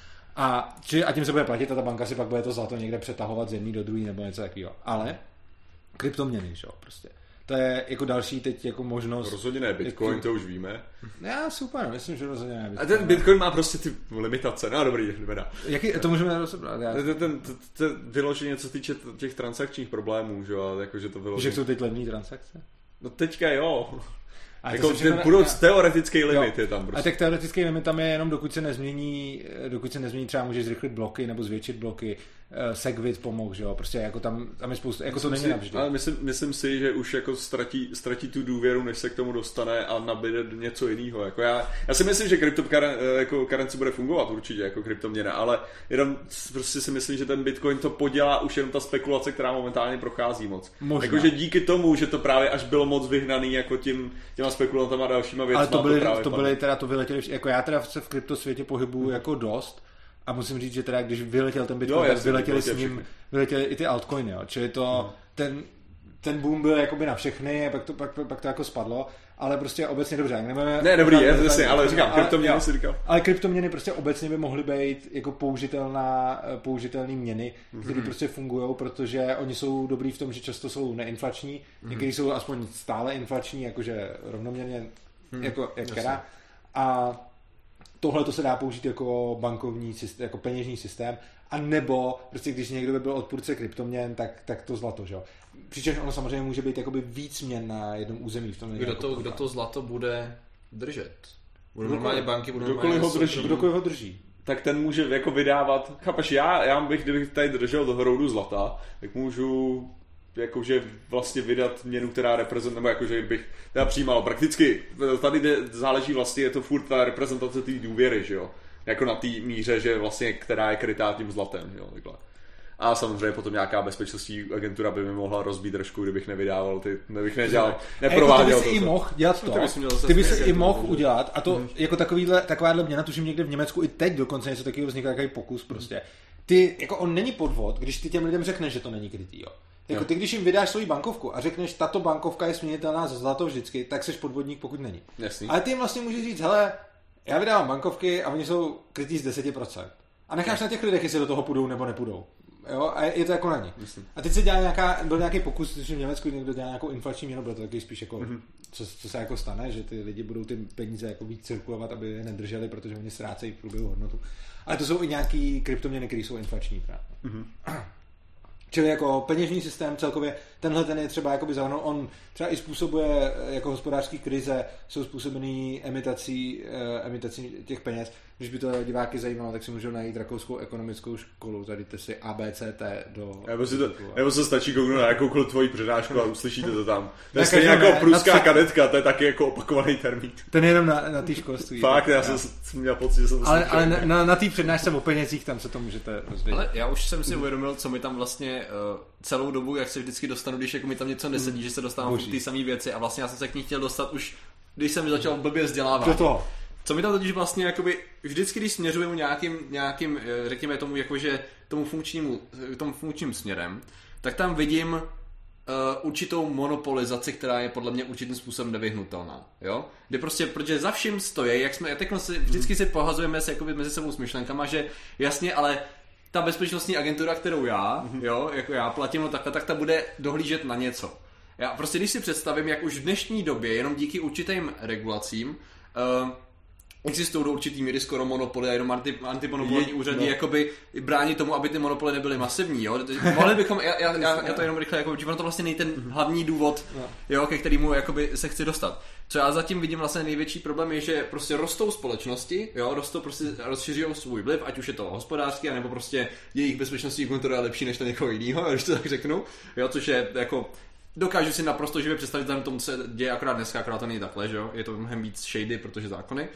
A, či, a tím se bude platit a ta banka si pak bude to zlato někde přetahovat z jedné do druhé nebo něco takového. Ale kryptoměny, že jo, prostě. To je jako další teď jako možnost. Rozhodně ne, Bitcoin, jako... to už víme. Já super, myslím, že rozhodně ne. Bitcoin. A ten Bitcoin má prostě ty limitace, no dobrý, jdeme. Jaký, to můžeme rozebrat. Já... Ten, ten, ten, ten vyloženě, co se týče těch transakčních problémů, že jo, jakože to vyloženě. Že jsou teď levný transakce? No teďka jo. A jako ten budouc ne... teoretický limit jo. je tam prostě. A tak teoretický limit tam je jenom dokud se nezmění, dokud se nezmění, třeba můžeš zrychlit bloky nebo zvětšit bloky, uh, Segwit pomohl, že jo, prostě jako tam, tam je spoustu, jako myslím to není si, navždy. Ale myslím, myslím si, že už jako ztratí, ztratí tu důvěru, než se k tomu dostane a nabíde něco jiného. Jako já, já si myslím, že cryptocurrency jako currency bude fungovat určitě jako kryptoměna, ale jenom prostě si myslím, že ten Bitcoin to podělá už jenom ta spekulace, která momentálně prochází moc. Jakože díky tomu, že to právě až bylo moc vyhnaný jako tím, těma spekulantama a dalšíma věcma. Ale to byly, to, to byly teda, to vyletěli, jako já teda se v kryptosvětě pohybuju hmm. jako dost a musím říct, že teda když vyletěl ten Bitcoin, jo, tak vyletěli s ním, vyletěli i ty altcoiny, jo. Čili to, hmm. ten, ten boom byl jakoby na všechny, pak to, pak, pak to jako spadlo, ale prostě obecně dobře. Nebudeme, ne, dobrý, je, jasně, ale říkám, kryptoměny si říkal. Ale kryptoměny prostě obecně by mohly být jako použitelná, použitelný měny, které mm-hmm. prostě fungují, protože oni jsou dobrý v tom, že často jsou neinflační, mm-hmm. některý jsou aspoň stále inflační, jakože rovnoměrně, mm-hmm. jako jakera. A tohle to se dá použít jako bankovní systém, jako peněžní systém, a nebo prostě když někdo by byl odpůrce kryptoměn, tak, tak to zlato, že jo. Přičemž ono samozřejmě může být jakoby víc měn na jednom území. V tom kdo, to, kdo to zlato bude držet? Budou normálně banky, budou kdokoliv ho drží. Kdokoliv ho drží. Tak ten může jako vydávat, chápeš, já, já bych, kdybych tady držel do hroudu zlata, tak můžu jakože vlastně vydat měnu, která reprezentuje, nebo jakože bych teda přijímal prakticky, tady jde, záleží vlastně, je to furt ta reprezentace té důvěry, že jo, jako na té míře, že vlastně, která je krytá tím zlatem, jo, takhle. A samozřejmě potom nějaká bezpečnostní agentura by mi mohla rozbít držku, kdybych nevydával, ty, kdybych nedělal, neprováděl jako, ty bys to. i mohl dělat to, to ty bys i mohl udělat, a to mm. jako takovýhle, takováhle měna, tuším někde v Německu i teď dokonce něco takového vzniká, takový pokus prostě. Ty, jako on není podvod, když ty těm lidem řekneš, že to není krytý, jo. Jako ty, když jim vydáš svoji bankovku a řekneš, tato bankovka je směnitelná za zlato vždycky, tak seš podvodník, pokud není. Jasný. Ale ty jim vlastně můžeš říct, hele, já vydávám bankovky a oni jsou krytý z deset procent. A necháš na těch lidech, jestli do toho půjdou nebo nepůjdou. Jo, a je to jako na ní. A teď se dělá nějaká, byl nějaký pokus, že v Německu někdo dělá nějakou inflační měnu, bylo to taky spíš jako, mm-hmm. co, co se jako stane, že ty lidi budou ty peníze jako víc cirkulovat, aby je nedrželi, protože oni ztrácejí v průběhu hodnotu. Ale to jsou i nějaký kryptoměny, které jsou inflační právě. Mm-hmm. Čili jako peněžní systém celkově, tenhle ten je třeba jakoby zahrnout, on třeba i způsobuje jako hospodářský krize, jsou způsobený emitací, emitací těch peněz. Když by to diváky zajímalo, tak si můžou najít rakouskou ekonomickou školu, zajdete si A B C T do... Nebo, si to, nebo se stačí kouknout na jakoukoliv tvoji přednášku a uslyšíte to tam. To je stejně jako pruská tři... kadetka, to je taky jako opakovaný termín. Ten je jenom na, na té školství. Fakt, já jsem, jsem měl pocit, že jsem to Ale, ale na, na, na té přednášce o penězích, tam se to můžete rozvědět. Ale já už jsem si uvědomil, co mi tam vlastně uh, celou dobu, jak se vždycky dostanu, když jako mi tam něco nesedí, mm. že se dostávám ty samé věci, a vlastně já jsem se k ní chtěl dostat už, když jsem začal blbě vzdělávat. Co mi tam totiž vlastně jakoby vždycky, když směřujeme nějakým, nějakým, řekněme tomu, jakože tomu funkčnímu, tomu funkčním směrem, tak tam vidím uh, určitou monopolizaci, která je podle mě určitým způsobem nevyhnutelná, jo? Kde prostě, protože za vším stojí, jak jsme, teď si, vždycky si pohazujeme se jakoby mezi sebou s myšlenkama, že jasně, ale ta bezpečnostní agentura, kterou já, jo, jako já platím, no takhle, tak ta bude dohlížet na něco. Já prostě, když si představím, jak už v dnešní době, jenom díky určitým regulacím, uh, existují do určitý míry skoro monopoly a jenom anti, antimonopolní úřady no. jakoby brání tomu, aby ty monopoly nebyly masivní, jo. Mohli bychom, já, já, já, já to jenom rychle, jako, ono to vlastně není ten hlavní důvod, jo, ke kterému jakoby se chci dostat. Co já zatím vidím vlastně největší problém je, že prostě rostou společnosti, jo, rostou prostě, rozšiřují svůj vliv, ať už je to hospodářský, nebo prostě jejich bezpečnostní kontrola je lepší než to někoho jiného, když to tak řeknu, jo, což je jako dokážu si naprosto živě představit, vzhledem tomu, co se děje akorát dneska, akorát to není takhle, že jo, je to mnohem víc shady, protože zákony.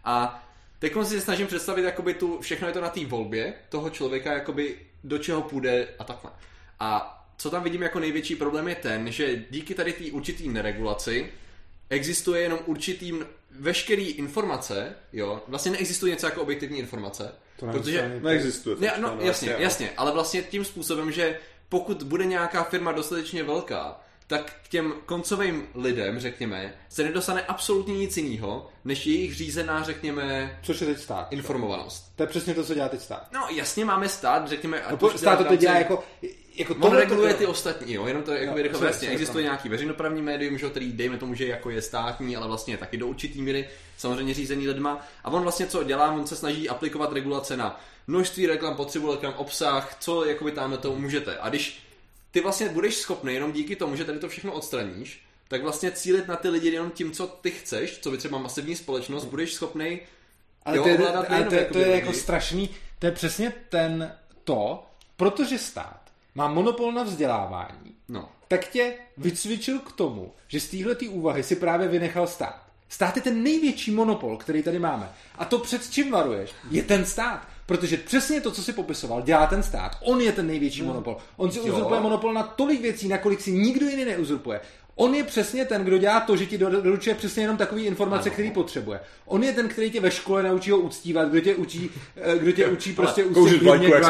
A teď si snažím představit, jakoby tu, všechno je to na té volbě toho člověka, jakoby do čeho půjde a takhle. A co tam vidím jako největší problém je ten, že díky tady té určitý neregulaci existuje jenom určitý veškerý informace, jo, vlastně neexistuje něco jako objektivní informace. To protože neexistuje. Ne, no, jasně, jasně, ale vlastně tím způsobem, že pokud bude nějaká firma dostatečně velká, tak k těm koncovým lidem, řekněme, se nedostane absolutně nic jiného, než jejich řízená, řekněme, což je teď stát. Informovanost. To je přesně to, co dělá teď stát. No jasně, máme stát, řekněme... No, stát to teď dělá jako... jako on reguluje ty ostatní, jo, jenom to jako rychle vlastně. Existuje nějaký veřejnoprávní médium, že, který dejme tomu, že jako je státní, ale vlastně je taky do určitý míry samozřejmě řízený lidma. A on vlastně co dělá, on se snaží aplikovat regulace na množství reklam, potřebu reklam, obsah, co jakoby tam to můžete. A když ty vlastně budeš schopný jenom díky tomu, že tady to všechno odstraníš, tak vlastně cílit na ty lidi jenom tím, co ty chceš, co by třeba masivní společnost, budeš schopný. Ale jo, to je, ale to, to je jako strašný, to je přesně ten to, protože stát má monopol na vzdělávání, no. tak tě vycvičil k tomu, že z téhletý úvahy si právě vynechal stát. Stát je ten největší monopol, který tady máme. A to, před čím varuješ, je ten stát. Protože přesně to, co si popisoval, dělá ten stát. On je ten největší no. monopol. On si jo. uzurpuje monopol na tolik věcí, na kolik si nikdo jiný neuzurpuje. On je přesně ten, kdo dělá to, že ti doručuje přesně jenom takové informace, které potřebuje. On je ten, který tě ve škole naučí ho uctívat, kdo tě učí, kdo tě učí prostě uctívat.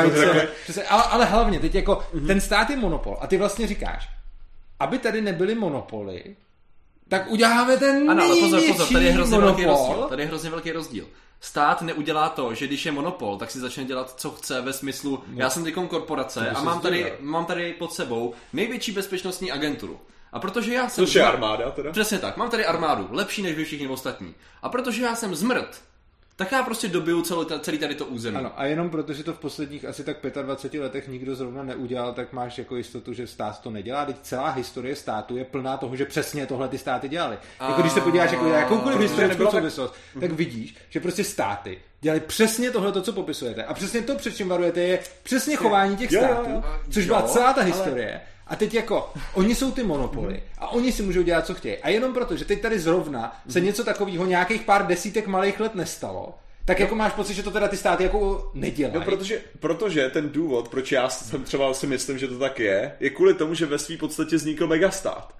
Ale, ale hlavně, teď jako mm-hmm. ten stát je monopol a ty vlastně říkáš, aby tady nebyly monopoly, tak uděláme ten ano, ale pozor, pozor, tady je hrozně monopol. velký rozdíl. Tady je hrozně velký rozdíl. Stát neudělá to, že když je monopol, tak si začne dělat, co chce ve smyslu, no. já jsem teďkom korporace a mám tady, mám tady pod sebou největší bezpečnostní agenturu. A protože já jsem... Což je armáda teda? Přesně tak, mám tady armádu, lepší než vy všichni ostatní. A protože já jsem zmrt, tak já prostě dobiju celý, celý tady to území. Ano, a jenom protože to v posledních asi tak dvaceti pěti letech nikdo zrovna neudělal, tak máš jako jistotu, že stát to nedělá. Teď celá historie státu je plná toho, že přesně tohle ty státy dělali. A... Jako když se podíváš jako jakoukoliv historickou souvislost, tak... tak vidíš, že prostě státy dělali přesně tohle, co popisujete. A přesně to, před čím varujete, je přesně chování těch států, což byla celá ta historie. Ale... A teď jako, oni jsou ty monopoly a oni si můžou dělat, co chtějí. A jenom proto, že teď tady zrovna se něco takového nějakých pár desítek malých let nestalo, tak jako máš pocit, že to teda ty státy jako nedělají. No, protože, protože ten důvod, proč já jsem třeba si myslím, že to tak je, je kvůli tomu, že ve své podstatě vznikl megastát.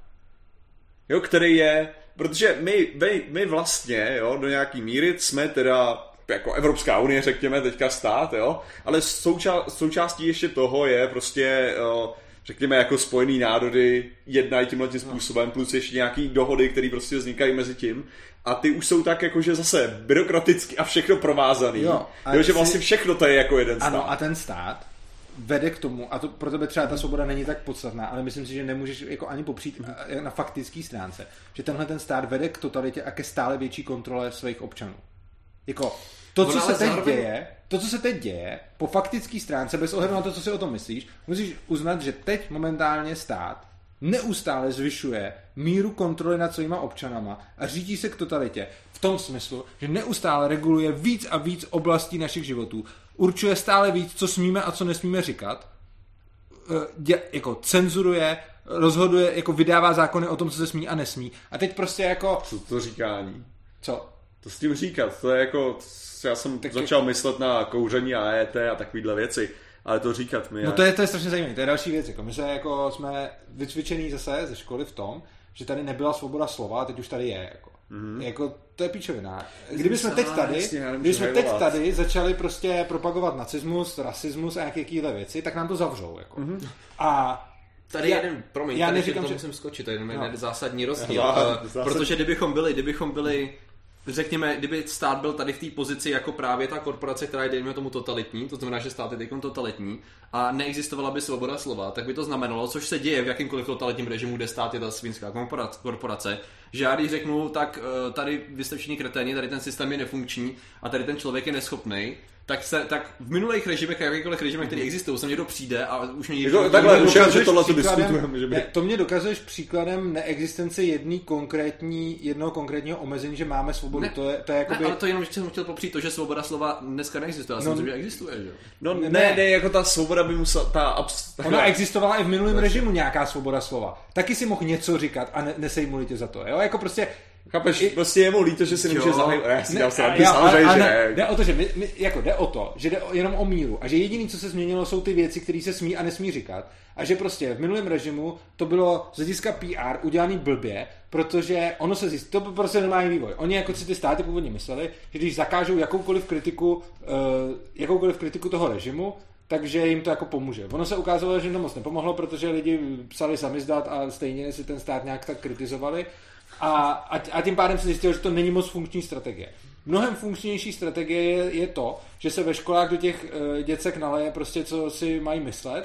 Jo, který je, protože my, my, my vlastně, jo, do nějaký míry jsme teda jako Evropská unie, řekněme, teďka stát, jo, ale souča- součástí ještě toho je prostě... Jo, řekněme, jako Spojený národy jednají tímhle způsobem, plus ještě nějaký dohody, které prostě vznikají mezi tím. A ty už jsou tak jakože zase byrokraticky a všechno provázaný. Jo, jo, že vlastně všechno to je jako jeden stát. Ano, a ten stát vede k tomu, a to pro tebe třeba ta svoboda není tak podstatná, ale myslím si, že nemůžeš jako ani popřít na faktický stránce, že tenhle ten stát vede k totalitě a ke stále větší kontrole svých občanů. Jako to, co se teď zároveň... děje, to, co se teď děje, po faktické stránce, bez ohledu na to, co si o tom myslíš, musíš uznat, že teď momentálně stát neustále zvyšuje míru kontroly nad svýma občanama a řídí se k totalitě v tom smyslu, že neustále reguluje víc a víc oblastí našich životů, určuje stále víc, co smíme a co nesmíme říkat, dě, jako cenzuruje, rozhoduje, jako vydává zákony o tom, co se smí a nesmí. A teď prostě jako... Co to říkání? Co? To s tím říkat, to je jako... Já jsem tak začal je... myslet na kouření a E T a takovýhle věci, ale to říkat mi... No to je, to je strašně zajímavé, to je další věc. Jako my se jako jsme vycvičený zase ze školy v tom, že tady nebyla svoboda slova a teď už tady je. Jako, mm-hmm. jako to je píčovina. Kdyby jsme teď tady, kdyby jsme teď tady začali prostě propagovat nacismus, rasismus a jakýhle věci, tak nám to zavřou. Jako. Mm-hmm. A tady já, jeden, promiň, já tady neříkám, to že... musím skočit, to je jeden no. zásadní rozdíl, já, uh, protože kdybychom byli, kdybychom byli řekněme, kdyby stát byl tady v té pozici jako právě ta korporace, která je dejme tomu totalitní, to znamená, že stát je teďkom totalitní a neexistovala by svoboda slova, tak by to znamenalo, což se děje v jakýmkoliv totalitním režimu, kde stát je ta svinská korporace, že já když řeknu, tak tady vy jste všichni kreténi, tady ten systém je nefunkční a tady ten člověk je neschopný, tak, se, tak v minulých režimech a jakýchkoliv režimech, který existují, se někdo přijde a už mě někdo... Takhle, už že tohle to diskutujeme. Že by... ne, to mě dokazuješ příkladem neexistence jedný konkrétní, jednoho konkrétního omezení, že máme svobodu. Ne, to je, to je jakoby... ne, ale to jenom, že jsem chtěl popřít to, že svoboda slova dneska neexistuje. Já si no, myslím, že existuje, že? No ne, ne, ne, jako ta svoboda by musela... Ta abs... Ona existovala i v minulém ne, režimu nějaká svoboda slova. Taky si mohl něco říkat a ne, nesejmuli tě za to. Jo? Jako prostě... Chápeš, I, prostě je mu líto, že si nemůže zahajit. Já si dám srandu, samozřejmě, že ne. Jde o to, že, my, my, jako jde o to, že jde jenom o míru a že jediný, co se změnilo, jsou ty věci, které se smí a nesmí říkat. A že prostě v minulém režimu to bylo z hlediska P R udělaný blbě, protože ono se zjistilo, to byl prostě normální vývoj. Oni jako si ty státy původně mysleli, že když zakážou jakoukoliv kritiku, uh, jakoukoliv kritiku toho režimu, takže jim to jako pomůže. Ono se ukázalo, že jim to moc nepomohlo, protože lidi psali samizdat a stejně si ten stát nějak tak kritizovali. A, a, a tím pádem se zjistilo, že to není moc funkční strategie. Mnohem funkčnější strategie je, je to, že se ve školách do těch uh, děcek naleje prostě, co si mají myslet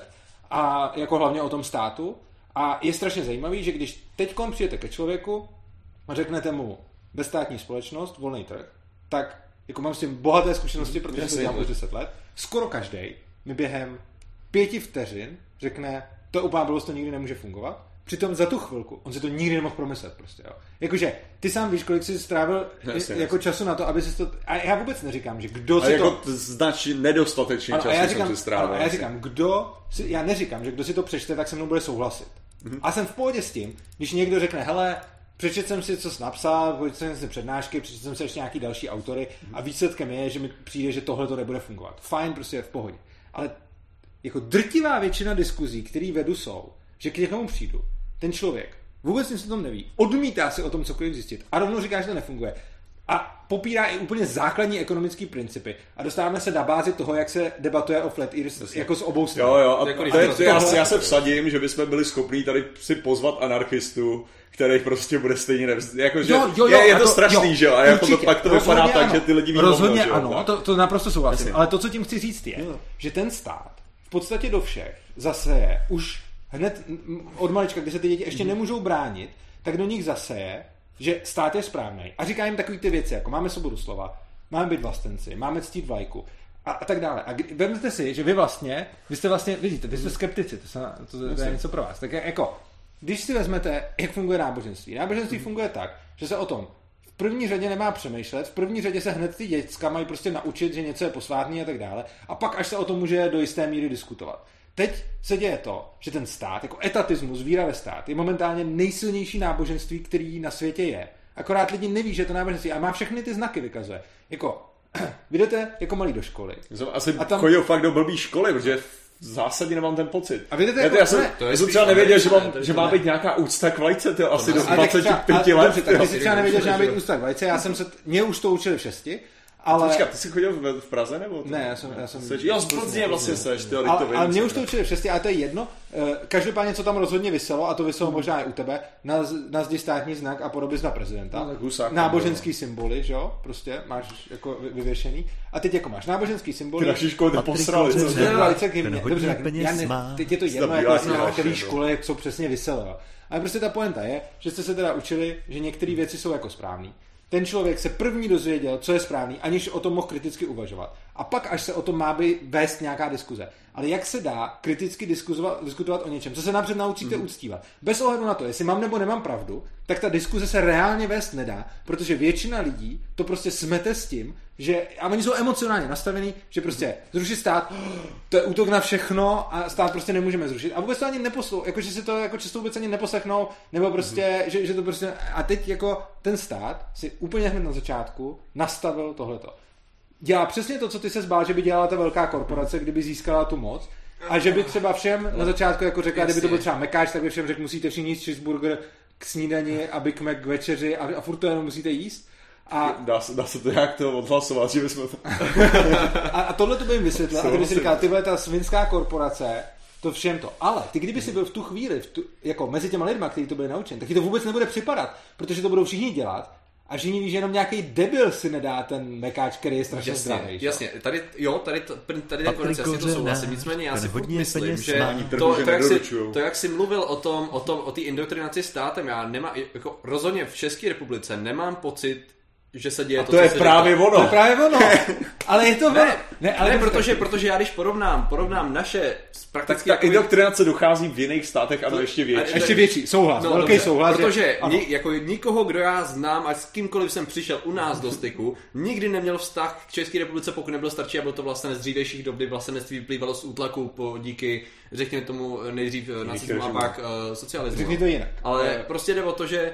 a jako hlavně o tom státu. A je strašně zajímavý, že když teď přijete ke člověku a řeknete mu bezstátní společnost, volný trh, tak jako mám s tím bohaté zkušenosti, protože to dělám už deset let, skoro každej mi během pěti vteřin řekne, to je úplná blbost, to nikdy nemůže fungovat. Přitom za tu chvilku, on si to nikdy nemohl promyslet prostě, jo. Jakože ty sám víš, kolik jsi strávil jasně, jako času na to, aby si to, a já vůbec neříkám, že kdo si jako to... značí nedostatečný čas, já říkám, jsem si strávil. A já říkám, kdo, si, já neříkám, že kdo si to přečte, tak se mnou bude souhlasit. Mm-hmm. A jsem v pohodě s tím, když někdo řekne, hele, přečetl jsem si, co jsi napsal, přečetl jsem si přednášky, přečetl jsem si ještě nějaký další autory a výsledkem je, že mi přijde, že tohle to nebude fungovat. Fajn, prostě je v pohodě. Ale jako drtivá většina diskuzí, které vedu, jsou, že k někomu přijdu, ten člověk vůbec nic o tom neví, odmítá si o tom cokoliv zjistit a rovnou říká, že to nefunguje. A popírá i úplně základní ekonomické principy. A dostáváme se na bázi toho, jak se debatuje o flat earth jako z obou stran. Jo, jo, a jako to je, to já, já se vsadím, že bychom byli schopní tady si pozvat anarchistu, který prostě bude stejně nevz... jako, že jo, jo, je, je to, to strašný, jo, že jo, a jako to, pak to vypadá tak, ano. že ty lidi ví rozhodně hovno, ano, to, to naprosto souhlasím. Ale to, co tím chci říct, je, jo. že ten stát v podstatě do všech zaseje už hned od malička, kdy se ty děti ještě mm-hmm. nemůžou bránit, tak do nich zaseje, že stát je správný. A říká jim takový ty věci, jako máme svobodu slova, máme být vlastenci, máme ctít vlajku a, a tak dále. A vezměte si, že vy vlastně, vy jste vlastně, vidíte, vy jste skeptici, to, se, to, to je něco pro vás. Tak jako, když si vezmete, jak funguje náboženství. Náboženství funguje tak, že se o tom v první řadě nemá přemýšlet, v první řadě se hned ty děcka mají prostě naučit, že něco je posvátný a tak dále. A pak až se o tom může do jisté míry diskutovat. Teď se děje to, že ten stát, jako etatismus, víra ve stát, je momentálně nejsilnější náboženství, který na světě je. Akorát lidi neví, že to náboženství a má všechny ty znaky, vykazuje. Jako, vy jdete jako malí do školy. Asi a tam chodil fakt do blbý školy, protože v zásadě nemám ten pocit. A vidíte, jako, já, jsem, já jsem třeba nevěděl, že, mám, že má být nějaká úcta k vlajce, tyjo, asi do dvacet pět let. Dobře, tak ty jsi třeba nevěděl, že má být úcta k vlajce, já jsem se, mě už to učili v šesti. Ale... Počkat, ty jsi chodil v, v Praze, nebo? To? Ne, já jsem... Já jsem Seš, jo, z Plzně vlastně seš, ty, ale, to ale mě už to učili v šesti, ale to je jedno. Každopádně, co tam rozhodně vyselo, a to vyselo hmm. možná i u tebe, na, na zdi státní znak a podobizna prezidenta. No, husák, náboženský symboly, že jo? Prostě máš jako vyvěšený. A teď jako máš náboženský symboly. Ty naši školy to posrali. Dobře, tak já ne, teď je to jedno, jako na které škole, jak jsou přesně vyselo. Ale prostě ta pointa je, že jste se teda učili, že některé věci jsou jako správný. Ten člověk se první dozvěděl, co je správný, aniž o tom mohl kriticky uvažovat. A pak, až se o tom má být vést nějaká diskuze. Ale jak se dá kriticky diskutovat o něčem, co se napřed naučíte mm. uctívat? Bez ohledu na to, jestli mám nebo nemám pravdu, tak ta diskuze se reálně vést nedá, protože většina lidí to prostě smete s tím, že, a oni jsou emocionálně nastavení, že prostě zrušit stát, to je útok na všechno a stát prostě nemůžeme zrušit. A vůbec to ani neposlou, jakože si to jako často vůbec ani neposlechnou, nebo prostě, mm. že, že to prostě, a teď jako ten stát si úplně hned na začátku nastavil tohleto. Dělá přesně to, co ty se zbál, že by dělala ta velká korporace, kdyby získala tu moc, a že by třeba všem na začátku jako řekla, kdyby to byl třeba Mekáč, tak by všem řekl, musíte všichni jíst cheeseburger k snídani a Big Mac k večeři a, a furt to jenom musíte jíst. A dá, se, dá se to nějak to odhlasovat, že bychom to... a, a tohle to by jim vysvětlil, a ty by si říkal, tyhle ta svinská korporace, to všem to. Ale ty kdyby si byl v tu chvíli, v tu, jako mezi těma lidma, kteří to byli naučeni, tak ti to vůbec nebude připadat, protože to budou všichni dělat. A všichni ví, že jenom nějaký debil si nedá ten mekáč, který je strašně jasně, zdravý. Jasně, tady, jo, tady, tady, tady ten konec, jasně to souhlasím. Nicméně já si furt myslím, že to, to, to, jak si, to, jak jsi mluvil o tom, o tom, o té indoktrinaci státem, já nemám, jako rozhodně v České republice nemám pocit, že se děje a to, to je právě říká. ono. To je právě ono. Ale je to ne, ono. Ne, ale ne protože, protože já když porovnám, porovnám naše prakticky... Tak ta indoktrinace dochází v jiných státech, ano, ještě větší. Ještě větší, souhlas, no, velký dobře, souhlas. Protože ni, jako nikoho, kdo já znám a s kýmkoliv jsem přišel u nás do styku, nikdy neměl vztah k České republice, pokud nebyl starší a bylo to vlastně z dřívějších dob, kdy vlastenectví vyplývalo z útlaku po díky, řekněme tomu nejdřív nacismu a pak uh, socialismu. Řekni to jinak. Ale prostě jde o to, že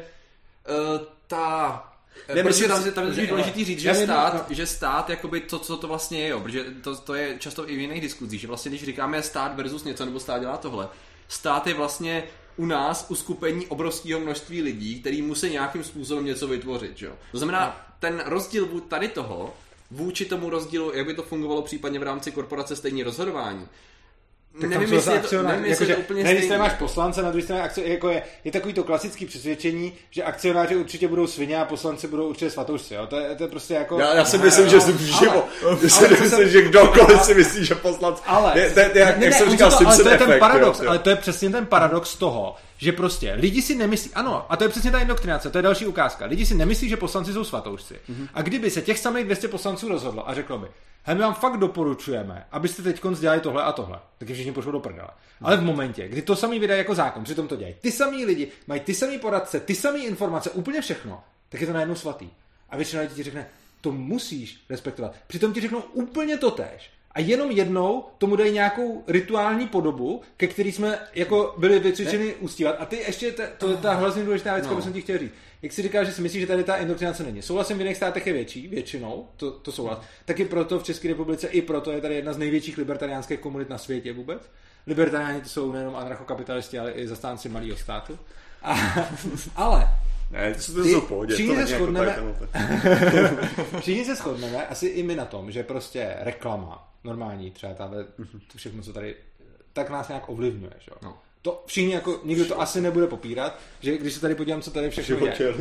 uh, ta... Ne, prostě tam, tam je důležitý říct, že stát, že stát jakoby to, co to vlastně je, jo, protože to, to je často i v jiných diskuzích, že vlastně když říkáme stát versus něco, nebo stát dělá tohle, stát je vlastně u nás uskupení obrovského množství lidí, který musí nějakým způsobem něco vytvořit, jo. To znamená, ten rozdíl tady toho, vůči tomu rozdílu, jak by to fungovalo případně v rámci korporace stejné rozhodování, Tak nevím, tam jestli je to, akcionář, nevím, jestli jako, je to úplně na jedné stejný. straně máš poslance, na druhé straně akci, jako je, je takový to klasický přesvědčení, že akcionáři určitě budou svině a poslanci budou určitě svatoušci, jo? To je, to je prostě jako... Já, já si myslím, že si že, ale, že, si myslím, jsem... že kdokoliv si myslí, že poslanci... Ale, je, to, je, jak, ne, jak ne, jsem říkal, to, Simpson ale to je ten efekt, paradox, jo, jo. ale to je přesně ten paradox toho, že prostě lidi si nemyslí, ano, a to je přesně ta indoktrinace, to je další ukázka. Lidi si nemyslí, že poslanci jsou svatoušci. Mm-hmm. A kdyby se těch samých dvě stě poslanců rozhodlo a řeklo by, hej, my vám fakt doporučujeme, abyste teď dělali tohle a tohle, taky všichni pošlo do prdele. Mm-hmm. Ale v momentě, kdy to samý vydají jako zákon, přitom to dělají, ty samý lidi mají ty samý poradce, ty samý informace, úplně všechno, tak je to najednou svatý. A většina lidí ti řekne, to musíš respektovat. Přitom ti řeknou úplně totéž. A jenom jednou tomu dají nějakou rituální podobu, ke který jsme jako byli vycvičeni ustívat. A ty ještě, ta, to je ta hrozně důležitá věc, kterou no. jsem ti chtěl říct. Jak jsi říkal, že si myslíš, že tady ta indoktrinace není. Souhlasím, v jiných státech je větší, většinou, to, to souhlas. Taky proto v České republice, i proto je tady jedna z největších libertariánských komunit na světě vůbec. Libertariáni to jsou nejenom anarchokapitalisti, ale i zastánci malého státu. A, ale... Ne, to, to jsou v pohodě. Všichni se shodneme, jako všichni se shodneme, asi i my na tom, že prostě reklama, normální třeba tahle, to všechno, co tady, tak nás nějak ovlivňuje, že? No. To všichni jako, nikdo to asi nebude popírat, že když se tady podívám, co tady všechno je.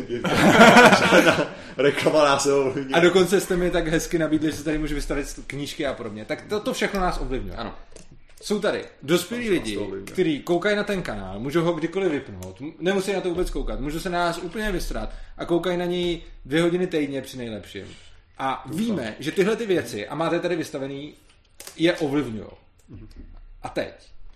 Reklama nás ovlivňuje. A dokonce jste mi tak hezky nabídli, že se tady můžu vystavit knížky a podobně. Tak to, to všechno nás ovlivňuje. Ano. Jsou tady dospělí lidi, kteří koukají na ten kanál, můžou ho kdykoliv vypnout, nemusí na to vůbec koukat, můžou se na nás úplně vystrat a koukají na něj dvě hodiny týdně při nejlepším. A víme, že tyhle ty věci, a máte tady vystavený, je ovlivňují. A teď.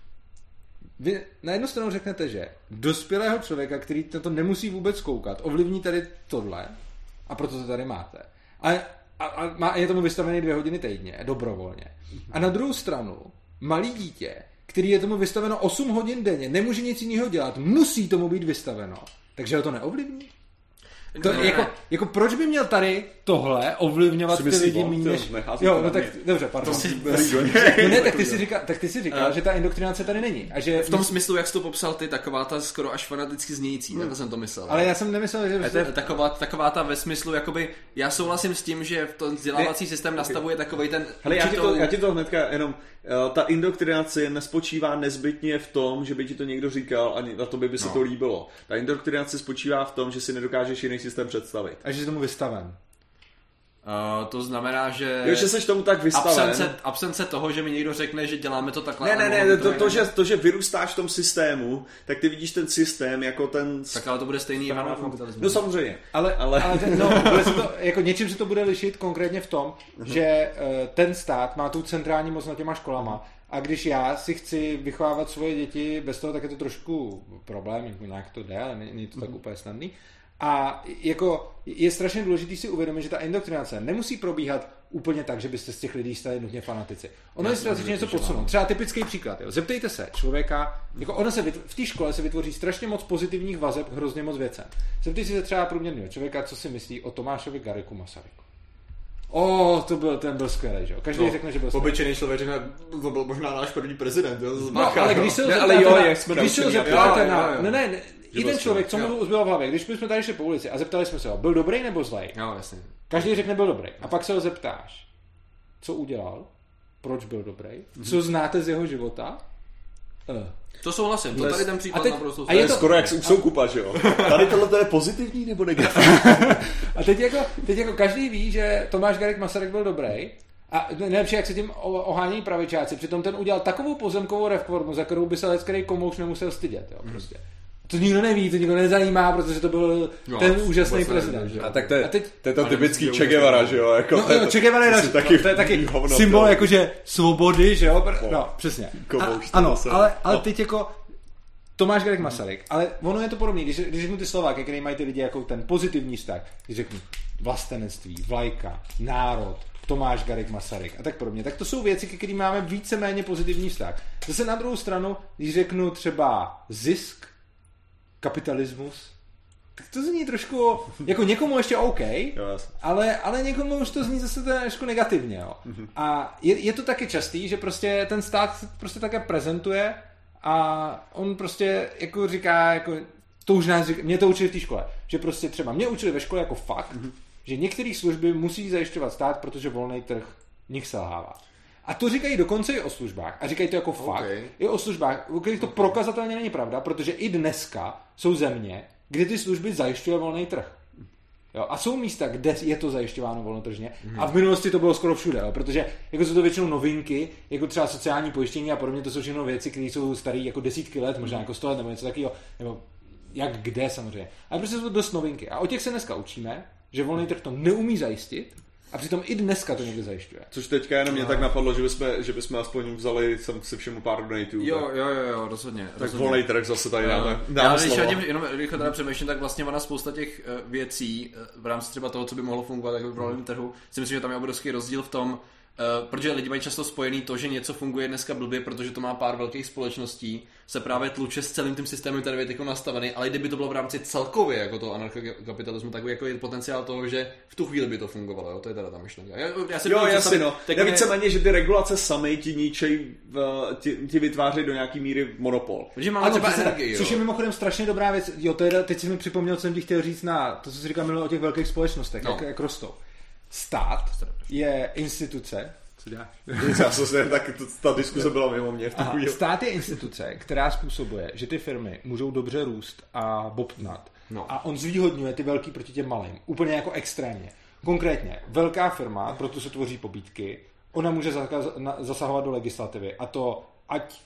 Vy na jednu stranu řeknete, že dospělého člověka, který to nemusí vůbec koukat, ovlivní tady tohle a proto to tady máte. A, a, a má, je tomu vystavený dvě hodiny týdně, dobrovolně. A na druhou stranu malý dítě, který je tomu vystaveno osm hodin denně, nemůže nic jiného dělat, musí tomu být vystaveno. Takže ho to neovlivní? To, ne, jako, ne. jako proč by měl tady tohle ovlivňovat ty lidi méně než... Jo, no tak, dobře, pardon. To si, no ne, tak ty si říkal, tak ty si říkal, uh, že ta indoktrinace tady není. A že v tom smyslu, jak jsi to popsal ty, taková ta skoro až fanaticky znějící, hmm. takhle jsem to myslel. Ale já jsem nemyslel, že... To je taková, taková ta ve smyslu, jakoby, já souhlasím s tím, že v tom vzdělávací ne, systém okay. nastavuje takovej ten... Hele, určitou... já, ti to, já ti to hnedka jenom... Uh, ta indoktrinace nespočívá nezbytně v tom, že by ti to někdo říkal a na to by, by se no. to líbilo. Ta indoktrinace spočívá v tom, že si nedokážeš jiný systém představit. A že jsi tomu vystaven. Uh, to znamená, že... Jo, že jsi tomu tak vystaven. Absence, absence toho, že mi někdo řekne, že děláme to takhle. Ne, ne, ne, to, to, že, to, že vyrůstáš v tom systému, tak ty vidíš ten systém jako ten... Tak ale to bude stejný jako kapitalismus. No samozřejmě. Ale, ale... ale ten, no, se to, jako něčím se to bude lišit konkrétně v tom, uh-huh. že uh, ten stát má tu centrální moc nad těma školama. A když já si chci vychovávat svoje děti bez toho, tak je to trošku problém, nějak to jde, ale není to tak úplně snadný. A jako je strašně důležité si uvědomit, že ta indoktrinace nemusí probíhat úplně tak, že byste z těch lidí stali nutně fanatici. Ono je strašně něco podsunout. Třeba typický příklad. Jo. Zeptejte se člověka, jako ono se vytvoří, v té škole se vytvoří strašně moc pozitivních vazeb, hrozně moc věcem. Zeptejte se třeba průměrného člověka, co si myslí o Tomášovi Garrigu Masaryku. O, to byl, ten byl skvělý, že jo. Každý no, řekne, že byl skvělý. Obyčejný člověk řekne, to byl možná náš první prezident. Jo, no, ale když se ho zeptáte, jo, na, když se ho zeptáte na, ne, ne, ne, i ten člověk, co mu zbylo v hlavě, když jsme tady šli po ulici a zeptali jsme se ho, byl dobrý nebo zlej? Jo, jasně. Každý řekne, byl dobrý. A pak se ho zeptáš, co udělal, proč byl dobrý, mm-hmm. co znáte z jeho života. Uh. To souhlasím, to tady ten příklad teď, naprosto. A je to skoro jak u soukupa, že jo? Tady tohle je pozitivní nebo negativní? A teď jako, teď jako každý ví, že Tomáš Garrigue Masaryk byl dobrý. A nejlepší, jak se tím ohánějí pravičáci. Přitom ten udělal takovou pozemkovou reformu, za kterou by se lecký komouš nemusel stydět. Jo, prostě. To nikdo neví, to nikdo nezajímá, protože to byl no, ten úžasný prezident. Že? A tak to je, a teď, to, je to typický Che Guevara, že jo? Jako, no, jo, Che Guevara je, to, taky, to je taky symbol jakože svobody, že jo? No, přesně. A, ano, ale, ale no. teď jako Tomáš Garrigue Masaryk, ale ono je to podobné, když, když řeknu ty Slováky, který mají ty lidi jako ten pozitivní vztah, když řeknu vlastenectví, vlajka, národ, Tomáš Garrigue Masaryk a tak podobně, tak to jsou věci, ke kterým máme víceméně pozitivní vztah. Zase na druhou stranu, když řeknu třeba zisk, kapitalismus, tak to zní trošku, jako někomu ještě OK, ale, ale někomu už to zní zase trošku negativně. Jo. A je, je to taky častý, že prostě ten stát prostě také prezentuje a on prostě jako říká, jako, to už nás říká, mě to učili v té škole, že prostě třeba mě učili ve škole jako fakt, mm-hmm. že některé služby musí zajišťovat stát, protože volný trh v nich selhává. A to říkají dokonce i o službách. A říkají to jako fakt. Okay. I o službách, o kterých to prokazatelně není pravda, protože i dneska jsou země, kde ty služby zajišťuje volný trh. Jo, a jsou místa, kde je to zajišťováno volnotržně. Hmm. A v minulosti to bylo skoro všude, jo, protože jako jsou to většinou novinky, jako třeba sociální pojištění a podobně, to jsou všechno věci, které jsou staré jako desítky let, možná jako sto let nebo něco takového, nebo jak kde samozřejmě. Ale prostě jsou to dost novinky. A o těch se dneska učíme, že volný trh to neumí zajistit. A přitom i dneska to někde zajišťuje. Což teďka jenom mě no. tak napadlo, že bychom, že bychom aspoň vzali, jsem si všiml pár donatů. Jo, jo, jo, jo, rozhodně. Tak volný trh zase tady dáme. Já když já tím jenom rychle teda přemýšlím, tak vlastně ona spousta těch uh, věcí uh, v rámci třeba toho, co by mohlo fungovat jako v volném trhu, si myslím, že tam je obrovský rozdíl v tom, Uh, protože lidi mají často spojený to, že něco funguje dneska blbě, protože to má pár velkých společností, se právě tluče s celým tím systémem, který je teď nastavený, ale kdyby to bylo v rámci celkově jako to anarchokapitalismu, tak by jako je potenciál toho, že v tu chvíli by to fungovalo, jo? To je teda ta myšlenka. Já, já si jo, jasně, no. Já víceméně, že ty regulace samy ti ničej, ti, ti vytvářejí do nějaký míry monopol. Takže máme třeba energii, což je mimochodem strašně dobrá věc. Jo, to je, teď si mi připomněl, co jsem ti chtěl říct na to, co jsi říkal minule o těch velkých společnostech, no. jak, jak rostou. Stát je instituce. Co děláš? Já jsem tak, ta diskuse byla mimo mě v tu chvíli. Stát je instituce, která způsobuje, že ty firmy můžou dobře růst a bobtnat. No. A on zvýhodňuje ty velký proti těm malým. Úplně jako extrémně. Konkrétně, velká firma, proto se tvoří pobídky, ona může zasahovat do legislativy. A to ať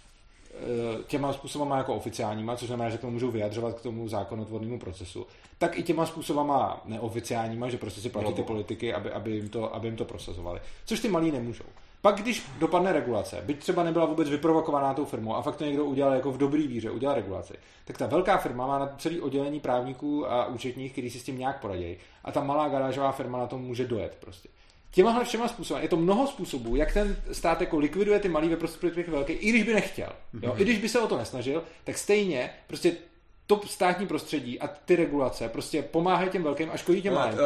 těma způsobama jako oficiálníma, což znamená, že to můžou vyjadřovat k tomu zákonotvornému procesu, tak i těma způsobama neoficiálníma, že prostě si platí ty politiky, aby, aby, jim to, aby jim to prosazovali. Což ty malí nemůžou. Pak, když dopadne regulace, byť třeba nebyla vůbec vyprovokovaná tou firmou a fakt to někdo udělal jako v dobrý víře, udělal regulaci, tak ta velká firma má na celý oddělení právníků a účetních, kteří si s tím nějak poradí. A ta malá garážová firma na tom může dojet prostě. Těmahle všema způsoby. Je to mnoho způsobů, jak ten stát jako likviduje ty malý ve prospěch těch velkých, i když by nechtěl. Jo? I když by se o to nesnažil, tak stejně prostě to státní prostředí a ty regulace prostě pomáhají těm velkým a škodí těm malým.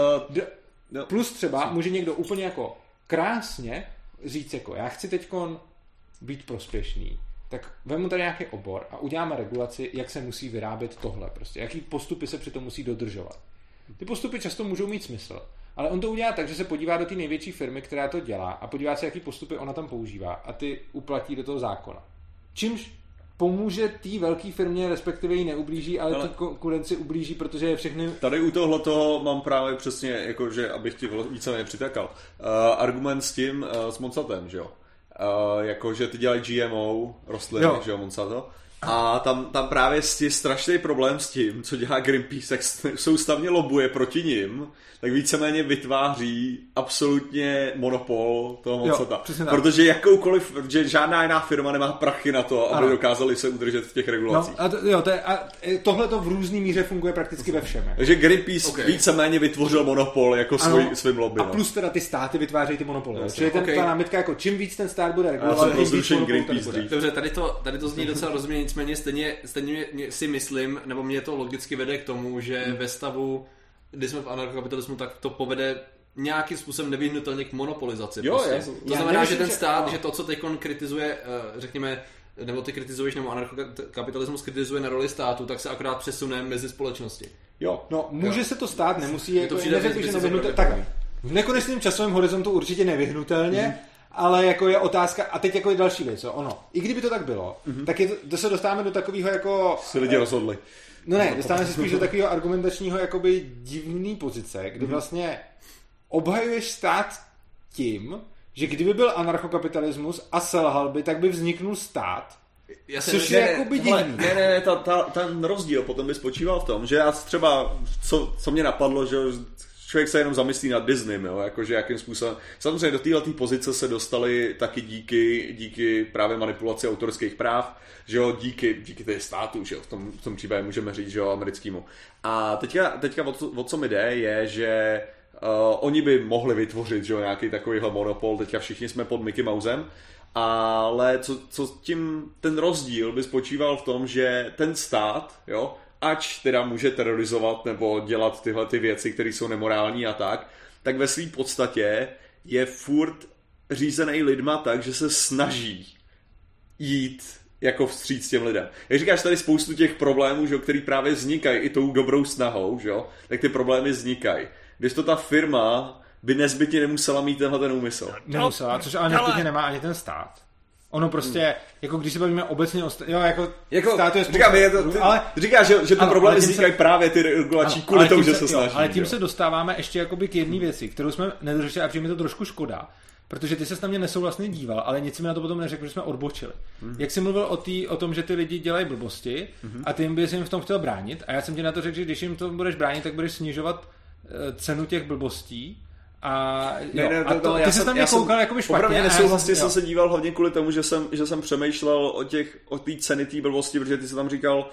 Plus třeba může někdo úplně jako krásně říct jako já chci teďkon být prospěšný, tak vemu tady nějaký obor a uděláme regulaci, jak se musí vyrábět tohle prostě. Jaký postupy se přitom musí dodržovat. Ty postupy často můžou mít smysl. Ale on to udělá tak, že se podívá do té největší firmy, která to dělá a podívá se, jaký postupy ona tam používá a ty uplatí do toho zákona. Čímž pomůže té velké firmě, respektive jí neublíží, ale, ale... té konkurenci ublíží, protože je všechny... Tady u tohle toho mám právě přesně, jako, že abych ti víceméně přitakal, uh, argument s tím, uh, s Monsantem, že jo? Uh, jako, že ty dělají G M O rostliny, jo. že jo, Monsanto? A tam, tam právě je strašný problém s tím, co dělá Greenpeace, jak soustavně lobuje proti nim, tak víceméně vytváří absolutně monopol toho Monsanta. Protože jakoukoliv, že žádná jiná firma nemá prachy na to, aby ano. dokázali se udržet v těch regulacích. No, a, to, jo, to je, a tohle to v různý míře funguje prakticky ve všem. Takže Greenpeace okay. víceméně vytvořil monopol jako svůj, svým lobby. A plus teda ty státy vytvářejí ty monopoly. Jasně. Čili ten, okay. ta námitka, jako čím víc ten stát bude regulovat, tím víc Greenpeace bude. Dobře, tady to, tady to zní docela rozumně, nicméně stejně, stejně si myslím, nebo mě to logicky vede k tomu, že hmm. ve stavu, kdy jsme v anarchokapitalismu, tak to povede nějakým způsobem nevyhnutelně k monopolizaci. Jo, prostě. je. To znamená, nevím, že ten stát, že, že to, co teď kritizuje, řekněme, nebo ty kritizuješ, nebo anarchokapitalismus kritizuje na roli státu, tak se akorát přesune mezi společnosti. Jo, no může jo. se to stát, nemusí, je to neřekl, že nevyhnutelně. Tak v nekonečném časovém horizontu určitě nevyhnutelně, hmm. ale jako je otázka, a teď jako je další věc, jo, ono, i kdyby to tak bylo, mm-hmm. tak je to, to se dostáváme do takového jako... Si lidi rozhodli. No ne, dostáváme se spíš do takového argumentačního jakoby divný pozice, kdy mm-hmm. vlastně obhajuješ stát tím, že kdyby byl anarchokapitalismus a selhal by, tak by vzniknul stát. Já což je jakoby divný. Ne, ne, ne, ta, ta, ten rozdíl potom by spočíval v tom, že já třeba, co, co mě napadlo, že člověk se jenom zamyslí nad Disneym, jo, jakože jakým způsobem. Samozřejmě do této pozice se dostali taky díky, díky právě manipulaci autorských práv, že jo, díky, díky té státu, že jo, v tom, v tom případě můžeme říct, že jo, americkému. A teďka, teďka o, co, o co mi jde, je, že uh, oni by mohli vytvořit, že jo, nějaký takovýhle monopol, teďka všichni jsme pod Mickey Mousem, ale co, co tím, ten rozdíl by spočíval v tom, že ten stát, jo, ač teda může terorizovat nebo dělat tyhle ty věci, které jsou nemorální a tak, tak ve své podstatě je furt řízený lidma tak, že se snaží jít jako vstříc těm lidem. Jak říkáš tady spoustu těch problémů, že, který právě vznikají i tou dobrou snahou, že, tak ty problémy vznikají. Když to ta firma by nezbytně nemusela mít tenhle ten úmysl. Nemusela, což ale nezbytně nemá ani ten stát. Ono prostě, hmm. jako když se bavíme obecně o stát, jo, jako, jako stát je říkám, je to, ty, ale, říkáš, že, že ty problémy vznikají se, právě ty regulační kvůli tomu, že se snaží. Jo, ale tím jo. se dostáváme ještě jakoby k jedné věci, kterou jsme nedořešili a přijde mi to trošku škoda, protože ty ses na mě nesouhlasně díval, ale nic mi na to potom neřekl, že jsme odbočili. Hmm. Jak jsi mluvil o, tý, o tom, že ty lidi dělají blbosti hmm. a ty jim bys jim v tom chtěl bránit a já jsem ti na to řekl, že když jim to budeš bránit, tak budeš snižovat cenu těch blbostí. A, jo, ne, ne, to, a to, ty jsi tam mě koukal jakoby špatně. Opravdu nesouhlasně jsem se díval hodně kvůli tomu, že jsem, že jsem přemýšlel o těch, o té ceny té blbosti, protože ty jsi tam říkal,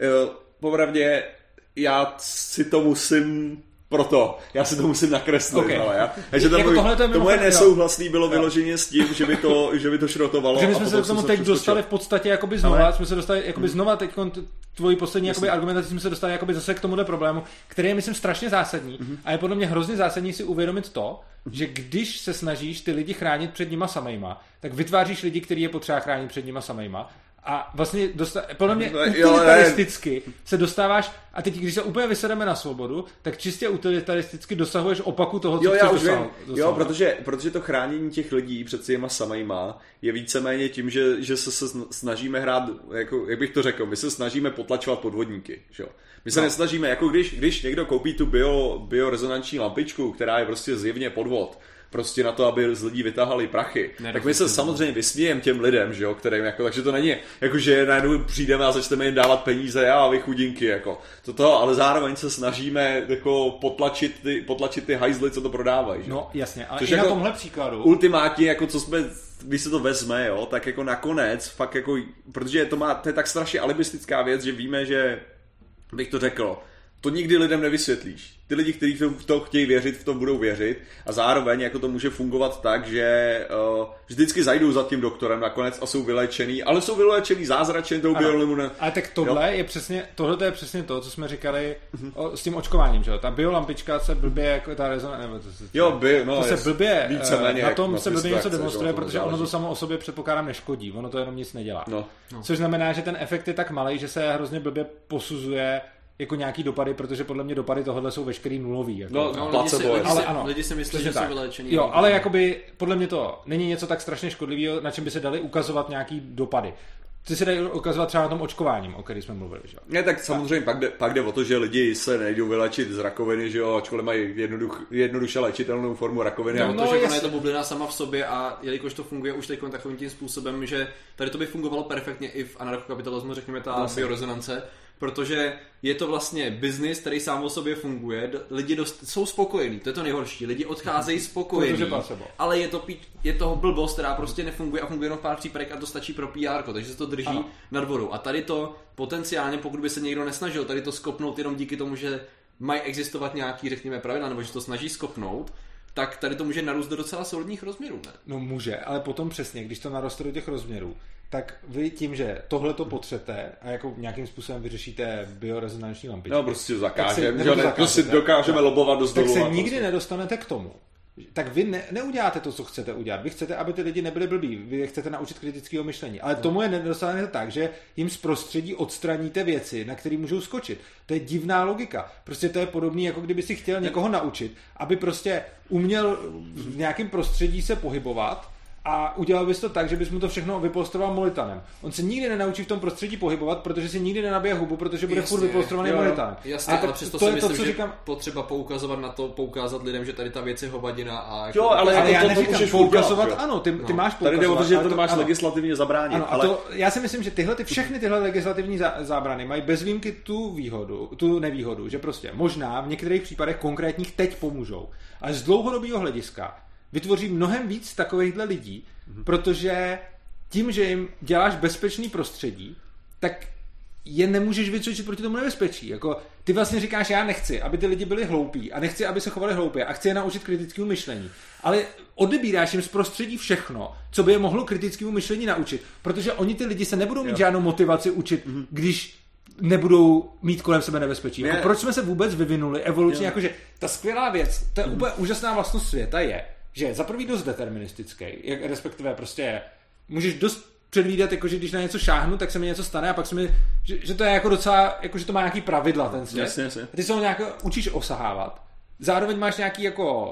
popravdě já si to musím proto, já si to musím nakreslit. Okay. Ale já, takže tam jako tohle to je to moje nesouhlasný bylo vyloženě s tím, že by to, že by to šrotovalo. Že my jsme se k tomu teď dostali v podstatě jakoby znova, ale... jsme se dostali jakoby hmm. znova teď tvoji poslední jakoby argumentaci jsme se dostali jakoby zase k tomuhle problému, který je myslím strašně zásadní mm-hmm. a je podle mě hrozně zásadní si uvědomit to, že když se snažíš ty lidi chránit před nima samejma, tak vytváříš lidi, který je potřeba chránit před nima samejma. A vlastně dosta- podle mě utilitaristicky se dostáváš, a teď když se úplně vysedeme na svobodu, tak čistě utilitaristicky dosahuješ opaku toho, co jo, chceš dosahovat. Jo, protože, protože to chránění těch lidí před těma samejma je víceméně tím, že, že se, se snažíme hrát, jako, jak bych to řekl, my se snažíme potlačovat podvodníky. Že? My se no. nesnažíme, jako když, když někdo koupí tu bio, biorezonanční lampičku, která je prostě zjevně podvod, prostě na to, aby z lidí vytáhali prachy. Ne, tak my se samozřejmě vysmějeme těm lidem, že jo, kterým jako, takže to není jako, že najednou přijdeme a začneme jim dávat peníze a vy chudinky, jako. Toto, ale zároveň se snažíme jako potlačit ty, potlačit ty hajzly, co to prodávají, že? No, jasně, ale což i jako na tomhle příkladu. Ultimátně, jako co jsme, když se to vezme, jo, tak jako nakonec, fakt jako, protože to má, to je tak strašně alibistická věc, že víme, že, bych to řekl, to nikdy lidem nevysvětlíš. Ty lidi, kteří v to chtějí věřit, v tom budou věřit a zároveň jako to může fungovat tak, že uh, vždycky zajdou za tím doktorem nakonec a jsou vyléčený, ale jsou vyléčený zázračně tou biolimunem. Ale tak tohle jo? je přesně, tohle je přesně to, co jsme říkali mm-hmm. o, s tím očkováním, že jo? Ta biolampička se blbě jako ta rezonance, jo, by, no, to se blbě, víceméně, na tom se blbě něco akce, demonstruje, protože ono to samo o sobě předpokládám neškodí, ono to jenom nic nedělá. No. No. Což znamená, že ten efekt je tak malý, že se hrozně blbě posuzuje jako nějaký dopady, protože podle mě dopady tohohle jsou veškerý nulový. Jako. No, no lidi, si, lidi, ale, si, ano, lidi si myslí, že tak. jsou vyléčený. Jo, ale jakoby podle mě to není něco tak strašně škodlivého, na čem by se dali ukazovat nějaký dopady. Ty se dají ukazovat třeba na tom očkováním, o kterém jsme mluvili, že? Ne, tak samozřejmě pak jde, pak jde o to, že lidi se nejdou vylečit z rakoviny, že jo, ačkoliv mají jednoduch, jednoduše léčitelnou formu rakoviny. No, no, protože ona je to bublina sama v sobě a jelikož to funguje už teď takovým tím způsobem, že tady to by fungovalo perfektně i v anarchokapitalismu, řekněme ta no, biorezonance, protože je to vlastně biznis, který sám o sobě funguje, lidi dost, jsou spokojení, to je to nejhorší, lidi odcházejí spokojení, ale je to, je to blbost, která prostě nefunguje a funguje jenom v pár případech a to stačí pro P R, takže se to drží Aha. nad vodou. A tady to potenciálně, pokud by se někdo nesnažil tady to skopnout jenom díky tomu, že mají existovat nějaký, řekněme, pravidla, nebo že to snaží skopnout, tak tady to může narůst do docela solidních rozměrů, ne? No může, ale potom přesně, když to naroste do těch rozměrů, tak vy tím, že tohle to potřete a jako nějakým způsobem vyřešíte biorezonanční lampičky. No prostě zakážeme, že ne, prostě dokážeme tak, lobovat dost Tak se nikdy prostě nedostanete k tomu. Tak vy ne, neuděláte to, co chcete udělat. Vy chcete, aby ty lidi nebyli blbí. Vy je chcete naučit kritického myšlení. Ale tomu je nedostanete tak, že jim z prostředí odstraníte věci, na které můžou skočit. To je divná logika. Prostě to je podobný, jako kdyby si chtěl někoho naučit, aby prostě uměl v nějakém prostředí se pohybovat, a udělal bys to tak, že bys mu to všechno vypolstroval molitanem. On se nikdy nenaučí v tom prostředí pohybovat, protože si nikdy nenabije hubu, protože bude jasně, furt vypolstrovaný molitanem. Jasně, ale přesto si myslím, to, že říkám, potřeba poukazovat na to, poukázat lidem, že tady ta věc je hovadina. A jako jo, ale, ale jako já to, neříkám to poukazovat, udělat, ano, ty, ty no. máš poukazovat. Tady jde o to, že to, to máš ano. legislativně zabránit. Ano, ale... a to, já si myslím, že tyhle, ty, všechny tyhle legislativní zábrany mají bez výjimky tu výhodu, tu nevýhodu, že prostě možná v některých případech konkrétních teď pomůžou. Ale z dlouhodobého hlediska vytvoří mnohem víc takovýchhle lidí, mm-hmm. protože tím, že jim děláš bezpečný prostředí, tak je nemůžeš vycvičit proti tomu nebezpečí. Jako, ty vlastně říkáš, já nechci, aby ty lidi byli hloupí a nechci, aby se chovali hloupě a chci je naučit kritickému myšlení. Ale odebíráš jim z prostředí všechno, co by je mohlo kritickému myšlení naučit, protože oni ty lidi se nebudou mít jo. žádnou motivaci učit, mm-hmm. když nebudou mít kolem sebe nebezpečí. Jako, proč jsme se vůbec vyvinuli evolučně, jakože ta skvělá věc, ta mm-hmm. úplně úžasná vlastnost světa je, že za prvý dost deterministický, jak respektive prostě můžeš dost předvídat, jako, že když na něco šáhnu, tak se mi něco stane a pak se mi, že, že to je jako docela, jako, že to má nějaký pravidla ten svět. Jasně, jasně. A ty se ho nějak učíš osahávat. Zároveň máš nějaký jako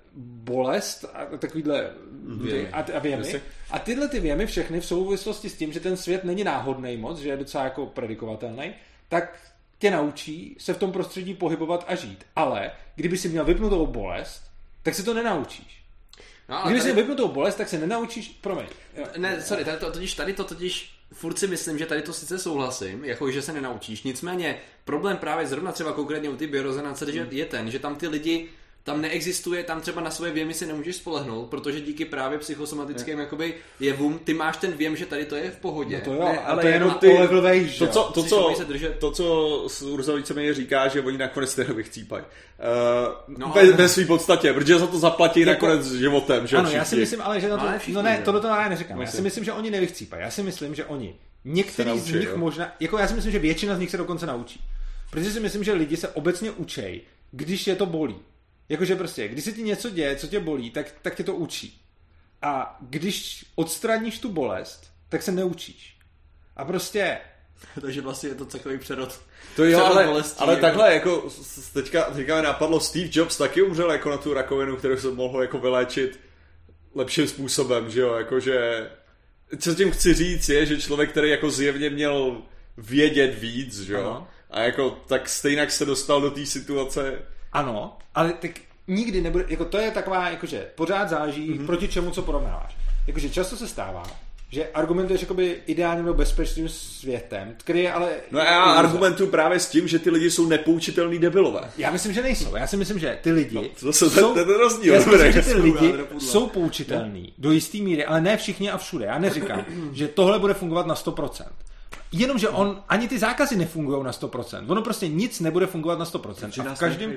bolest a takovýhle věmy. A, a věmy. A tyhle ty věmy všechny v souvislosti s tím, že ten svět není náhodnej moc, že je docela jako predikovatelný, tak tě naučí se v tom prostředí pohybovat a žít. Ale kdyby si měl vypnutou bolest, tak se to nenaučíš. No, kdyby tady... si vypnutou bolest, tak se nenaučíš, promiň. Jo. Ne, sorry, tady to totiž, tady to totiž furt si myslím, že tady to sice souhlasím, jako že se nenaučíš, nicméně problém právě zrovna třeba konkrétně u ty biorezonance hmm. je ten, že tam ty lidi, tam neexistuje, tam třeba na svoje věmy si nemůžeš spolehnout, protože díky právě psychosomatickým ne. jakoby jevům, ty máš ten věm, že tady to je v pohodě. No to jo, ne, ale to je jenom ty, level vejš, to, co, to, co, to, co Urza víceméně říká, že oni nakonec teda vychcípají. Uh, no, ve, ale... ve svý podstatě, protože za to zaplatí jako... nakonec životem. Že ano, všichni. Já si myslím, ale že na to, no, všichni, no ne, tohle to já neříkám. Myslím. Já si myslím, že oni nevychcípají. Já si myslím, že oni, některý naučí, z nich jo. možná, jako já si myslím, že většina z nich se dokonce naučí. Protože si myslím, že lidi se obecně učej, když je to bolí. Jakože prostě, když se ti něco děje, co tě bolí, tak, tak tě to učí. A když odstraníš tu bolest, tak se neučíš. A prostě... Takže vlastně je to takový přerod. To jo, ale, bolestí, ale jako... takhle, jako teďka, teďka mi napadlo, Steve Jobs taky umřel jako na tu rakovinu, kterou se mohl jako vyléčit lepším způsobem, že jo, jakože... Co tím chci říct je, že člověk, který jako zjevně měl vědět víc, že jo, ano. A jako tak stejnak se dostal do té situace... Ano, ale tak nikdy nebude, jako to je taková, jakože pořád záleží mm-hmm. proti čemu, co porovnáváš. Jakože často se stává, že argumentuješ jakoby ideálním nebo bezpečným světem, který je ale... No a já argumentuju právě s tím, že ty lidi jsou nepoučitelný debilové. Já myslím, že nejsou. Já si myslím, že ty lidi no, to jsou... To je ten rozdíl. Já si myslím, že ty lidi jsou poučitelný no. do jistý míry, ale ne všichni a všude. Já neříkám, že tohle bude fungovat na sto procent. Jenomže on, ani ty zákazy nefungují na sto procent. Ono prostě nic nebude fungovat na sto procent. A v každém,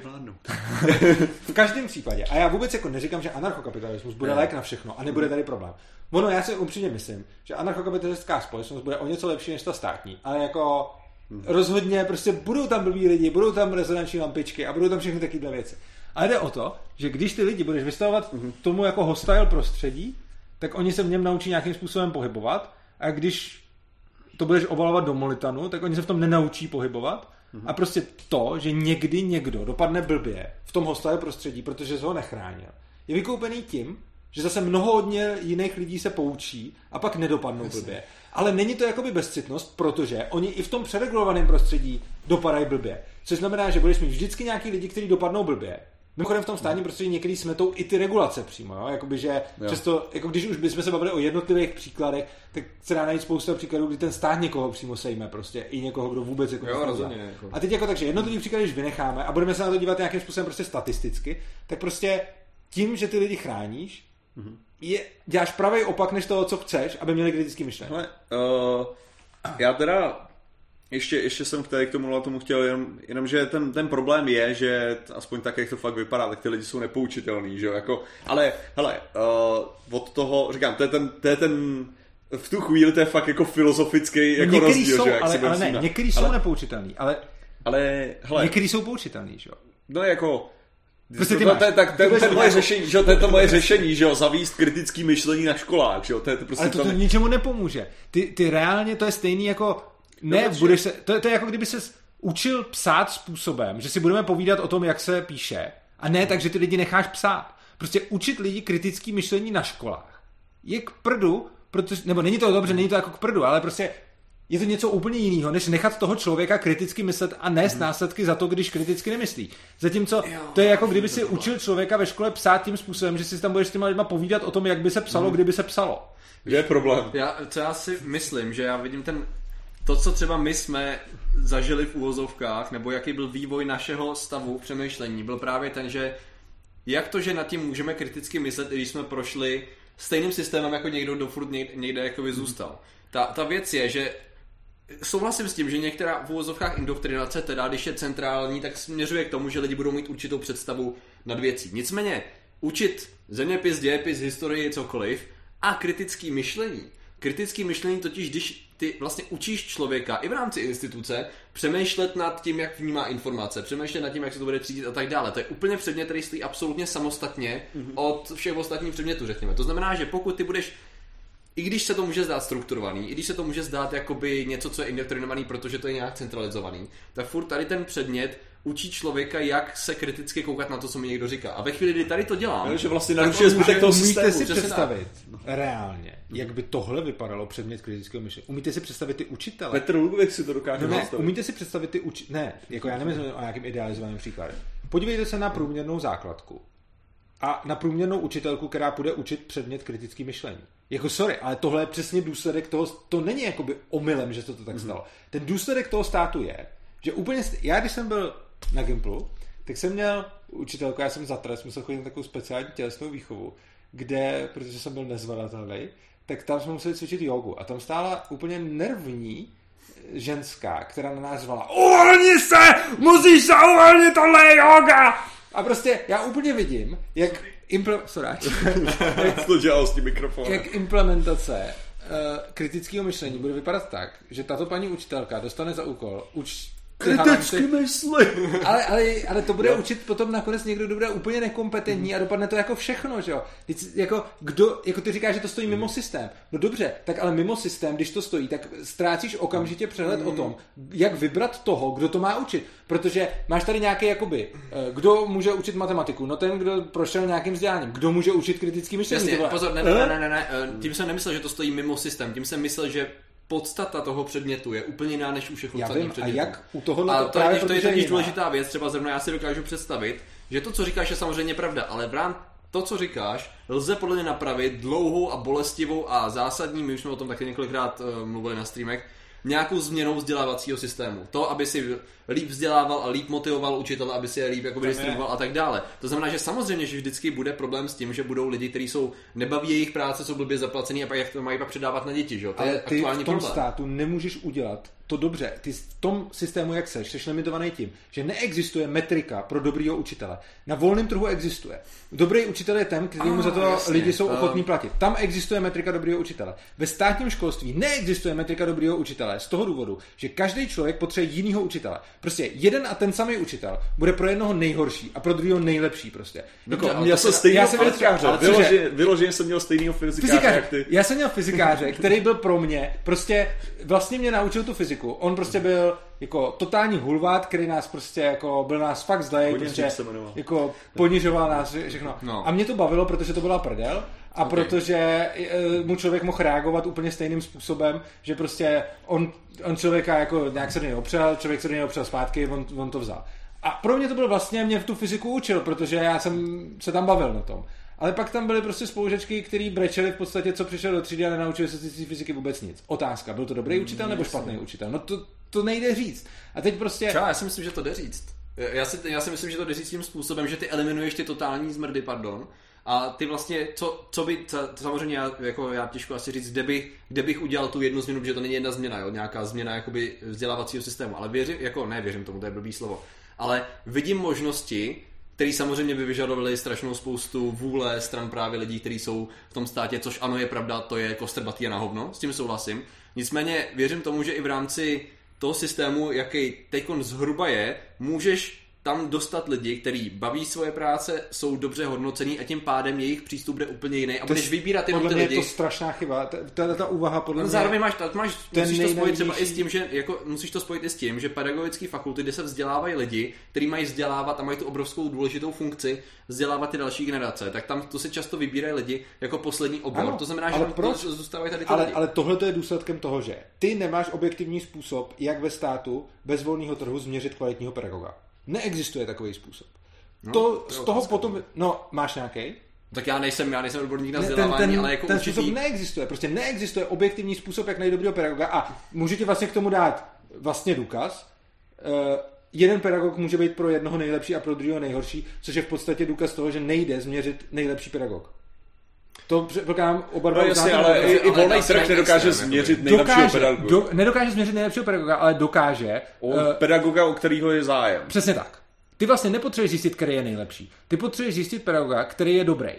v každém případě. A já vůbec jako neříkám, že anarchokapitalismus bude ne. lék na všechno a nebude tady problém. Ono, já si upřímně myslím, že anarchokapitalistická společnost bude o něco lepší než ta státní. Ale jako hmm. rozhodně prostě budou tam blbý lidi, budou tam rezonanční lampičky a budou tam všechny takovéhle věci. Ale jde o to, že když ty lidi budeš vystavovat hmm. tomu jako hostile prostředí, tak oni se v něm naučí nějakým způsobem pohybovat a když to budeš obalovat do molitanu, tak oni se v tom nenaučí pohybovat. Mm-hmm. A prostě to, že někdy někdo dopadne blbě v tom hostile prostředí, protože se ho nechránil, je vykoupený tím, že zase mnoho hodně jiných lidí se poučí a pak nedopadnou blbě. Ale není to jakoby bezcitnost, protože oni i v tom přeregulovaném prostředí dopadají blbě. Což znamená, že budeš mít vždycky nějaký lidi, kteří dopadnou blbě. Mimochodem v tom státním prostředí někdy smetou i ty regulace přímo, jo? Jakoby, že jo. Často, jako když už bychom se bavili o jednotlivých příkladech, tak se dá najít spousta příkladů, kdy ten stát někoho přímo sejme prostě, i někoho, kdo vůbec jako jo, rozumně, jako. A teď jako takže jednotlivý příklady, když vynecháme a budeme se na to dívat nějakým způsobem prostě statisticky, tak prostě tím, že ty lidi chráníš, mm-hmm. je, děláš pravý opak než toho, co chceš, aby měli kritický myšlení. Hele, uh, já teda Ještě, ještě jsem k tomu, tomu chtěl jenom, jenom že ten, ten problém je, že aspoň tak, jak to fakt vypadá, tak ty lidi jsou nepoučitelný, že jo, jako, ale hele, uh, od toho, říkám, to je ten, to je ten, v tu chvíli to je fakt jako filozofický jako některý rozdíl, jsou, že jak ale, se ale ne, některý jsou nepoučitelný, ale, ale hele, některý jsou poučitelný, že jo. No jako, prostě ty to, máš, to, tak ten, ten moje řešení, že jo, to je to moje řešení, že jo, zavíst kritický myšlení na školách, že jo, to je to prostě. Ale to, to tam... ničemu nepomůže. Ty, ty reálně to je stejný jako ne, no, budeš se, to, to je jako kdyby ses učil psát způsobem, že si budeme povídat o tom, jak se píše, a ne tak, že ty lidi necháš psát. Prostě učit lidi kritický myšlení na školách je k prdu, protože, nebo není to dobře, není to jako k prdu, ale prostě je to něco úplně jiného, než nechat toho člověka kriticky myslet a nést hmm. následky za to, když kriticky nemyslí. Zatímco to je jako kdyby si učil člověka ve škole psát tím způsobem, že si tam budeš s těma lidma povídat o tom, jak by se psalo, hmm. kdyby se psalo. Že je problém. Já, co já si myslím, že já vidím ten to, co třeba my jsme zažili v úvozovkách, nebo jaký byl vývoj našeho stavu přemýšlení, byl právě ten, že jak to, že nad tím můžeme kriticky myslet, když jsme prošli stejným systémem, jako někdo dofurt někde jakoby zůstal. Ta, ta věc je, že souhlasím s tím, že některá v úvozovkách indoktrinace, teda když je centrální, tak směřuje k tomu, že lidi budou mít určitou představu nad věcí. Nicméně učit zeměpis, dějepis, historii, cokoliv a kritický myšlení. Kritický myšlení totiž, když ty vlastně učíš člověka i v rámci instituce přemýšlet nad tím, jak vnímá informace, přemýšlet nad tím, jak se to bude třídit a tak dále. To je úplně předmět, který stojí absolutně samostatně mm-hmm. od všech ostatních předmětů, řekněme. To znamená, že pokud ty budeš, i když se to může zdát strukturovaný, i když se to může zdát jakoby něco, co je indoktrinovaný, protože to je nějak centralizovaný, tak furt tady ten předmět učí člověka, jak se kriticky koukat na to, co mi někdo říká. A ve chvíli, kdy tady to dělám, no, že vlastně narušuje zbytek toho systému. Umíte si představit reálně, jak by tohle vypadalo předmět kritického myšlení? Umíte si představit ty učitele? Petr Ludvík si to dokáže no, ne, umíte si představit ty učitele? Ne, jako já nemyslím o nějakým idealizovaném příkladem. Podívejte se na průměrnou základku a na průměrnou učitelku, která bude učit předmět kritický myšlení. Jako sorry, ale tohle je přesně důsledek toho, to není jakoby omylem, že se to tak stalo. Mm-hmm. Ten důsledek toho státu je, že úplně, já když jsem byl na Gimplu, tak jsem měl učitelku, já jsem za trest, musel chodit na takovou speciální tělesnou výchovu, kde, protože jsem byl nezvladatelný, tak tam jsme museli cvičit jogu a tam stála úplně nervní ženská, která na nás zvala uvolni se, musíš se uvolnit, tohle je yoga! A prostě já úplně vidím, jak, impl- Sorry, jak, to dělal s tím mikrofonem. jak implementace uh, kritického myšlení bude vypadat tak, že tato paní učitelka dostane za úkol uč kriticky mysli. Ale, ale, ale to bude jo. učit potom nakonec někdo, kdo bude úplně nekompetentní mm. a dopadne to jako všechno, že jo. Jako, kdo, jako ty říkáš, že to stojí mimo systém. No dobře, tak ale mimo systém, když to stojí, tak ztrácíš okamžitě přehled mm. o tom, jak vybrat toho, kdo to má učit. Protože máš tady nějaký jakoby, kdo může učit matematiku? No ten, kdo prošel nějakým vzděláním. Kdo může učit kritický myšlení? Jasně, pozor, ne, ne, ne, ne, ne, tím jsem nemyslel, že to stojí mimo systém, tím jsem myslel, že podstata toho předmětu je úplně jiná než u všech ostatních předmětů. A jak u tohohle to, to je, to je totiž důležitá věc, třeba zrovna já si dokážu představit, že to, co říkáš, je samozřejmě pravda, ale v rám to, co říkáš, lze podle mě napravit dlouhou a bolestivou a zásadní, my už jsme o tom taky několikrát uh, mluvili na streamech, nějakou změnou vzdělávacího systému. To, aby si líp vzdělával a líp motivoval učitele, aby si je líp jakoby distribuoval a tak dále. To znamená, že samozřejmě, že vždycky bude problém s tím, že budou lidi, kteří jsou nebaví jejich práce, jsou blbě zaplacený a pak jak to mají pak předávat na děti, že jo? To ale je ty aktuální v tom problém. státu nemůžeš udělat to dobře. Ty v tom systému, jak seš, jsi limitovaný tím, že neexistuje metrika pro dobrýho učitele. Na volném trhu existuje. Dobrý učitel je ten, kterému za to jasně, lidi jsou ochotní platit. Tam existuje metrika dobrýho učitele. Ve státním školství neexistuje metrika dobrýho učitele z toho důvodu, že každý člověk potřebuje jinýho učitele. Prostě jeden a ten samý učitel bude pro jednoho nejhorší a pro druhého nejlepší prostě. Jako, no, měl jsem stejného fyzikáře. Vyloženě, vyloženě jsem měl stejného fyzikáře, fyzikáře jak ty. Já jsem měl fyzikáře, který byl pro mě, prostě vlastně mě naučil tu fyziku. On prostě byl jako totální hulvát, který nás prostě jako byl nás fakt zlej, protože jako ponižoval nás všechno. No. A mě to bavilo, protože to byla prdel. A okay. protože mu člověk mohl reagovat úplně stejným způsobem, že prostě on, on člověka jako nějak se do něj opřel, člověk se do něj opřel zpátky, on, on to vzal. A pro mě to bylo vlastně, mě v tu fyziku učil, protože já jsem se tam bavil na tom. Ale pak tam byly prostě spolužečky, který brečeli v podstatě, co přišel do třídy a nenaučili se z fyziky vůbec nic. Otázka, byl to dobrý učitel nebo špatný učitel? No to, to nejde říct. A teď prostě... Čo, já si myslím, že to jde říct. Já si, já si myslím, že to jde říct tím způsobem, že ty eliminuješ ty totální zmrdy, pardon. A ty vlastně, co, co by, to, samozřejmě já, jako já těžko asi říct, kde, by, kde bych udělal tu jednu změnu, protože to není jedna změna, jo, nějaká změna jakoby vzdělávacího systému, ale věřím, jako ne věřím tomu, to je blbý slovo, ale vidím možnosti, které samozřejmě by vyžadovaly strašnou spoustu vůle stran právě lidí, kteří jsou v tom státě, což ano je pravda, to je kostrbatý a na hovno, s tím souhlasím. Nicméně věřím tomu, že i v rámci toho systému, jaký teďkon zhruba je, můžeš tam dostat lidi, kteří baví svoje práce, jsou dobře hodnocení a tím pádem jejich přístup bude úplně jiný. A budeš vybírat jenom ty lidi. Podle mě je to strašná chyba. Ta, ta úvaha podle no, mě... Zároveň máš, máš musíš to spojit třeba i s tím, že jako, musíš to spojit i s tím, že pedagogické fakulty, kde se vzdělávají lidi, kteří mají vzdělávat a mají tu obrovskou důležitou funkci vzdělávat ty další generace, tak tam to se často vybírají lidi jako poslední obor. Ano, to znamená, že proč? Zůstávají tady ty ale, lidi. Ale tohle to je důsledkem toho, že ty nemáš objektivní způsob, jak ve státu bez volného trhu změřit kvalitního pedagoga. Neexistuje takový způsob. No, to z toho potom... No, máš nějaký? Tak já nejsem, já nejsem odborník na vzdělávání, ten, ten, ale jako ten určitý... způsob neexistuje. Prostě neexistuje objektivní způsob, jak najít dobrýho pedagoga a můžu ti vlastně k tomu dát vlastně důkaz. Uh, jeden pedagog může být pro jednoho nejlepší a pro druhého nejhorší, což je v podstatě důkaz toho, že nejde změřit nejlepší pedagog. To předpokládám oba dva. No jasně, ale i, i volný trh nedokáže změřit nejlepšího dokáže, pedagoga. Do, nedokáže změřit nejlepšího pedagoga, ale dokáže... O uh, pedagoga, o kterého je zájem. Přesně tak. Ty vlastně nepotřebuješ zjistit, který je nejlepší. Ty potřebuješ zjistit pedagoga, který je dobrý.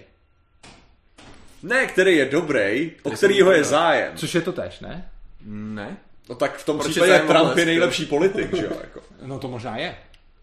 Ne, který je dobrý, o kterýho je zájem. Což je to též, ne? Ne. No tak v tom Proč případě Trump je nejlepší politik, že jo? Jako. No to možná je.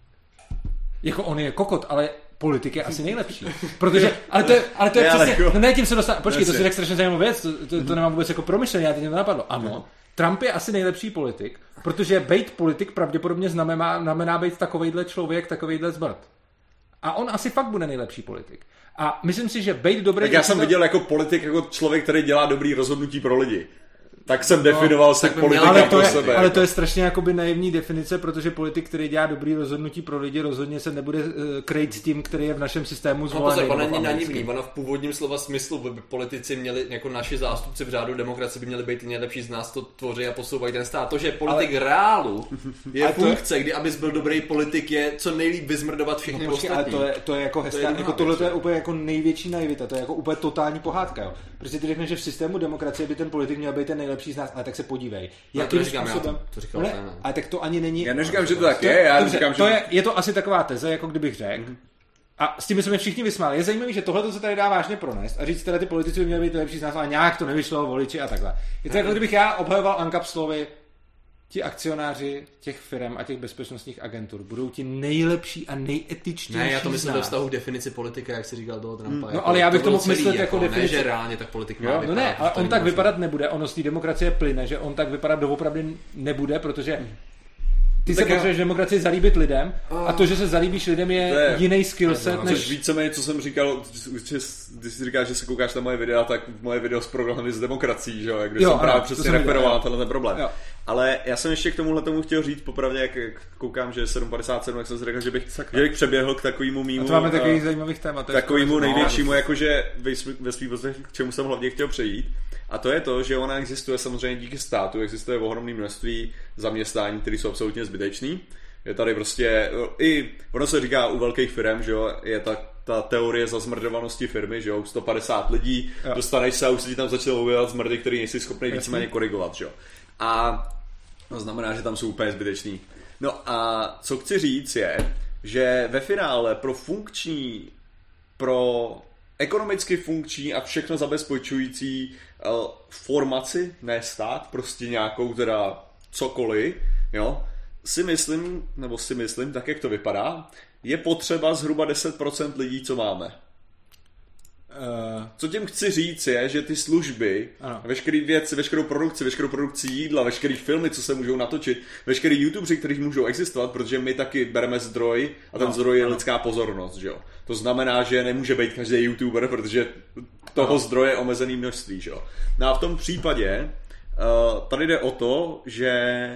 Jako on je kokot, ale politik je asi nejlepší. Protože, ale to je, ale to je ne, přesně, jako, no ne, tím se dostane, počkej, to si tak strašně zajímavou věc, to, to, to nemám vůbec jako promyšlený, já teď mě to napadlo. Ano, Trump je asi nejlepší politik, protože být politik pravděpodobně znamená, znamená být takovejhle člověk, takovejhle zbrt. A on asi fakt bude nejlepší politik. A myslím si, že být dobrý... Tak já jsem viděl jako politik, jako člověk, který dělá dobrý rozhodnutí pro lidi. Tak jsem definoval no, se politika pro sebe. Ale to je strašně jakoby naivní definice, protože politik, který dělá dobrý rozhodnutí pro lidi, rozhodně se nebude uh, krejt s tím, který je v našem systému zvolený. No pozor, ono není naivný, ono v původním slova smyslu by politici měli, jako naši zástupci v řádu demokracie by měli být nejlepší z nás, to tvoří a posouvají ten stát. To, že politik ale... reálu je funkce, je... kdy abys byl dobrý politik, je co nejlíp vyzmrdovat všechny no, ostatní. Ale to je, to je jako hezká, to je jako tohle je úplně jako největší naivita, to je jako úplně totální pohádka, jo. Protože ty řekneš, že v systému demokracie by ten politik měl být ten nejlepší z nás, ale tak se podívej. Jakým no, způsobem? Já, to říkal ne, ale tak to ani není. Já neříkám, že to tak je, já dobře, říkám, to že je, je to asi taková teze, jako kdybych řekl. Mm-hmm. A s tím bychom všichni vysmáli. Je zajímavé, že tohle se tady dá vážně pronést a říct, teda ty politici by měli být lepší z nás, ale nějak to nevyšlo, voliči a takhle. Je to jako kdybych já obhajoval ANCAP slovy, ti akcionáři těch firm a těch bezpečnostních agentur budou ti nejlepší a nejetičtější. Ne, já to myslím ve vztahu k definici politika, jak jsi říkal do Trumpa. Hmm, no ale já bych to mohl myslet jako, jako definici. Ne, že reálně tak politik má vypadat. No ne, ale on tak vypadat nebude, ono z té demokracie plyne, že on tak vypadat doopravdy nebude, protože ty se potřebuješ demokracii zalíbit lidem a to, že se zalíbíš lidem, je, je jiný skillset než... Což víceméně, co jsem říkal, když si říkáš, že se koukáš na moje videa, tak moje video s programy s demokracií, že jo, kde jo, jsem ano, právě přesně referoval na tenhle ten problém. Jo. Ale já jsem ještě k tomuhle tomu chtěl říct, popravdě, jak koukám, že sedm padesát sedm, jak jsem si řekl, že bych, že bych přeběhl k takovému mýmu... A to máme takových zajímavých témat. Takovému největšímu, jakože ve svých postech, k čemu jsem hlavně chtěl přejít. A to je to, že ona existuje samozřejmě díky státu, existuje ohromné množství zaměstnání, které jsou absolutně zbytečný. Je tady prostě, i ono se říká u velkých firm, že jo, je ta, ta teorie zazmrdovanosti firmy, že jo, sto padesát lidí, jo. Dostaneš se a už se ti tam začnou objevovat zmrdy, který nejsi schopný víceméně korigovat, že jo. A to znamená, že tam jsou úplně zbytečný. No a co chci říct je, že ve finále pro funkční, pro ekonomicky funkční a všechno zabezpečující uh, formaci, ne stát, prostě nějakou teda cokoliv, jo, si myslím, nebo si myslím, tak jak to vypadá, je potřeba zhruba deset procent lidí, co máme. Uh, Co tím chci říct je, že ty služby, veškerý věci, veškerou produkci, veškerou produkci jídla, veškerý filmy, co se můžou natočit, veškerý YouTubeři, kteří můžou existovat, protože my taky bereme zdroj a ten no, zdroj je ano. lidská pozornost, že jo. To znamená, že nemůže být každý YouTuber, protože toho ano. zdroje je omezený množství, že jo. No a v tom případě uh, tady jde o to, že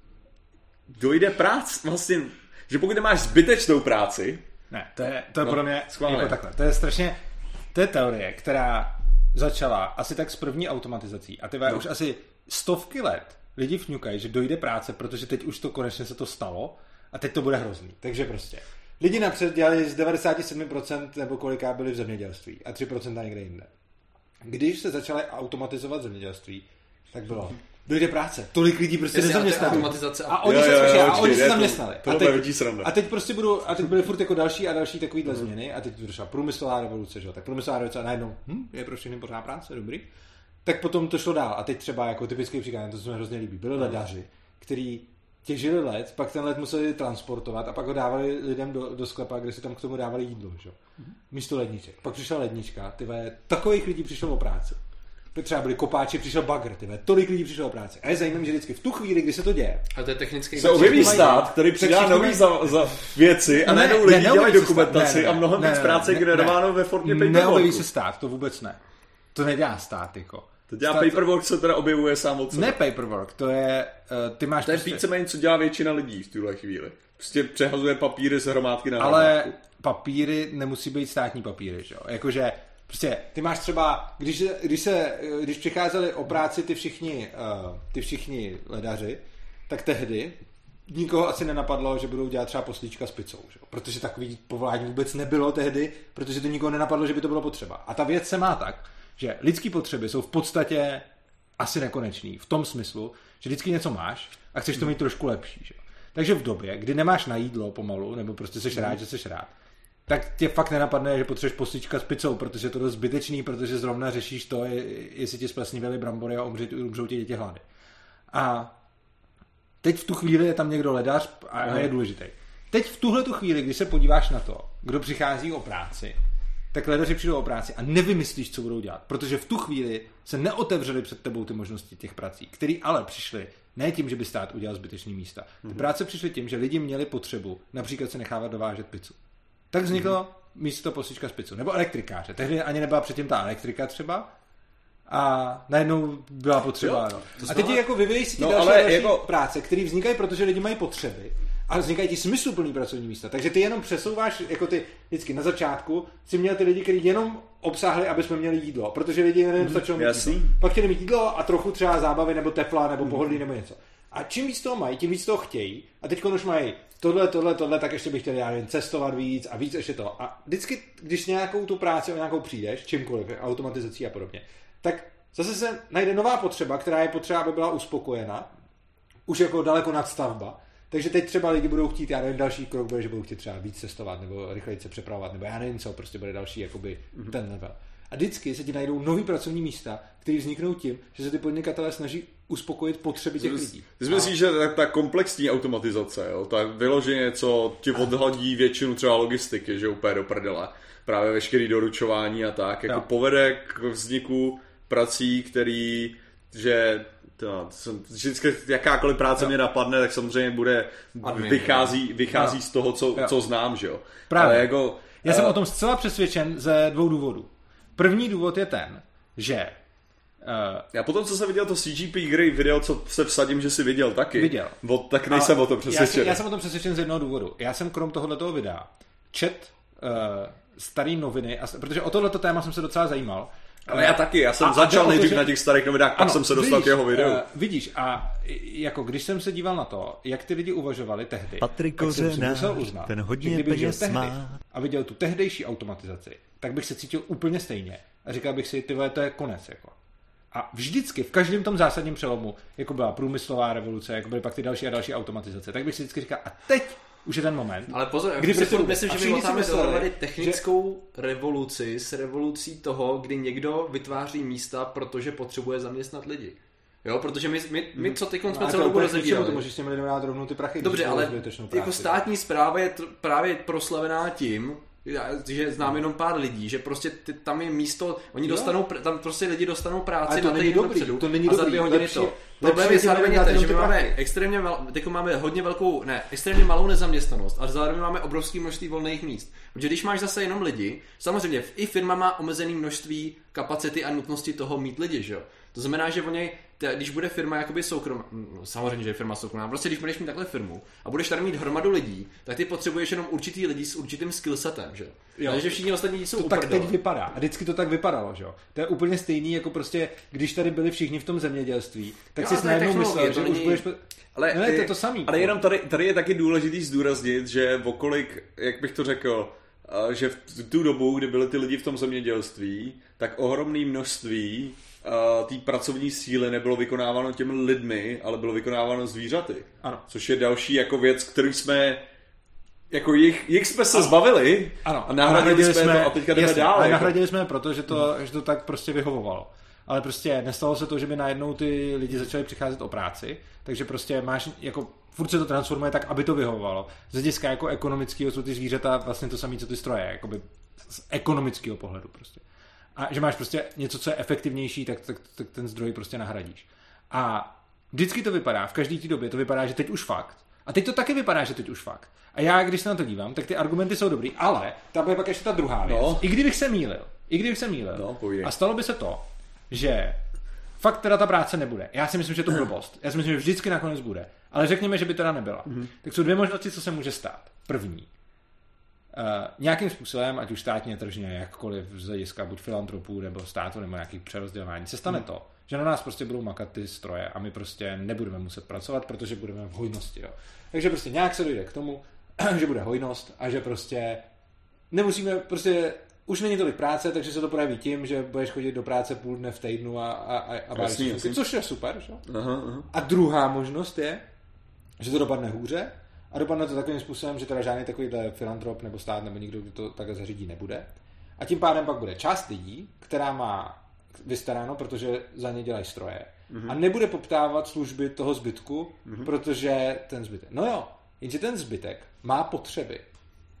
dojde práce, vlastně, že pokud nemáš zbytečnou práci... Ne, to je, to je no, pro mě jako takhle, to je strašně... To je teorie, která začala asi tak s první automatizací a ty no. už asi stovky let lidi fňukají, že dojde práce, protože teď už to konečně se to stalo a teď to bude hrozný. Takže prostě lidi napřed dělali z devadesát sedm procent nebo koliká byli v zemědělství a tři procenta někde jinde. Když se začaly automatizovat zemědělství, tak bylo... Dojde práce. Tolik lidí prostě nezaměstnali. A oni jo, se, jo, jo, a oni se zaměstnali. To, a, teď, a teď prostě budou, a teď byly furt jako další a další takovýhle mm. změny a teď došla průmyslová revoluce, že jo. Tak průmyslová revoluce a najednou, hm, je pro všechny pořád práce, dobrý. Tak potom to šlo dál a teď třeba jako typický příklad, to se mi hrozně líbí, byli ledaři, kteří těžili led, pak ten led museli transportovat a pak ho dávali lidem do, do sklepa, kde si tam k tomu dávali jídlo, že jo. Místo ledniček. Pak přišla lednička, tyhle, takových lidí přišlo o práci. Třeba byli kopáči, přišel bagr, tyhle. Tolik lidí přišlo o práci. A je zajímavé, že vždycky v tu chvíli, kdy se to děje. A to je technicky... Se objeví stát, který přidá nový za, za věci a ne, najednou lidi dělají dokumentaci ne, ne, a mnohem víc práce je generováno ve formě paperworku. Neobjeví se stát, to vůbec ne. To nedělá stát, jako. To dělá stát, paperwork, co teda objevuje sám od sebe. Ne paperwork, to je... Uh, ty máš to je prostě... víceméně, co dělá většina lidí v tuhle chvíli. Prostě přehazuje papíry z hromádky na hromádku. Ale hromádku. Papíry nemusí být státní papíry, že jo? Jakože... Prostě, ty máš třeba, když, když, se, když přicházeli o práci ty všichni, uh, ty všichni ledaři, tak tehdy nikoho asi nenapadlo, že budou dělat třeba poslíčka s pizzou, že? Protože takový povolání vůbec nebylo tehdy, protože to nikoho nenapadlo, že by to bylo potřeba. A ta věc se má tak, že lidský potřeby jsou v podstatě asi nekonečný, v tom smyslu, že vždycky něco máš a chceš to mít trošku lepší. Že? Takže v době, kdy nemáš na jídlo pomalu, nebo prostě seš rád, že seš rád, tak tě fakt nenapadne, že potřebuješ poslíčka s pizzou, protože je to dost zbytečný, protože zrovna řešíš to, jestli ti splesnivěly brambory a umřou, umřou ti děti hlady. A teď v tu chvíli je tam někdo ledař a je důležitý. Teď v tuhle tu chvíli, když se podíváš na to, kdo přichází o práci, tak lédaři přijdou o práci a nevymyslíš, co budou dělat, protože v tu chvíli se neotevřely před tebou ty možnosti těch prací, které ale přišly ne tím, že by stát udělal zbytečný místa. Ty mm-hmm. práce přišly tím, že lidi měli potřebu například se nechávat dovážet pizzu. Tak vzniklo mm-hmm. místo postička z pizzu. Nebo elektrikáře. Tehdy ani nebyla předtím ta elektrika třeba. A najednou byla potřeba. Jo, no. A teď je jako vyvíjí si ty no, další, další jako... práce, které vznikají, protože lidi mají potřeby. Ale vznikají ti smysluplný pracovní místa. Takže ty jenom přesouváš, jako ty vždycky na začátku, si měl ty lidi, kteří jenom obsáhli, aby jsme měli jídlo. Protože lidi jenom stačilo mít jídlo. Pak chtěli mít jídlo a trochu třeba zábavy, nebo tepla, nebo pohodlí, nebo něco. A čím víc toho mají, tím víc toho chtějí. A teď už mají tohle, tohle, tohle, tak ještě bych chtěl já jen cestovat víc a víc ještě to. A vždycky, když nějakou tu práci o nějakou přijdeš, čímkoliv, automatizací a podobně, tak zase se najde nová potřeba, která je potřeba, aby byla uspokojena. Už jako daleko nadstavba. Takže teď třeba lidi budou chtít, já nevím, další krok bude, že budou chtít třeba víc cestovat, nebo rychleji se přepravovat, nebo já nevím co, prostě bude další jakoby mm-hmm. ten level. A vždycky se ti najdou nový pracovní místa, které vzniknou tím, že se ty podnikatelé snaží uspokojit potřeby těch lidí. Ty si myslíš, že ta, ta komplexní automatizace, jo, ta vyloženě, co ti odhladí většinu třeba logistiky, že úplně do prdele, právě veškerý doručování a tak, jako jo. povede k vzniku prací, který, že to, vždycky jakákoliv práce jo. mě napadne, tak samozřejmě bude, Admin, vychází, vychází z toho, co, co znám, že jo. Právě. Ale jako, Já uh, jsem o tom zcela přesvědčen ze dvou důvodů. První důvod je ten, že Uh, já potom, co jsem viděl to C G P Grey video, co se vsadím, že si viděl taky, viděl. O, tak nejsem o tom přesvědčen. Já jsem, já jsem o tom přesvědčen z jednoho důvodu. Já jsem krom tohoto videa čet uh, starý noviny, a, protože o tohleto téma jsem se docela zajímal. Ale já taky, já jsem a, začal nejdřív že... na těch starých novinách, pak ano, jsem se dostal vidíš, k jeho videu. Uh, vidíš, a jako když jsem se díval na to, jak ty lidi uvažovali tehdy, Patrik tak jsem si musel uznat, ten hodně že kdybych žil tehdy má. a viděl tu tehdejší automatizaci, tak bych se cítil úplně stejně. A říkal bych si, ty vole, to je konec, jako. A vždycky, v každém tom zásadním přelomu, jako byla průmyslová revoluce, jako byly pak ty další a další automatizace, tak bych si vždycky říkal, a teď už je ten moment. Ale pozor, kdy si furt myslím, že my máme dohromady technickou že... revoluci s revolucí toho, kdy někdo vytváří místa, protože potřebuje zaměstnat lidi. Jo, protože my, my, my co teď jsme no, celou dobu rozebírali. To můžeš s těmi lidmi dát rovnou ty prachy. Dobře, ale jako státní správa je t- právě proslavená tím, že znám jenom pár lidí, že prostě ty, tam je místo, oni dostanou, tam prostě lidi dostanou práci na týden dopředu to není a za dvě hodiny lepší, to. Problém je zároveň ten, že my máme extrémně mal, teď máme hodně velkou, ne, extrémně malou nezaměstnanost, ale zároveň máme obrovské množství volných míst. Protože když máš zase jenom lidi, samozřejmě i firma má omezené množství kapacity a nutnosti toho mít lidi, že jo. To znamená, že oni, když bude firma jakoby soukromá, no, samozřejmě, že je firma soukromá, prostě když budeš mít takhle firmu a budeš tady mít hromadu lidí, tak ty potřebuješ jenom určitý lidi s určitým skillsetem, že jo. Takže všichni ostatní jsou to tak teď vypadá. A vždycky to tak vypadalo, že jo. To je úplně stejný, jako prostě, když tady byli všichni v tom zemědělství, tak jo, si najednou myslel, že není... už budeš... Ale, ne, to je to samý. Ale jenom tady, tady je taky důležitý zdůraznit, že okolik, jak bych to řekl, že v tu dobu, kdy byli ty lidi v tom zemědělství, tak ohromné množství Uh, té pracovní síly nebylo vykonáváno těmi lidmi, ale bylo vykonáváno zvířaty. Ano. Což je další jako věc, který jsme jako jich, jich jsme se ano. zbavili ano. a nahradili jsme, jsme to a teďka jdeme dál. A nahradili jsme proto, že to, hmm. že to tak prostě vyhovovalo. Ale prostě nestalo se to, že by najednou ty lidi začali přicházet o práci, takže prostě máš jako furt se to transformuje tak, aby to vyhovovalo. Z hlediska jako ekonomického jsou ty zvířata vlastně to samé, co ty stroje, jakoby z ekonomického pohledu prostě. A že máš prostě něco, co je efektivnější, tak, tak, tak ten zdroj prostě nahradíš. A vždycky to vypadá, v každé té době to vypadá, že teď už fakt. A teď to taky vypadá, že teď už fakt. A já, když se na to dívám, tak ty argumenty jsou dobrý, ale tam je pak ještě ta druhá věc. No. I kdybych se mýlil, i kdybych se mýlil. No, a stalo by se to, že fakt teda ta práce nebude. Já si myslím, že to je blbost. Já si myslím, že vždycky nakonec bude. Ale řekněme, že by teda nebyla. Mm-hmm. Tak jsou dvě možnosti, co se může stát. První. Uh, nějakým způsobem, ať už státně, tržně, jakkoliv z hlediska buď filantropů nebo státu nebo nějakých přerozdělování, se stane hmm. to, že na nás prostě budou makat ty stroje a my prostě nebudeme muset pracovat, protože budeme v hojnosti. Jo. Takže prostě nějak se dojde k tomu, že bude hojnost a že prostě nemusíme, prostě už není tolik práce, takže se to projeví tím, že budeš chodit do práce půl dne v týdnu a, a, a, a jasný, jasný. Což je super. Že? Aha, aha. A druhá možnost je, že to dopadne hůře. A dopadne to takovým způsobem, že teda žádný takovýhle filantrop nebo stát nebo nikdo, kdo to takhle zařídí, nebude. A tím pádem pak bude část lidí, která má vystaráno, protože za ně dělají stroje. Mm-hmm. A nebude poptávat služby toho zbytku, mm-hmm. protože ten zbytek. No jo, jenže ten zbytek má potřeby.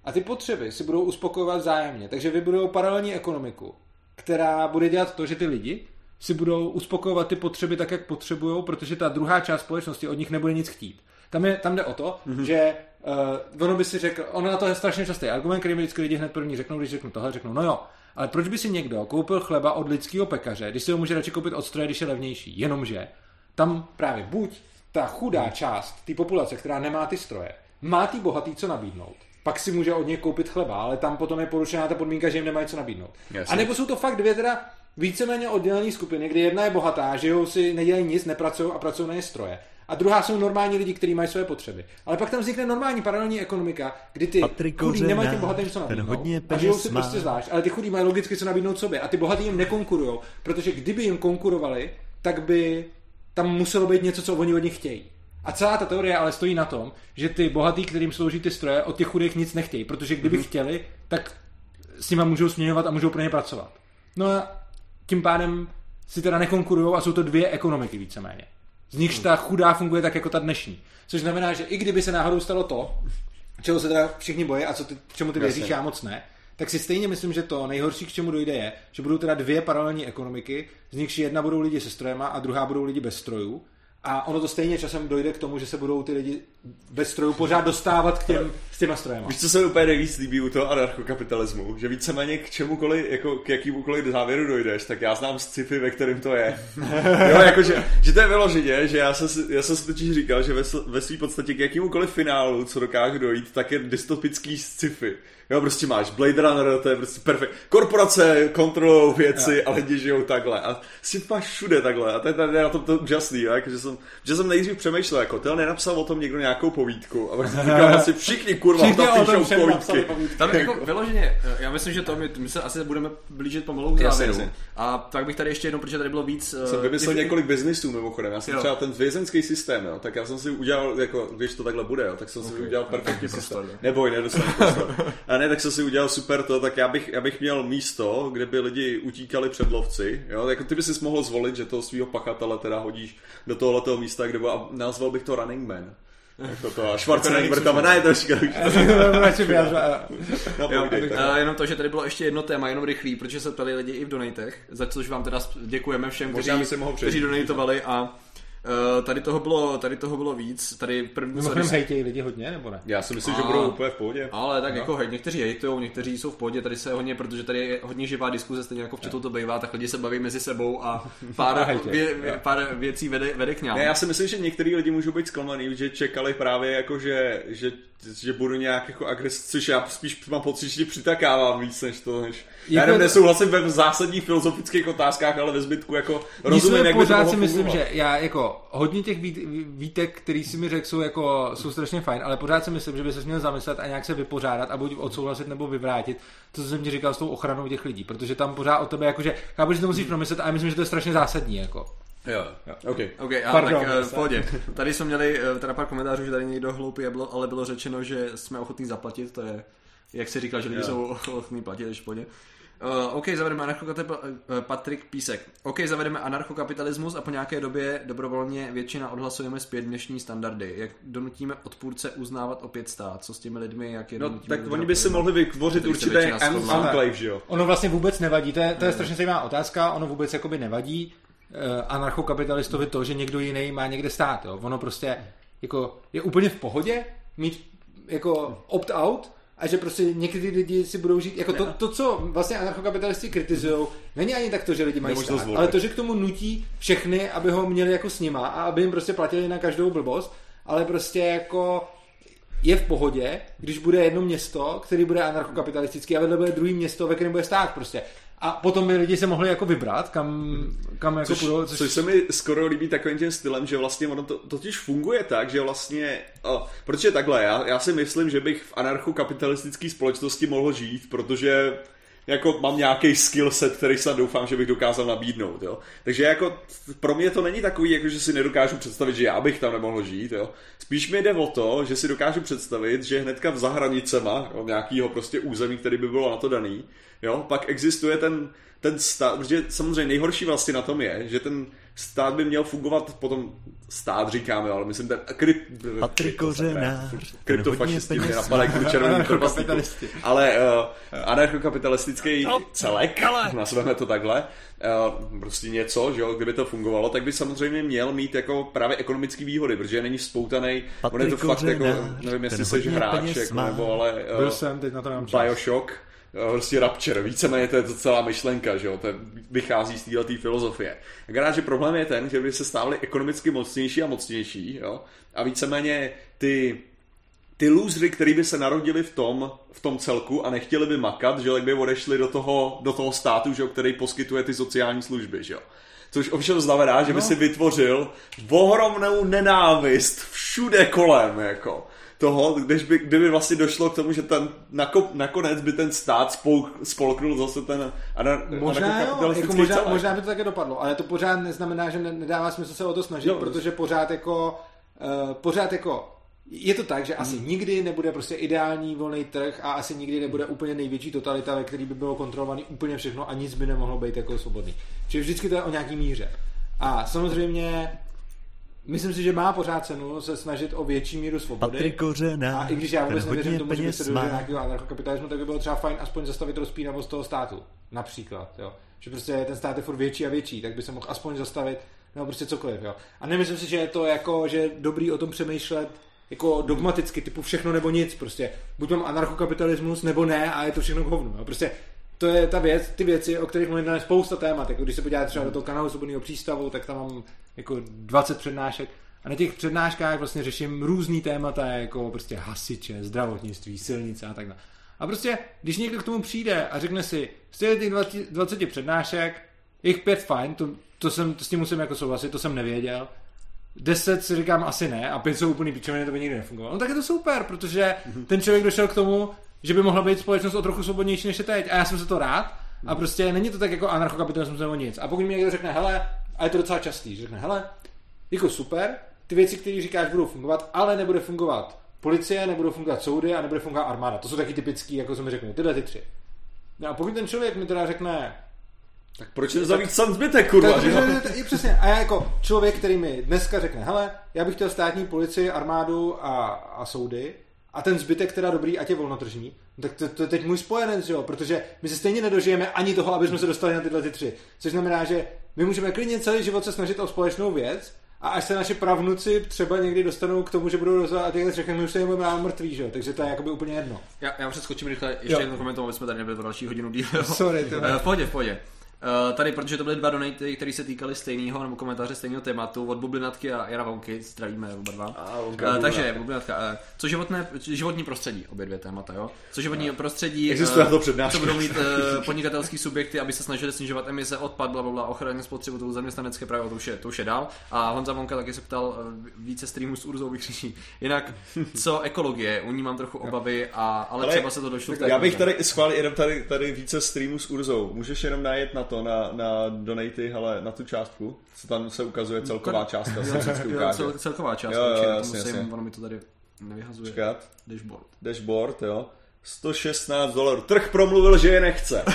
A ty potřeby si budou uspokojovat vzájemně. Takže vybudou paralelní ekonomiku, která bude dělat to, že ty lidi si budou uspokojovat ty potřeby tak, jak potřebujou, protože ta druhá část společnosti od nich nebude nic chtít. Tam, je, tam jde o to, mm-hmm. že uh, ono by si řekl, ono na to je strašně častý argument, který mi vždycky lidi hned první řeknou, když řeknu tohle, řeknou, no jo, ale proč by si někdo koupil chleba od lidského pekaře, když si ho může radši koupit od stroje, když je levnější? Jenomže tam právě buď ta chudá část té populace, která nemá ty stroje, má ty bohatý co nabídnout, pak si může od něj koupit chleba, ale tam potom je porušená ta podmínka, že jim nemají co nabídnout. Jasně. A nebo jsou to fakt dvě teda víceméně oddělené skupiny, kdy jedna je bohatá, žijou si, nedělají nic, nepracují a pracují na ně stroje. A druhá jsou normální lidi, kteří mají své potřeby. Ale pak tam vznikne normální paralelní ekonomika, kdy ty chudí nemají těm bohatým co nabídnout a žijou si prostě zvlášť, ale ty chudí mají logicky co nabídnout sobě a ty bohatí jim nekonkurujou, protože kdyby jim konkurovali, tak by tam muselo být něco, co oni od nich chtějí. A celá ta teorie ale stojí na tom, že ty bohatí, kterým slouží ty stroje, od těch chudých nic nechtějí, protože kdyby mm-hmm. chtěli, tak s nima můžou směňovat a můžou pro ně pracovat. No a tím pádem si teda nekonkurujou a jsou to dvě ekonomiky víceméně. Z nichž ta chudá funguje tak jako ta dnešní. Což znamená, že i kdyby se náhodou stalo to, čeho se teda všichni bojí a co ty, čemu ty věříš, já moc ne, tak si stejně myslím, že to nejhorší, k čemu dojde, je, že budou teda dvě paralelní ekonomiky, z nichž jedna budou lidi se strojema a druhá budou lidi bez strojů. A ono to stejně časem dojde k tomu, že se budou ty lidi bez strojů pořád dostávat k těm, s těma strojema. Víš, co se úplně nejvíc líbí u toho anarchokapitalismu? Že víceméně k čemukoliv, jako k jakýmukoliv závěru dojdeš, tak já znám sci-fi, ve kterém to je. Jo, jakože, že to je vyloženě, že já jsem, já jsem si totiž říkal, že ve, ve svý podstatě k jakýmukoliv finálu, co dokáže dojít, tak je dystopický sci-fi. Jo, prostě máš Blade Runner, to je prostě perfekt. Korporace kontrolují věci, ja. A lidi žijou takhle. A si máš všude takhle. A to je, to je na tom to úžasný, jako, že, jsem, že jsem nejdřív přemýšlel, jako, tyhle nenapsal o tom někdo nějakou povídku. A prostě říkal asi všichni kurva všichni tam píšou povídky. Tam jako vyloženě, já myslím, že to my, my se asi budeme blížit pomalu k závěru. Jasně, jasně. A tak bych tady ještě jednou, protože tady bylo víc... Jsem vymyslel ty... několik biznisů mimochodem. Já jsem jo. třeba ten vězenský systém, jo, tak já jsem si udělal, jako, když to takhle bude, jo, tak jsem okay. si udělal perfektní systém. Neboj, nedostanu prostor. A ne, tak jsem si udělal super to, tak já bych, já bych měl místo, kde by lidi utíkali před lovci, jo, jako ty by si mohl zvolit, že toho svýho pachatele teda hodíš do tohoto místa, kde by, a nazval bych to Running Man. Jako to a Schwarzenegger tam, ne, to říkal už. Jenom to, že tady bylo ještě jedno téma, jenom rychlý, protože se ptali lidi i v donatech, za což vám teda děkujeme všem, kteří, kteří donatovali a Uh, tady toho bylo, tady toho bylo víc. Tady první no, se hejtějí lidi hodně, nebo ne? Já si myslím, a... že budou úplně v pohodě. Ale tak no. jako hej, někteří hejtujou, někteří jsou v pohodě, tady se hodně, protože tady je hodně živá diskuze, stejně jako v chatu to bývá, tak lidi se baví mezi sebou a pár, vě, vě, pár věcí vede, vede k nám. Ne, já si myslím, že některý lidi můžou být zklamaný, že čekali právě jako, že, že, že budu nějak jako agres, což já spíš mám pocit, že přitakávám víc než to, než... Já nevím, nesouhlasím ve zásadních filozofických otázkách, ale ve zbytku jako rozumím, jak by to mohlo si myslím, že já jako hodně těch výtek, který si mi řekl, jsou jako jsou strašně fajn, ale pořád si myslím, že by se měl zamyslet a nějak se vypořádat a buď odsouhlasit nebo vyvrátit to, co jsem ti říkal s tou ochranou těch lidí, protože tam pořád o tebe jakože, chápu, že to musíš promyslet a já myslím, že to je strašně zásadní jako. Jo, jo. OK. okay a Pardon, tak v pohodě. Tady jsme měli teda pár komentářů, že tady někdo hloupý, ale bylo řečeno, že jsme ochotní zaplatit, to je, jak se říkal, že lidi jo. jsou ochotní platit, takže v pohodě. Uh, OK, zavedeme anarchokapitalismus, uh, Patrik Písek. OK, zavedeme anarchokapitalismus a po nějaké době dobrovolně většina odhlasujeme zpět dnešní standardy. Jak donutíme odpůrce uznávat opět stát? Co s těmi lidmi, jak je donutíme? No, tak oni by si mohli vytvořit určité enclave, že jo? Ono vlastně vůbec nevadí, to je, to je strašně zajímavá otázka, ono vůbec jakoby nevadí uh, anarchokapitalistovi to, že někdo jiný má někde stát, jo? Ono prostě jako je úplně v pohodě mít jako opt-out, a že prostě někdy lidi si budou žít, jako to, to co vlastně anarchokapitalisti kritizujou, není ani tak to, že lidi mají stát, ale to, že k tomu nutí všechny, aby ho měli jako s nima a aby jim prostě platili na každou blbost, ale prostě jako je v pohodě, když bude jedno město, který bude anarchokapitalistický a vedle bude druhý město, ve kterém bude stát prostě. A potom by lidi se mohli jako vybrat, kam, kam jako což, půjdou. Což... což se mi skoro líbí takovým tím stylem, že vlastně ono to totiž funguje tak, že vlastně, o, protože takhle, já, já si myslím, že bych v anarchokapitalistické společnosti mohl žít, protože jako mám nějaký skill set, který snad doufám, že bych dokázal nabídnout, jo. Takže jako pro mě to není takový, jako že si nedokážu představit, že já bych tam nemohl žít, jo. Spíš mi jde o to, že si dokážu představit, že hnedka v zahranicema, jo, nějakýho prostě území, který by bylo na to daný, jo, pak existuje ten, ten stav, protože samozřejmě nejhorší vlastně na tom je, že ten Stát by měl fungovat, potom stát říkáme, ale myslím ten kryp... Patrik Kořenář. Kryptofašisti mě napadají kvůli červeným trpaslíkům. Ale uh, anarchokapitalistický celek, nazveme to takhle, uh, prostě něco, že jo, kdyby to fungovalo, tak by samozřejmě měl mít jako právě ekonomické výhody, protože není spoutaný, on je to fakt jako, nevím, jestli jsi hráč, jako, nebo ale... Uh, Byl jsem, teď na to mám čas. Bioshock, prostě Rapture, víceméně to je to celá myšlenka, že jo, to vychází z této filozofie. Akorát, že problém je ten, že by se stávali ekonomicky mocnější a mocnější, jo, a víceméně ty, ty lůzry, který by se narodili v tom, v tom celku a nechtěli by makat, že by odešli do toho, do toho státu, že jo, který poskytuje ty sociální služby, že jo. Což ovšem znamená, že by no. si vytvořil ohromnou nenávist všude kolem, jako. Toho, když by, kdyby vlastně došlo k tomu, že ten nako, nakonec by ten stát spol, spolknul zase ten možná, jo, jako možná, možná by to také dopadlo, ale to pořád neznamená, že nedává smysl se o to snažit, jo, protože pořád jako uh, pořád jako je to tak, že asi hmm. nikdy nebude prostě ideální volný trh a asi nikdy nebude úplně největší totalita, ve který by bylo kontrolovaný úplně všechno a nic by nemohlo být jako svobodný. Čili vždycky to je o nějaký míře. A samozřejmě myslím si, že má pořád cenu se snažit o větší míru svobody. A i když já vůbec nevěřím tomu, že by se dožil nějakého anarchokapitalismu, tak by bylo třeba fajn aspoň zastavit rozpínavost toho státu. Například, jo. Že prostě ten stát je furt větší a větší, tak by se mohl aspoň zastavit, nebo prostě cokoliv, jo. A nemyslím si, že je to jako, že je dobrý o tom přemýšlet jako dogmaticky, typu všechno nebo nic, prostě. Buď mám anarchokapitalismus, nebo ne, a je to všechno k hovnu, jo. Prostě to je ta věc, ty věci, o kterých mluvím, je spousta témat. Jako když se podíváte třeba do toho kanálu Svobodného přístavu, tak tam mám jako dvacet přednášek a na těch přednáškách vlastně řeším různý témata, jako prostě hasiče, zdravotnictví, silnice a tak dále. A prostě, když někdo k tomu přijde a řekne si, z těch dvaceti přednášek, jich pět fajn, to, to, jsem, to s tím musím jako souhlasit, to jsem nevěděl, deset si říkám asi ne a pět jsou úplný pičoviny, to by nikdy nefungovalo. No tak je to super, protože ten člověk došel k tomu, že by mohla být společnost o trochu svobodnější než je teď. A já jsem se to rád. A prostě není to tak jako anarchokapitalismus nebo nic. A pokud mi někdo řekne, hele, a je to docela častý, že řekne, hele, jako super, ty věci, které říkáš, budou fungovat, ale nebude fungovat policie, nebudou fungovat soudy a nebude fungovat armáda. To jsou taky typický, jako jsem mi řekl, tyhle ty tři. No a pokud ten člověk mi teda řekne, tak proč nezavít sam zbytek, kurva, tak, že? Přesně. A já jako člověk, který mi dneska řekne, hele, já bych chtěl státní policii, armádu a, a soudy, a ten zbytek teda dobrý, ať je volnotržní, tak to, to je teď můj spojenec, jo, protože my se stejně nedožijeme ani toho, aby jsme se dostali na tyhle ty tři. Což znamená, že my můžeme klidně celý život se snažit o společnou věc a až se naši pravnuci třeba někdy dostanou k tomu, že budou rozhodovat a tyhle tři, my už se jim budeme mrtví, že jo, takže to je jakoby úplně jedno. Já, já přeskočím rychle, ještě jednou komentovali jsme tady nebyli to další hodinu díl. Sorry, to v pohodě, v pohodě. Uh, tady, protože to byly dva donaty, které se týkaly stejného nebo komentáře stejného tématu od Bublinatky a Jana Vonky, zdravíme oba dva. A, uh, takže Bublinatka, uh, co životné, životní prostředí, obě dvě témata, jo? Co životní no. prostředí, existuje uh, to přednáška. Co budou mít uh, podnikatelský subjekty, aby se snažili snižovat emise, odpad, blablabla, ochranu spotřebitelů, zaměstnanecké právo, to už je, to už je dál. A Honza Vonka taky se ptal uh, více streamů s Urzou vykřičí. Jinak, co ekologie, u ní mám trochu obavy, a, ale, ale třeba se to došlo. Já bych tady schválil jenom tady, tady více streamů s Urzou. Můžeš jenom najet na to, na, na donaty, hele, na tu částku, co tam se ukazuje celková částka. Jo, jo, cel, celková částka, jo, jo, jasně, musím, jasně. Ono mi to tady nevyhazuje. Čekat. Dashboard. Dashboard, jo. sto šestnáct dolarů. Trh promluvil, že je nechce.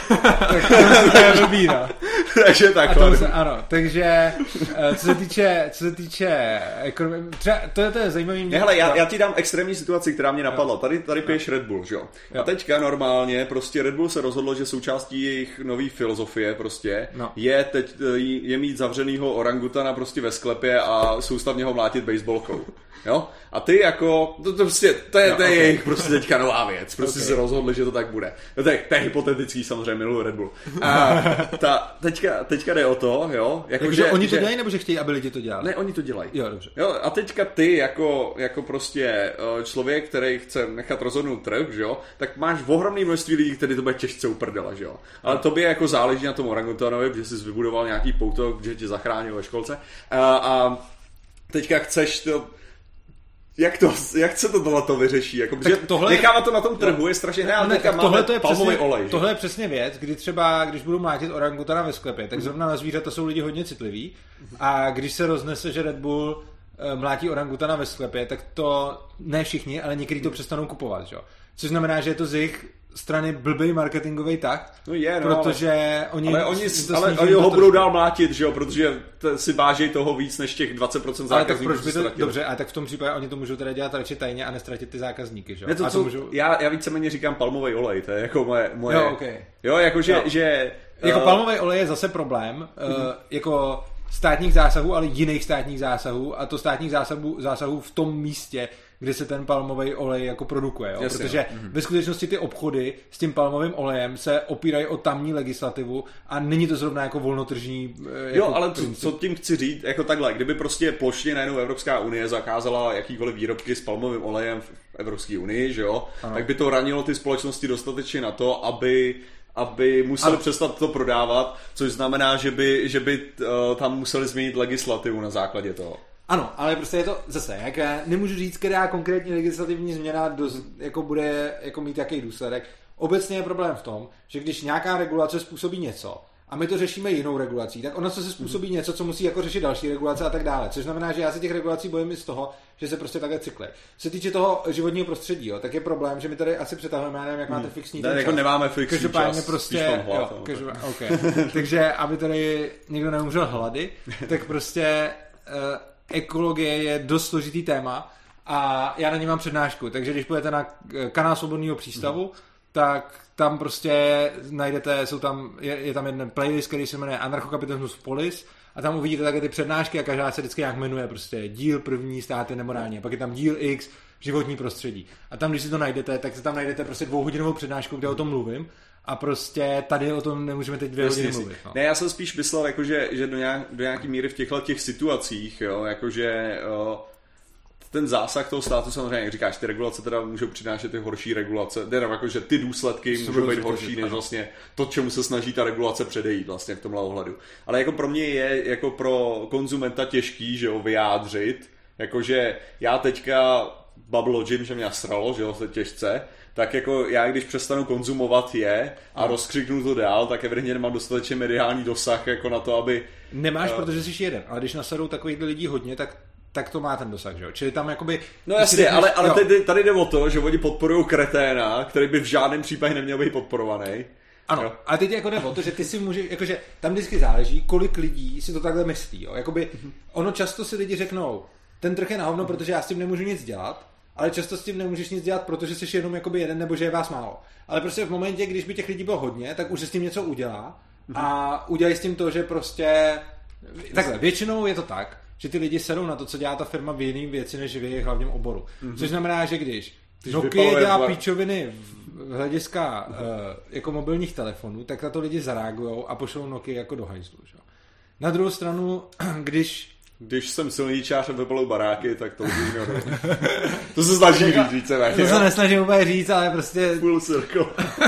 To je vybíra. Takže takhle. Se, ano, takže co se týče, co se týče ekonomie, třeba, to, je, to je zajímavý. Ne, hele, já, já ti dám extrémní situaci, která mě napadla. Tady, tady piješ Red Bull, že jo? A teďka normálně prostě Red Bull se rozhodlo, že součástí jejich nový filozofie prostě no. je teď je mít zavřenýho orangutana prostě ve sklepě a soustavně ho mlátit baseballkou. Jo? A ty jako, to, to, prostě, to je, no, to je okay. jejich prostě teďka nová věc. Prostě okay. se rozhodli, že to tak bude. No, to, je, to je hypotetický samozřejmě, miluji Red Bull. A ta, teďka, teďka jde o to, jo. Jako, jako, že, že oni to že... dělají, nebo že chtějí, aby lidi to dělali? Ne, oni to dělají. Jo, dobře. Jo, a teďka ty jako, jako prostě člověk, který chce nechat rozhodnout trh, že jo, tak máš ohromné množství lidí, kteří to bude těžce uprdela, že jo. Ale tobě jako záleží na tom orangutanovi, protože jsi vybudoval nějaký pouto, že tě zachránil ve školce. A, a teďka chceš to... Jak, to, jak se to tohle to vyřeší? Jako, tohle... Nechávat to na tom trhu je strašně... Ne, ne, ne, tohle, to je přesně, olej, tohle je přesně věc, kdy třeba, když budu mlátit orangutana ve sklepě, tak zrovna na zvířata jsou lidi hodně citliví a když se roznese, že Red Bull mlátí orangutana ve sklepě, tak to ne všichni, ale někteří to přestanou kupovat. Že? Což znamená, že je to z jejich strany blbý marketingový tak, no je, no, protože ale, oni... Ale oni, ale oni ho budou dál mlátit, že jo, protože t- si vážejí toho víc než těch dvacet procent zákazníků. Ale tak proč by to, dobře, a tak v tom případě oni to můžou teda dělat radši tajně a nestratit ty zákazníky, že jo? Ne, to, a co, to můžou... já, já víceméně říkám palmový olej, to je jako moje... moje jo, okay. Jo, jakože... Jo. Že, jako uh... palmový olej je zase problém, uh, mm-hmm. jako státních zásahů, ale jiných státních zásahů a to státních zásahů, zásahů v tom místě, kde se ten palmový olej jako produkuje, jo? Jasně, protože no. ve skutečnosti ty obchody s tím palmovým olejem se opírají o tamní legislativu a není to zrovna jako volnotržní jako jo, ale princip. co tím chci říct, jako takhle, kdyby prostě plošně najednou Evropská unie zakázala jakýkoliv výrobky s palmovým olejem v Evropské unii, že jo, ano. tak by to ranilo ty společnosti dostatečně na to, aby aby museli ano. přestat to prodávat, což znamená, že by, že by uh, tam museli změnit legislativu na základě toho. Ano, ale prostě je to zase, jak já nemůžu říct, která konkrétní legislativní změna dost, jako bude jako mít jaký důsledek. Obecně je problém v tom, že když nějaká regulace způsobí něco a my to řešíme jinou regulací, tak ono se způsobí mm. něco, co musí jako řešit další regulace a tak dále. Což znamená, že já se těch regulací bojím i z toho, že se prostě takhle cykly. Co se týče toho životního prostředí, jo, tak je problém, že my tady asi přetahujeme, já nevím, jak máte fixní ten čas. Jako nemáme fixní každopádně čas. Prostě, hlad, jo, každopádně, okay. Takže aby tady někdo neumřel hlady, tak prostě uh, ekologie je dost složitý téma a já na ní mám přednášku, takže když půjdete na kanál Svobodného přístavu, mm. tak tam prostě najdete, jsou tam, je, je tam jeden playlist, který se jmenuje Anarchokapitalismus v Polis a tam uvidíte také ty přednášky a každá se vždycky nějak jmenuje, prostě díl první, státy nemorální, a pak je tam díl X, životní prostředí. A tam, když si to najdete, tak si tam najdete prostě dvouhodinovou přednášku, kde o tom mluvím. A prostě tady o tom nemůžeme teď dvě hodiny mluvit. No. Ne, já jsem spíš myslel, jakože, že do, nějak, do nějaký míry v těchto těch situacích, jo, jakože o, ten zásah toho státu samozřejmě, jak říkáš, ty regulace teda můžou přinášet ty horší regulace, ne, jakože ty důsledky můžou být horší než vlastně to, čemu se snaží ta regulace předejít vlastně v tomhle ohledu. Ale jako pro mě je jako pro konzumenta těžký, že jo, vyjádřit, jakože já teďka Bubble Gym, že mě nasralo, že jo, se těžce, tak jako já, když přestanu konzumovat je a no. rozkřiknu to dál, tak evidentně nemám dostatečně mediální dosah jako na to, aby... Nemáš, uh... protože jsi jeden, ale když nasadou takových lidí hodně, tak tak to má ten dosah, že jo? Čili tam jakoby... No jasně, řekneš, ale, ale tady, tady jde o to, že oni podporují kreténa, který by v žádném případě neměl být podporovaný. Ano, jo. Ale teď jako jde o to, že ty si můžeš, jakože tam vždycky záleží, kolik lidí si to takhle myslí, jo? Jakoby ono často si lidi řeknou, ten trh je na hovno, protože já s tím nemůžu nic dělat, ale často s tím nemůžeš nic dělat, protože jsi jenom jakoby jeden nebo že je vás málo. Ale prostě v momentě, když by těch lidí bylo hodně, tak už se s tím něco udělá a udělají s tím to, že prostě... Takhle, většinou je to tak, že ty lidi sedou na to, co dělá ta firma v jiným věci, než v jejich hlavním oboru. Mm-hmm. Což znamená, že když, když Nokia dělá píčoviny v hlediska uh, jako mobilních telefonů, tak na to lidi zareagujou a pošlou Nokia jako do hajzlu. Že? Na druhou stranu, když Když jsem silničář a vypalou baráky, tak to už ignoruji. To se snaží říct víceméně. To se nesnažím úplně říct, ale prostě... Full circle.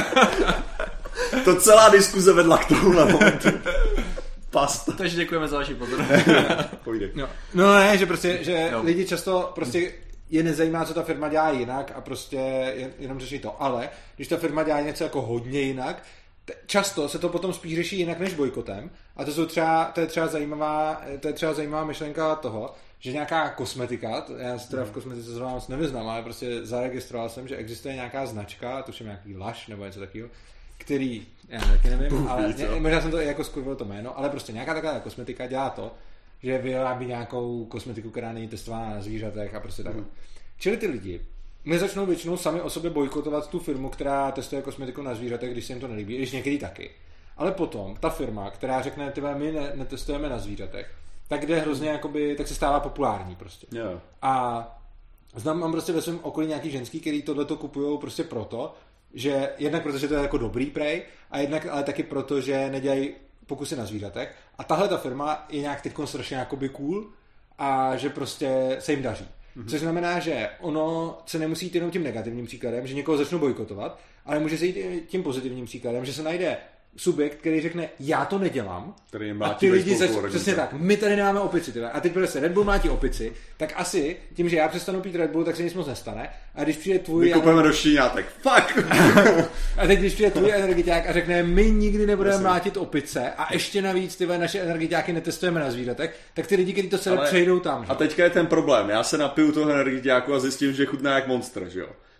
To celá diskuze vedla k tomu na momentu. Pasta. Takže děkujeme za vaši pozornost. no, no ne, že prostě, že no. lidi často prostě je nezajímá, co ta firma dělá jinak a prostě jenom řeší to. Ale když ta firma dělá něco jako hodně jinak, často se to potom spíš řeší jinak než bojkotem. A to jsou třeba, to je třeba zajímavá, to je třeba zajímavá myšlenka toho, že nějaká kosmetika, já se teda v kosmetice zrovna moc nevyznám, ale prostě zaregistroval jsem, že existuje nějaká značka, tuším nějaký Lush nebo něco takového, který, já taky nevím, ale ně, možná jsem to jako skurvil to jméno, ale prostě nějaká taková kosmetika dělá to, že vyrábí nějakou kosmetiku, která není testovaná na zvířatech a prostě takhle. Mm. Čili ty lidi nezačnou většinou sami o sobě bojkotovat tu firmu, která testuje kosmetiku na zvířatech, když se jim to nelíbí, když někdy taky. Ale potom ta firma, která řekne, tyhle, my ne, netestujeme na zvířatech, tak jde hrozně jakoby, tak se stává populární prostě. Yeah. A znám, mám prostě ve svém okolí nějaký ženský, který tohleto kupujou prostě proto, že jednak protože to je jako dobrý prej a jednak ale taky proto, že nedělají pokusy na zvířatech. A tahle ta firma je nějak teďkon strašně jakoby cool a že prostě se jim daří. Mm-hmm. Což znamená, že ono se nemusí jít jenom tím negativním příkladem, že někoho začnou bojkotovat, ale může se jít tím pozitivním příkladem, že se najde subjekt, který řekne, já to nedělám a ty lidi začnou, přesně tak, my tady nemáme opici tyhle. A teď bude se Red Bull mlátí opici, tak asi tím, že já přestanu pít Red Bull, tak se nic moc nestane. A když přijde tvůj... Vykupujeme do šíňátek, fuck! A teď když přijde tvůj energiťák a řekne, my nikdy nebudeme mlátit opice a ještě navíc tyhle naše energiťáky netestujeme na zvířatech, tak ty lidi, kteří to celé ale... přejdou tam. Že? A teďka je ten problém, já se napiju toho energiťáku a zjistím, že chutná jak monster, že jo?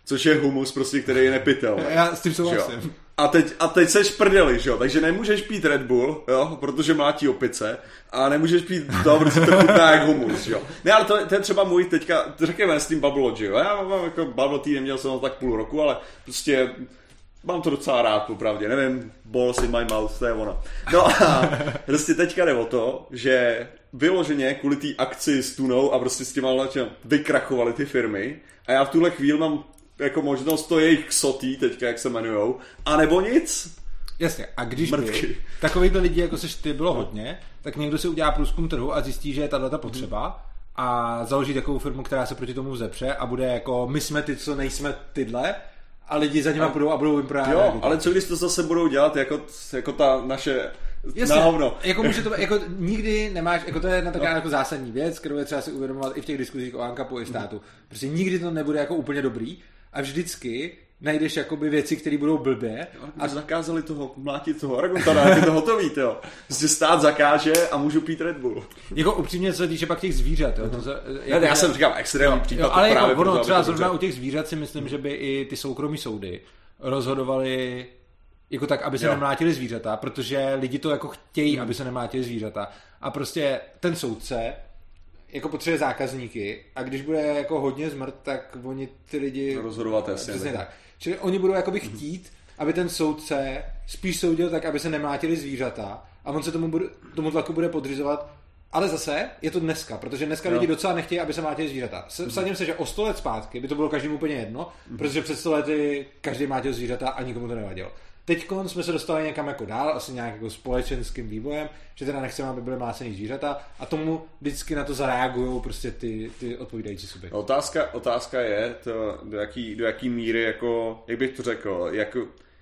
což je humus prostě, který je nepitelný. Já s tím souhlasím. A teď, a teď seš prdeli, že jo, takže nemůžeš pít Red Bull, jo, protože mlátí opice, a nemůžeš pít to, protože to chutná jak humus, jo. Ne, ale to, to je třeba můj teďka, řekněme s tím Bubble Lodge, jo, já mám jako Bubble Tea, neměl jsem ho tak půl roku, ale prostě mám to docela rád, popravdě, nevím, balls in my mouth, to je ono. No a prostě teďka jde o to, že vyloženě kvůli té akci s tunou a prostě s těma vykrachovaly ty firmy a já v tuhle chvíli mám jako možnost to jejich ksotý, teďka jak se jmenujou, anebo nic. Jasně, a když Mrtky. by takovýhle lidi, jako seš ty, bylo hodně, tak někdo si udělá průzkum trhu a zjistí, že je tato potřeba a založí takovou firmu, která se proti tomu vzepře a bude jako, my jsme ty, co nejsme tyhle, a lidi za nima půjdou a budou jim prodávat. Jo, ale co když to zase budou dělat jako, jako ta naše Jasně, na hovno. Jako může to, jako nikdy nemáš, jako to je na taková no. jako zásadní věc, kterou je třeba si uvědomovat i v těch diskuzích o ANCAPu i státu. Prostě nikdy to nebude jako úplně dobrý a vždycky najdeš jakoby věci, které budou blbě. A zakázali toho, mlátit toho Aragotana, jak je to hotový, jo. Prostě stát zakáže a můžu pít Red Bull. Jako upřímně, co se týče pak těch zvířat, jo. To se, jako, já jsem říkal extrémní případ. Ale jako právě ono proto, třeba zrovna u těch zvířat si myslím, že by i ty soukromí soudy rozhodovali jako tak, aby se jo. nemlátili zvířata, protože lidi to jako chtějí, hmm. aby se nemlátili zvířata. A prostě ten soudce jako potřebuje zákazníky a když bude jako hodně zmrt, tak oni ty lidi rozhodovat jasně. Přesně tak. Čili oni budou jakoby chtít, aby ten soudce spíš soudil tak, aby se nemlátili zvířata a on se tomu, bude, tomu tlaku bude podřizovat. Ale zase je to dneska, protože dneska no. lidi docela nechtějí, aby se mlátili zvířata. Vsadím se, že o sto let zpátky by to bylo každému úplně jedno, mm. protože před sto lety každý mlátil zvířata a nikomu to nevadilo. Teď jsme se dostali někam jako dál, asi nějak jako společenským vývojem, že teda nechceme, aby byly mlácený zvířata a tomu vždycky na to zareagují prostě ty, ty odpovídající subjekty. Otázka, otázka je, to, do, jaký, do jaký míry, jako, jak bych to řekl, jak,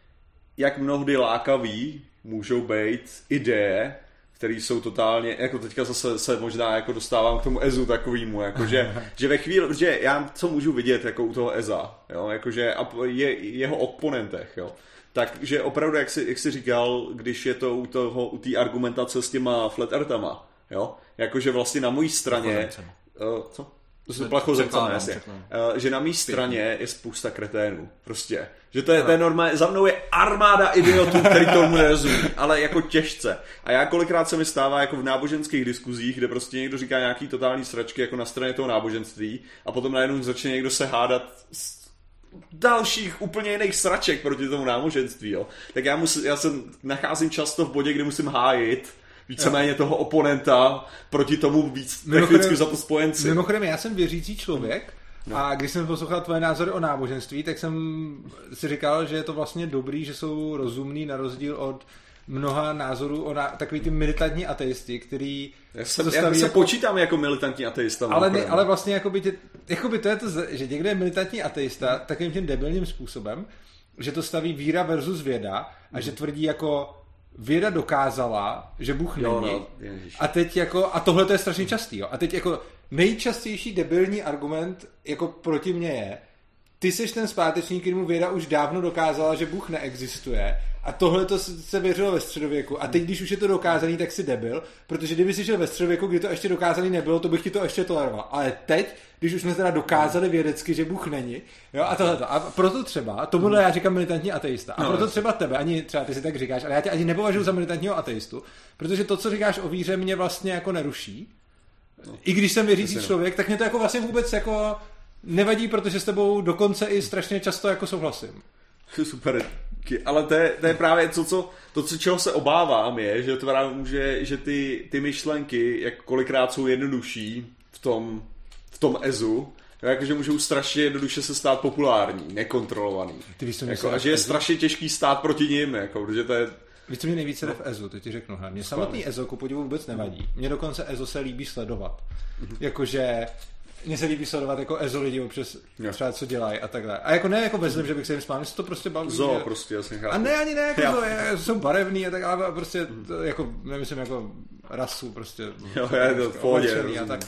jak mnohdy lákavý můžou být ideje, které jsou totálně, jako teďka zase se možná jako dostávám k tomu Ezu takovýmu, jakože, že ve chvíli, že já co můžu vidět jako u toho Eza, jo, jakože je jeho oponentech, jo, takže opravdu, jak jsi, jak jsi říkal, když je to u toho, u té argumentace s těma flat earthama, jo, jakože vlastně na mojí straně, uh, co? To jsou plachozemcami, jasně. Uh, že na mý straně je spousta kreténů, prostě. Že to je, to je normálně, za mnou je armáda idiotů, který tomu nerozumí, ale jako těžce. A já kolikrát se mi stává jako v náboženských diskuzích, kde prostě někdo říká nějaký totální sračky jako na straně toho náboženství a potom najednou začne někdo se hádat s dalších úplně jiných sraček proti tomu náboženství, jo. Tak já, musím, já se nacházím často v bodě, kdy musím hájit víceméně toho oponenta proti tomu víc technicky za to spojenci. Mimochodem, já jsem věřící člověk no. a když jsem poslouchal tvoje názory o náboženství, tak jsem si říkal, že je to vlastně dobrý, že jsou rozumný na rozdíl od mnoha názorů o ná... takový ty militantní ateisti, který já se, já se jako... počítám jako militantní ateista. Ale, ne, ale vlastně jakoby, tě, jakoby to je to, že někdo je militantní ateista hmm. takovým tím debilním způsobem, že to staví víra versus věda a hmm. že tvrdí jako věda dokázala, že Bůh není. Jo, no, a teď jako, a tohle to je strašně častý, jo. A teď jako nejčastější debilní argument jako proti mně je, ty seš ten zpátečník, kterému věda už dávno dokázala, že Bůh neexistuje a tohle to se věřilo ve středověku a teď, když už je to dokázaný, tak si debil, protože kdyby si žil ve středověku, kdy to ještě dokázaný nebylo, to bych ti to ještě toleroval. Ale teď, když už jsme teda dokázali vědecky, že Bůh není, jo, a tohleto. A proto třeba, tomuhle já říkám militantní ateista, a proto třeba tebe, ani třeba ty si tak říkáš, ale já tě ani nepovažuji za militantního ateistu, protože to, co říkáš o víře, mě vlastně jako neruší. I když jsem věřící člověk, tak mě to jako vlastně vůbec jako nevadí, protože s tebou dokonce i strašně často jako souhlasím. Super. Ale to je, to je právě to, co, to, co čeho se obávám, je, že to právě může, že ty, ty myšlenky, jak kolikrát jsou jednodušší v tom, v tom Ezu, jakože můžou strašně jednoduše se stát populární, nekontrolovaný. Ty víš, jako, a že je strašně těžký stát proti nim, jako, protože to je... Víš, co mě nejvíce jde v Ezu, to ti řeknu. Mně samotný Ezo ku podivu vůbec nevadí. Mně dokonce Ezo se líbí sledovat. Mm-hmm. Jakože mně se líbí sledovat jako Ezo lidi občas třeba co dělají a tak dále. A jako ne jako bezlim, že bych se jim smál, se to prostě baví. Zo, že... prostě, jasně chápu. A ne, ani ne, jako zo, je, jsou barevný a tak, ale prostě to, jako, nemyslím jako rasu, prostě. Jo, je to v pohodě. A, tak.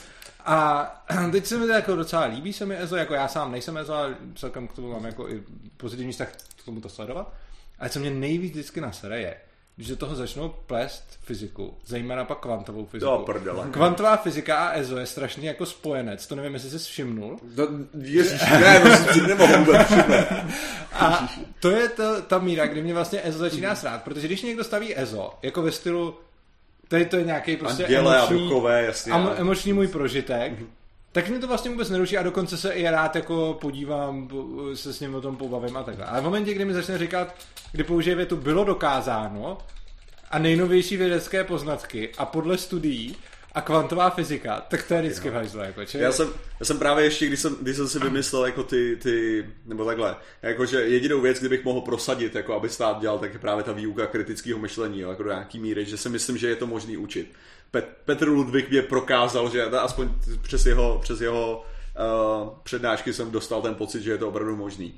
A teď se mi to jako docela líbí, se mi Ezo, jako já sám nejsem Ezo, ale celkem k tomu mám jako i pozitivní vztah k tomu to sledovat. Ale co mě nejvíc vždycky nasere je, když do toho začnou plést fyziku, zejména pak kvantovou fyziku. Jo, prdele. Kvantová fyzika a E Z O je strašně jako spojenec, to nevím, jestli jsi všimnul. To, ježiš, ne, to si nemohu vůbec všimnout. A to je to, ta míra, kdy mě vlastně E Z O začíná srát, protože když někdo staví E Z O, jako ve stylu, tady to je nějaký prostě Anděle emoční, a duchové, jasně. A emoční můj prožitek, mm-hmm. tak mě to vlastně vůbec neruší a dokonce se i rád jako podívám, se s ním o tom pobavím a takhle. Ale v momentě, kdy mi začne říkat, kdy použije větu bylo dokázáno a nejnovější vědecké poznatky a podle studií a kvantová fyzika, tak to je vždycky v hajzle. Jako, já, jsem, já jsem právě ještě, když jsem, když jsem si vymyslel jako ty, ty, nebo takhle, jakože jedinou věc, kdybych mohl prosadit, jako aby stát dělal, tak je právě ta výuka kritického myšlení, jo, jako do nějaký míry, že si myslím, že je to možný učit. Pet, Petr Ludvík mě prokázal, že aspoň přes jeho, přes jeho uh, přednášky jsem dostal ten pocit, že je to opravdu možný.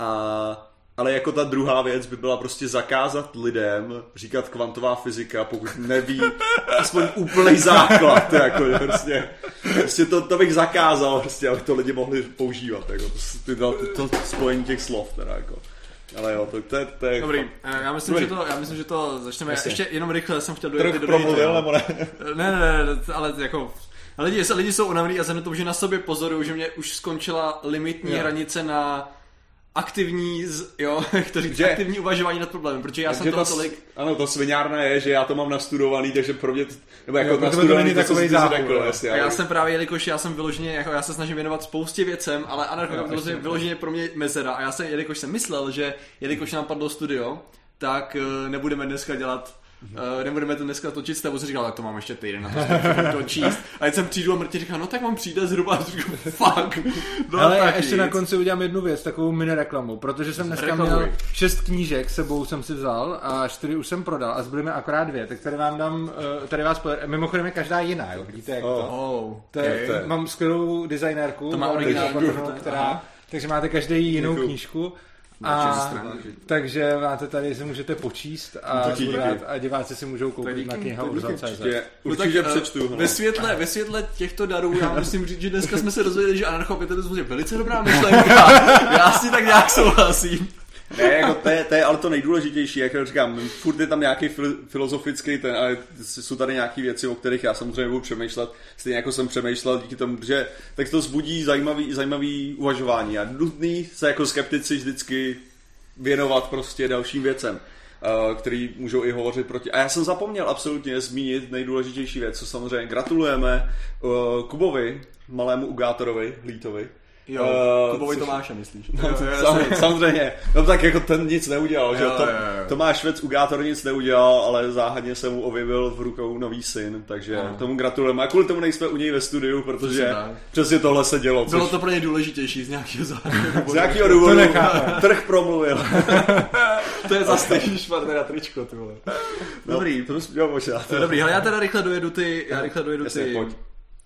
A ale jako ta druhá věc by byla prostě zakázat lidem říkat kvantová fyzika, pokud neví aspoň úplný základ. Jako, prostě, prostě to, to bych zakázal, prostě, aby to lidi mohli používat. Jako, to, to, to spojení těch slov. Teda, jako. Ale jo, to, to, je, to je... Dobrý, já myslím, Dobrý. Že to, já myslím, že to začneme. Jasně. Ještě jenom rychle jsem chtěl dojít ty dobrý promluvil, nebo ne? Ne, ne, ne, ale jako... Lidi, lidi jsou unavený a jsem na tom, že na sobě pozoruju, že mě už skončila limitní jo. hranice na aktivní, jo, to říct, že, aktivní uvažování nad problémem, protože já jsem toho tolik... Ano, to sviňárna je, že já to mám nastudovaný, takže pro mě, nebo jako jo, nastudovaný, to, co jsi řekl, jasně. A já jsem právě, jelikož já jsem vyloženě, jako já se snažím věnovat spoustě věcem, ale anarchokapitalismus je vyloženě pro mě mezera a já jsem, jelikož jsem myslel, že jelikož nám padlo studio, tak uh, nebudeme dneska dělat Uh, nebudeme to dneska točit s tebou, jsem říkal, tak to mám ještě týden na to, to číst. A teď jsem přijdu a Mrtě říkal, no tak vám přijde zhruba a říkám, fuck. No, ale já ještě nic. Na konci udělám jednu věc, takovou mini reklamu, protože jsem dneska Reklamuj. měl šest knížek sebou jsem si vzal a čtyři už jsem prodal a zbudeme akorát dvě, tak tady vám dám, tady vás poder... mimochodem je každá jiná, jo, vidíte jak oh. to. Oh. to je, okay. Mám skvělou designérku, to má originální, která, takže máte každý jinou Děkuju. knížku. A, takže máte tady, si můžete počíst a, a diváci si můžou koupit na kniha Urzan tečka cé zet. Určitě přečtu. Ve světle, ve světle těchto darů já musím říct, že dneska jsme se dozvěděli, že anarchokapitalismus je velice dobrá myšlenka. Já si tak nějak souhlasím. Ne, jako to je, to je ale to nejdůležitější, jak říkám, furt je tam nějaký filozofický ten, ale jsou tady nějaké věci, o kterých já samozřejmě budu přemýšlet, stejně jako jsem přemýšlel díky tomu, že tak to vzbudí zajímavý, zajímavý uvažování a nutný se jako skeptici vždycky věnovat prostě dalším věcem, který můžou i hovořit proti. A já jsem zapomněl absolutně zmínit nejdůležitější věc, co samozřejmě gratulujeme Kubovi, malému Ugátorovi, Hlítovi. Jo, uh, Kubovi což... Tomáše, myslíš? No, sam, samozřejmě. No tak jako ten nic neudělal, jo, že? To, jo, jo. Tomáš Švec Ugátor nic neudělal, ale záhadně se mu objevil v rukou nový syn, takže jo. tomu gratulujeme. A kvůli tomu nejsme u něj ve studiu, protože přesně tohle se dělo. Bylo což... to pro něj důležitější z nějakého záhadu. Z nějakého důvodu trh promluvil. To je zase špatné na tričko, ty vole. Dobrý. No, to jo, možná. To je dobrý, ale já teda rychle dojedu ty... Já rychle dojedu Jasně, ty... Pojď.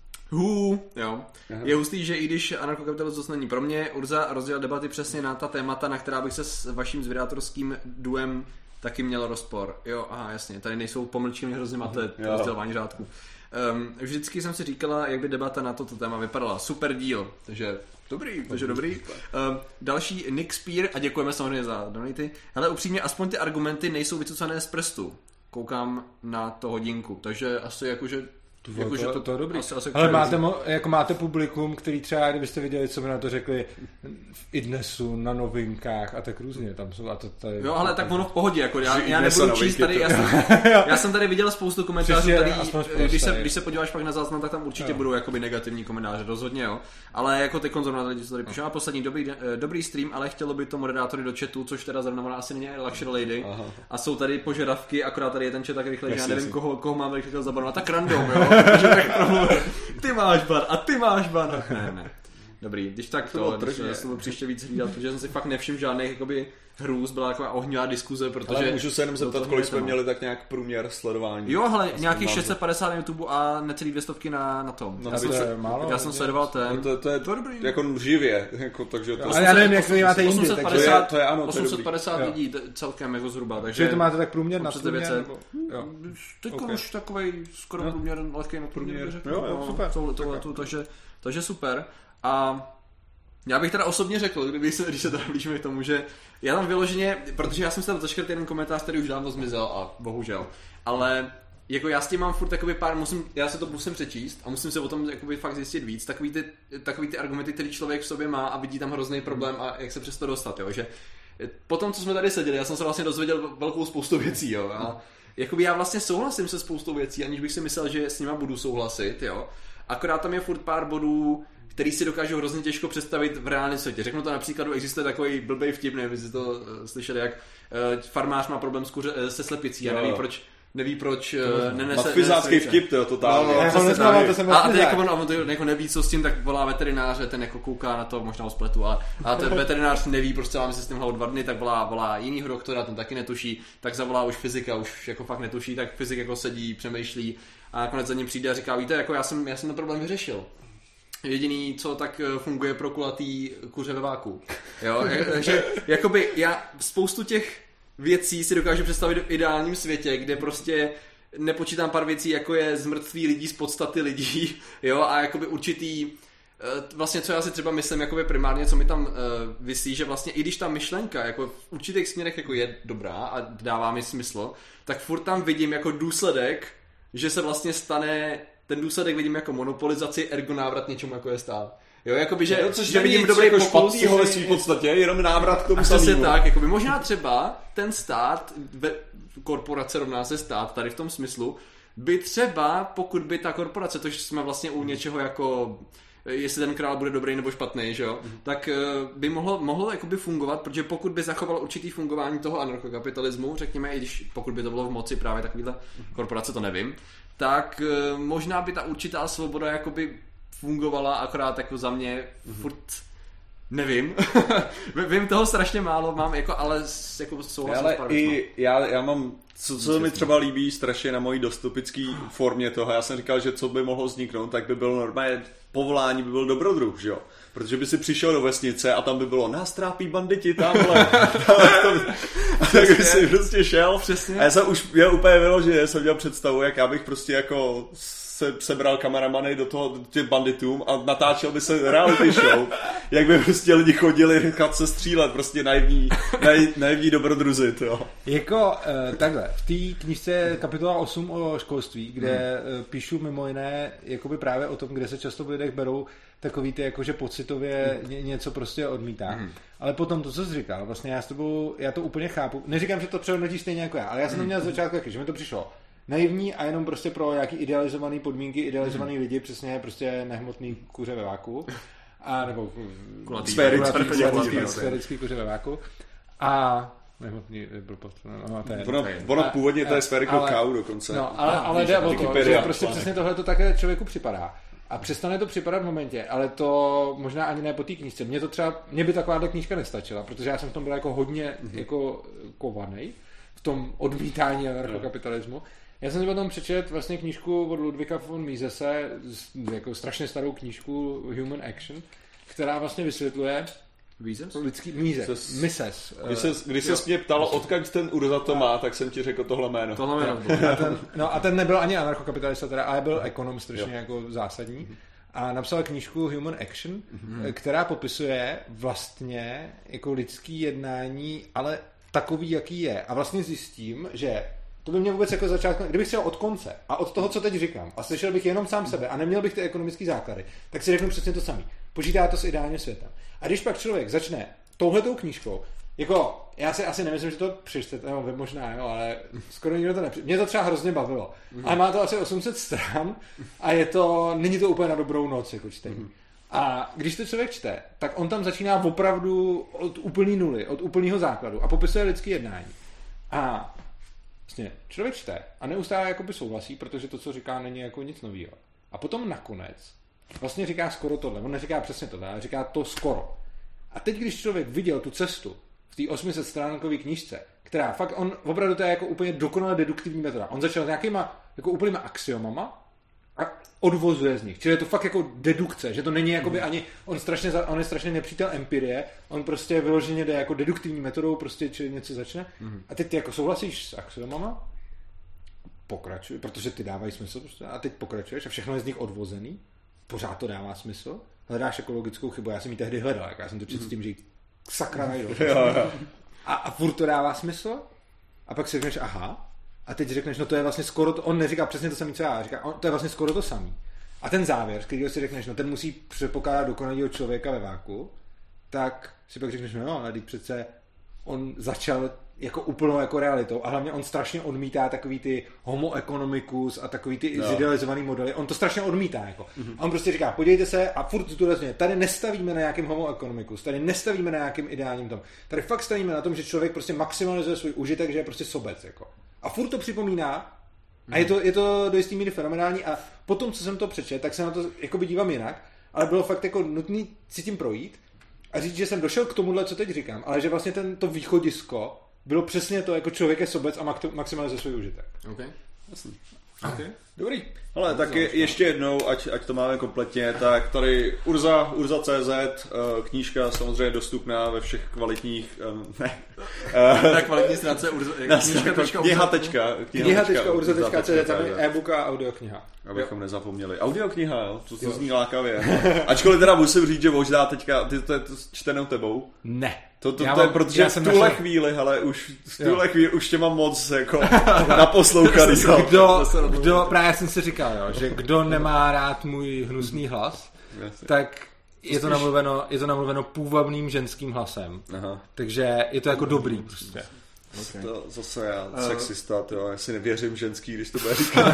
Hů, jo. Aha. Je hustý, že i když anarchokapitalismus není pro mě, Urza rozdělil debaty přesně na ta témata, na která bych se s vaším zvědátorským duem taky měl rozpor. Jo, aha, jasně, tady nejsou pomlčky, mě hrozně máte rozdělování řádků. Um, vždycky jsem si říkala, jak by debata na toto téma vypadala. Super díl, takže dobrý, takže dobrý. Um, další Nick Spear, a děkujeme samozřejmě za donaty. Hele, upřímně, aspoň ty argumenty nejsou vycucané z prstu. Koukám na to hodinku, takže asi jakože To, jako, to, to, to je dobrý. Asi, asi ale máte, mo, jako máte publikum, který třeba, kdybyste viděli, co mi na to řekli v iDnesu, na novinkách a tak různě tam jsou. A to tady, jo, ale tak ono v pohodě, jako já, já nebudu číst tady, já jsem, já jsem tady viděl spoustu komentářů, tady, když, se, když se podíváš pak na záznam, tak tam určitě jo. budou jakoby negativní komentáře, rozhodně jo. Ale jako ty konzorná lidi, co tady píšou, a poslední dobrý, dobrý stream, ale chtělo by to moderátory do chatu, což teda zrovna ona asi není Luxury Lady. Aha. A jsou tady požadavky, akorát tady je ten chat tak rychle, že já nevím, koho, koho mám rychle zabarovat, tak random, jo. Ty máš ban a ty máš ban. Ne, ne. Dobrý, když tak to, to když se to příště víc hlídat, protože jsem si fakt nevšiml žádných jakoby hrůz, byla taková ohnivá diskuze, protože... Ale můžu se jenom zeptat, kolik jsme měli tak nějak průměr sledování. Jo, hele, nějakých šest set padesát na YouTube a necelý dvě stovky na, na tom. No, já, jsem, se, málo, já jsem sledoval ten... No to, to je to dobrý. Jako živě, jako, takže to... Ale já nevím, jak vy máte jindy, takže... To je, to je ano, osm set padesát lidí celkem jako zhruba, takže... Že to máte tak průměr na průměr? Teď už takovej skoro průměr, lehkej na průměr. Jo, super. Takže super. A Já bych teda osobně řekl, kdyby se, když se teda blížíme k tomu, že já tam vyloženě, protože já jsem si tam zaškrt jeden komentář, který už dávno zmizel a bohužel, ale jako já s tím mám furt takový pár, musím, já se to musím přečíst a musím se o tom jakoby fakt zjistit víc, takový ty, takový ty argumenty, který člověk v sobě má a vidí tam hrozný problém a jak se přes to dostat, jo, že potom, co jsme tady seděli, já jsem se vlastně dozvěděl velkou spoustu věcí, jo, a jakoby já vlastně souhlasím se spoustou věcí, aniž bych si myslel, že s nima budu souhlasit, jo, akorát tam je furt pár bodů, který si dokážu hrozně těžko představit v reálném světě. Řeknu to například, existuje takový blbej vtip, nevím, jestli to uh, slyšeli, jak uh, farmář má problém s kuře, uh, se slepicí a neví proč, neví proč uh, nenese... Mafizácký vtip, to jo, totálně. No, no, neznám, to jsem a a jako on, on to jako neví, co s tím, tak volá veterináře, ten jako kouká na to, možná ho spletu, ale a ten veterinář neví, prostě máme se s tím hlavou dva dny, tak volá, volá jinýho doktora, ten taky netuší, tak zavolá už fyzika, už jako fakt netuší, tak fyzik jako sedí, přemýšlí a nakonec za ním přijde a říká, víte, jako já jsem, já jsem ten problém vyřešil. Jediný, co tak funguje pro kulatý kuře ve váku. Jo, takže jakoby já spoustu těch věcí si dokážu představit v ideálním světě, kde prostě nepočítám pár věcí, jako je zmrtvý lidí z podstaty lidí, jo, a jakoby určitý, vlastně co já si třeba myslím, jakoby primárně, co mi tam uh, visí, že vlastně i když ta myšlenka jako v určitých směrech jako je dobrá a dává mi smysl, tak furt tam vidím jako důsledek, že se vlastně stane, ten důsledek vidím jako monopolizaci, ergo návrat něčemu, jako je stát. Jo, jakoby, že, no, že vidím dobrý jako pokus. Špatnýho ve svým podstatě, jenom návrat k tomu samému. tak, jakoby, možná třeba ten stát, korporace rovná se stát, tady v tom smyslu, by třeba, pokud by ta korporace, to jsme vlastně u něčeho jako, jestli ten král bude dobrý nebo špatný, že jo, mm. tak by mohlo, mohlo jakoby fungovat, protože pokud by zachovalo určitý fungování toho anarchokapitalismu, řekněme, i když pokud by to bylo v moci právě takovýhle korporace, to nevím, tak možná by ta určitá svoboda jakoby fungovala, akorát jako za mě furt nevím. Vím toho strašně málo, mám jako, ale jako souhlasím ale s pár i já, já mám, co, co mi třeba líbí strašně na mojí dostupické formě toho, já jsem říkal, že co by mohlo vzniknout, tak by bylo normálně povolání, by byl dobrodruh, že jo? Protože by si přišel do vesnice a tam by bylo nás trápí banditi tamhle. A tak by si prostě šel. Přesně. A já jsem už já úplně vyloženě, jsem měl představu, jak já bych prostě jako se sebral kameramany do toho těch banditům a natáčel by se reality show, jak by prostě lidi chodili nechat se střílet, prostě naivní, naivní dobrodruzi, jo. Jako uh, takhle, v té knižce kapitola osm o školství, kde hmm. uh, píšu mimo jiné jakoby právě o tom, kde se často v lidech berou takový ty jakože pocitově hmm. ně, něco prostě odmítá. Hmm. Ale potom to, co jsi říkal, vlastně já s tebou, já to úplně chápu. Neříkám, že to přehodnotíš stejně jako já, ale já jsem to měl z začátku taky, že mi to přišlo naivní a jenom prostě pro nějaký idealizovaný podmínky, idealizovaný lidi, přesně prostě nehmotný kuře ve váku. A nebo sférický kuře ve váku. A nehmotný blbost. No, to je, ono, ono původně to je spherical cow dokonce. No, ale, ale jde o to, že prostě přesně tohle to také člověku připadá. A přestane to připadat v momentě, ale to možná ani ne po té knížce. Mně to třeba, mně by takováhle knížka nestačila, protože já jsem v tom byl jako hodně mm-hmm. jako kovanej v tom odmítání anarchokapitalismu. Já jsem si potom přečet vlastně knížku od Ludwika von Misese, jako strašně starou knížku Human Action, která vlastně vysvětluje Mises? lidský Mises. Mises. Když ses, když ses mě ptalo, odkud ten Urza to má, tak jsem ti řekl tohle jméno. Tohle jméno. A ten, no a ten nebyl ani anarchokapitalista, teda, ale byl ekonom strašně jako zásadní. A napsal knížku Human Action, mm-hmm. která popisuje vlastně jako lidský jednání, ale takový, jaký je. A vlastně zjistím, že to by mě vůbec jako začátku, kdybych šel od konce a od toho, co teď říkám, a slyšel bych jenom sám sebe a neměl bych ty ekonomické základy, tak si řeknu přesně to samý. Počítá to s ideálním světem. A když pak člověk začne touhletou knížkou, jako, já si asi nemyslím, že to přečtete, nebo vy možná, jo, ale skoro nikdo to nepřečte. Mě to třeba hrozně bavilo. Mm. Ale má to asi osm set stran a je to, není to úplně na dobrou noc, jako čtení. Mm. A když to člověk čte, tak on tam začíná opravdu od úplný nuly, od úplného základu a popisuje lidský jednání. A vlastně člověk čte a neustále jakoby souhlasí, protože to, co říká, není jako nic nového. A potom nakonec vlastně říká skoro tohle. On neříká přesně tohle, ale říká to skoro. A teď, když člověk viděl tu cestu v té osm set stránkové knížce, která fakt, on opravdu to je jako úplně dokonale deduktivní metoda. On začal s nějakýma jako úplnýma axiomama a odvozuje z nich. Čili je to fakt jako dedukce, že to není jakoby ani, on, strašně, on je strašně nepřítel empirie, on prostě vyloženě jde jako deduktivní metodou, prostě čili něco začne. Mm-hmm. A teď ty jako souhlasíš s axiomama, pokračuj, protože ty dávají smysl prostě, a teď pokračuješ a všechno je z nich odvozený, pořád to dává smysl hledáš ekologickou chybu, já jsem ji tehdy hledal, jak já jsem to četl s tím, že ji sakra najdu. A, a furt to dává smysl a pak si řekneš aha a teď řekneš, no to je vlastně skoro to, on neříká přesně to samé, co já, říká, on, to je vlastně skoro to samé. A ten závěr, z kterého si řekneš, no ten musí předpokládat dokonalého člověka ve váku, tak si pak řekneš, no ale teď přece on začal jako úplnou jako realitou a hlavně on strašně odmítá takový ty homo economicus a takový ty no. zidealizovaný modely, on to strašně odmítá jako. Mm-hmm. A on prostě říká, podívejte se a furt tu rozměr, tady nestavíme na nějakém homo economicus, tady nestavíme na nějakém ideálním tom, tady fakt stavíme na tom, že člověk prostě maximalizuje svůj užitek, že je prostě sobec jako. A furt to připomíná a je to, je to do jistý míry fenomenální a potom, co jsem to přečet, tak se na to jakoby dívám jinak, ale bylo fakt jako nutný si tím projít a říct, že jsem došel k tomuhle, co teď říkám, ale že vlastně ten, to východisko bylo přesně to, jako člověk je sobec a maximalizuje svůj užitek. OK, jasný. Okay. Dobrý. Ale tak je, ještě jednou, ať, ať to máme kompletně, tak tady Urza, Urza tečka cé zet, knížka samozřejmě dostupná ve všech kvalitních, ne. Na kvalitní stránce Urza, kniha tečka kniha tečka urza tečka cé zet, tam je e-book a audiokniha. Abychom nezapomněli. Audiokniha, jo? To, to zní lákavě. Ačkoliv teda musím říct, že možná teďka, ty to je to čtenou tebou? Ne. To, to, to je, protože v tuhle našel... chvíli, hele, už v tuhle chvíli už tě mám moc jako naposlouchaný. Kdo, kdo, právě jsem si říkal, jo, že kdo nemá rád můj hnusný hlas, Jasně. tak je to, namluveno, je to namluveno půvabným ženským hlasem. Aha. Takže je to jako dobrý prostě. Okay. To zase já, uh, sexista, jo, já si nevěřím ženský, když to bude říkat.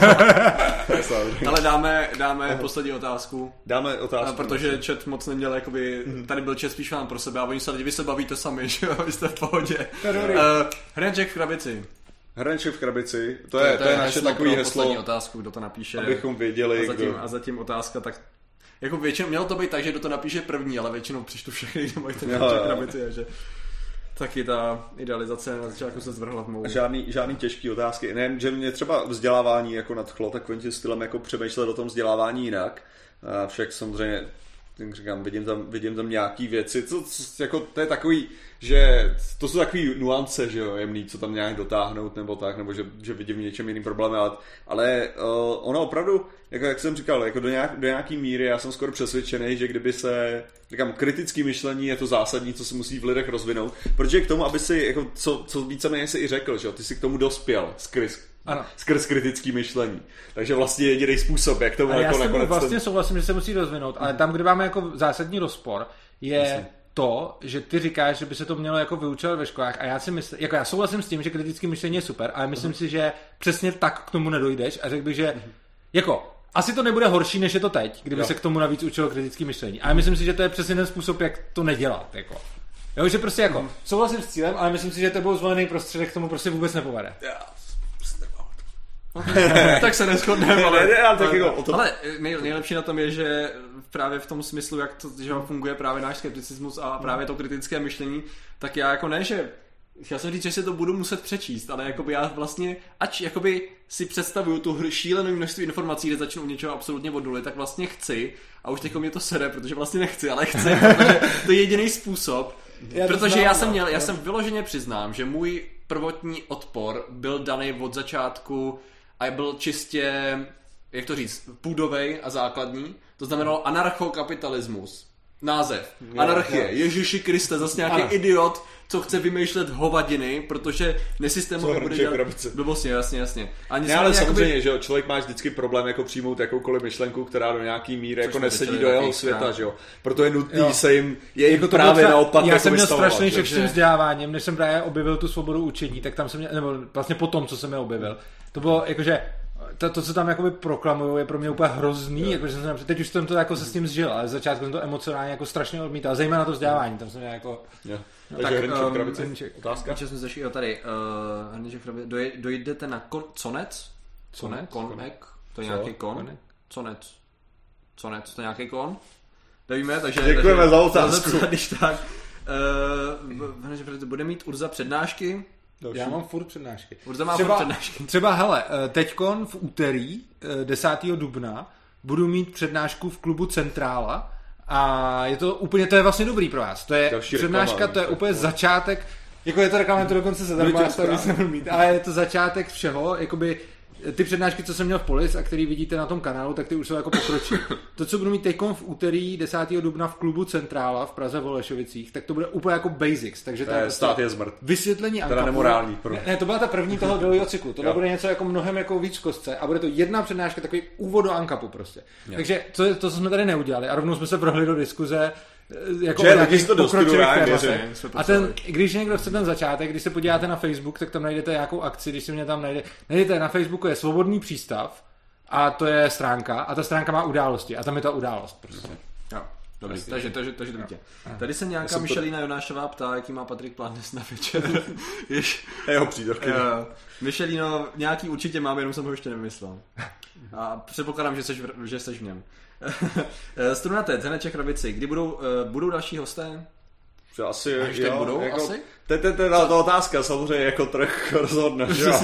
Ale dáme, dáme poslední otázku. Dáme otázku. Protože chat moc neměl, jakoby, tady byl chat spíš vám pro sebe a oni se lidi, vy se bavíte sami, že jo, vy jste v pohodě. Uh, Hrneček v krabici. Hrneček v krabici, to, to je, to je, je naše takový heslo. Poslední otázku, kdo to napíše. Abychom věděli, a zatím, kdo... a zatím otázka, tak jako většinou, mělo to být tak, že kdo to napíše první, ale většinou přečtu všechny, kdo mají ten Hrneček v krabici, že... Taky ta idealizace na začátku se zvrhla v mou. Žádný, žádný těžký otázky. Ne, že mě třeba vzdělávání jako nadchlo takovým tím stylem jako přemýšlet o tom vzdělávání jinak. A však samozřejmě, jak říkám, vidím tam, vidím tam nějaký věci, co, co, jako, to je takový, že to jsou takový nuance, že jo, jemný, co tam nějak dotáhnout nebo tak, nebo že, že vidím v něčem jiným problém, ale, ale uh, ono opravdu, jako jak jsem říkal, jako do, nějak, do nějaký míry já jsem skoro přesvědčený, že kdyby se, říkám, kritické myšlení je to zásadní, co se musí v lidech rozvinout, protože k tomu, aby si, jako, co, co víceméně si i řekl, že jo, ty si k tomu dospěl skrz, ano. skrz kritický myšlení. Takže vlastně jediný způsob, jak tomu a jako já nakonec... vlastně ten... souhlasím, že se musí rozvinout, ale tam, kde máme jako zásadní rozpor, je... Myslím. To, že ty říkáš, že by se to mělo jako vyučovat ve školách a já si myslím, jako já souhlasím s tím, že kritické myšlení je super, ale myslím uh-huh. si, že přesně tak k tomu nedojdeš a řekl bych, že uh-huh. jako asi to nebude horší, než je to teď, kdyby jo. se k tomu navíc učilo kritické myšlení. Ale myslím si, že to je přesně ten způsob, jak to nedělat, jako. Jo, že prostě jako uh-huh. souhlasím s cílem, ale myslím si, že to byl zvolený prostředek k tomu prostě vůbec nepovede. Yeah. Tak se neshodneme, ale, ne, ne, ale, tak jako, to... ale nej, nejlepší na tom je, že právě v tom smyslu, jak to, že funguje právě náš skepticismus a právě to kritické myšlení, tak já jako ne, že chtěl jsem říct, že si to budu muset přečíst, ale jakoby já vlastně, ač jakoby si představuju tu šílenou množství informací, kde začnu něčeho absolutně od nuly, tak vlastně chci, a už teďko mě to sere, protože vlastně nechci, ale chci, protože to je jediný způsob, já protože znám, já jsem měl, já jsem vyloženě přiznám, že můj prvotní odpor byl daný od začátku a byl čistě, jak to říct, půdovej a základní. To znamenalo anarchokapitalismus. Název. Jo, Anarchie. Jo. Ježiši Kriste, zase nějaký ano. idiot, co chce vymýšlet hovadiny, protože nesystémově bude dělat... Blbostně, jasně, jasně. Ani ne, ale samozřejmě, jakoby... že jo, člověk má vždycky problém jako přijmout jakoukoliv myšlenku, která do nějaký míry jako nesedí do jeho světa, krát. Že jo. Proto je nutný jo. se jim, je jim jako právě třeba, naopak já jako jsem měl strašný šok s tím vzděláváním, než jsem právě objevil tu svobodu učení, tak tam jsem měl, nebo vlastně po tom, co jsem je objevil, to bylo jakože To, to, co tam jakoby proklamujou, je pro mě úplně hrozný, jakože jsem se, teď už jsem to jako se s tím zžil, ale začátku jsem to emocionálně jako strašně odmítal, zejména to vzdělávání, tam jsem jako... Yeah. No, takže Hrneček v krabici. Um, otázka? Když jsme zašli, jo tady, uh, Hrneček v krabici, Doj, dojdete na kon, conec? Conec? Konek? To je Co? Nějaký kon? Konek? Conec. Conec, to je nějaký kon? Nevíme, takže... Děkujeme takže, za otázku. Když tak, uh, bude mít Urza přednášky. Další. Já mám furt přednášky. Urza má třeba, furt přednášky. Třeba, hele, teďkon v úterý desátého dubna budu mít přednášku v klubu Centrála a je to úplně, to je vlastně dobrý pro vás. To je další přednáška, reklama, to je úplně no. začátek, jako je to reklama, to dokonce se zadarmo, to jsem mít, ale je to začátek všeho, jakoby ty přednášky, co jsem měl v Polis a který vidíte na tom kanálu, tak ty už jsou jako pokročí. To, co budu mít teďkom v úterý desátého dubna v klubu Centrála v Praze v Holešovicích, tak to bude úplně jako basics. Takže to je stát je zmrt. Vysvětlení Teda nemorální. Ne, ne, to byla ta první toho druhého cyklu. Tohle bude něco jako mnohem jako víc v kostce a bude to jedna přednáška, takový úvod do Ankapu prostě. Jo. Takže to je to, co jsme tady neudělali a rovnou jsme se vrhli do diskuze jako že lidi to dostudují. A ten, když někdo chce ten začátek, když se podíváte na Facebook, tak tam najdete nějakou akci, když si mě tam najde, najdete na Facebooku je Svobodný přístav a to je stránka a ta stránka má události a tam je ta událost prostě. Jo. Dobrý, takže, takže, takže to dítě. Tady se nějaká Michelina to... Jonášová ptá, jaký má Patrik plán dnes na večer. Jež... Jeho přídavky. Uh, Michelino, nějaký určitě mám, jenom jsem ho ještě nevymyslel. A předpokládám, že seš, v, že seš v něm. Strunaté, Zeneček Krabici, kdy budou, uh, budou další hosté? Že asi, Až jo, budou, jako, asi? To je ta otázka, samozřejmě jako trh rozhodne, že jo?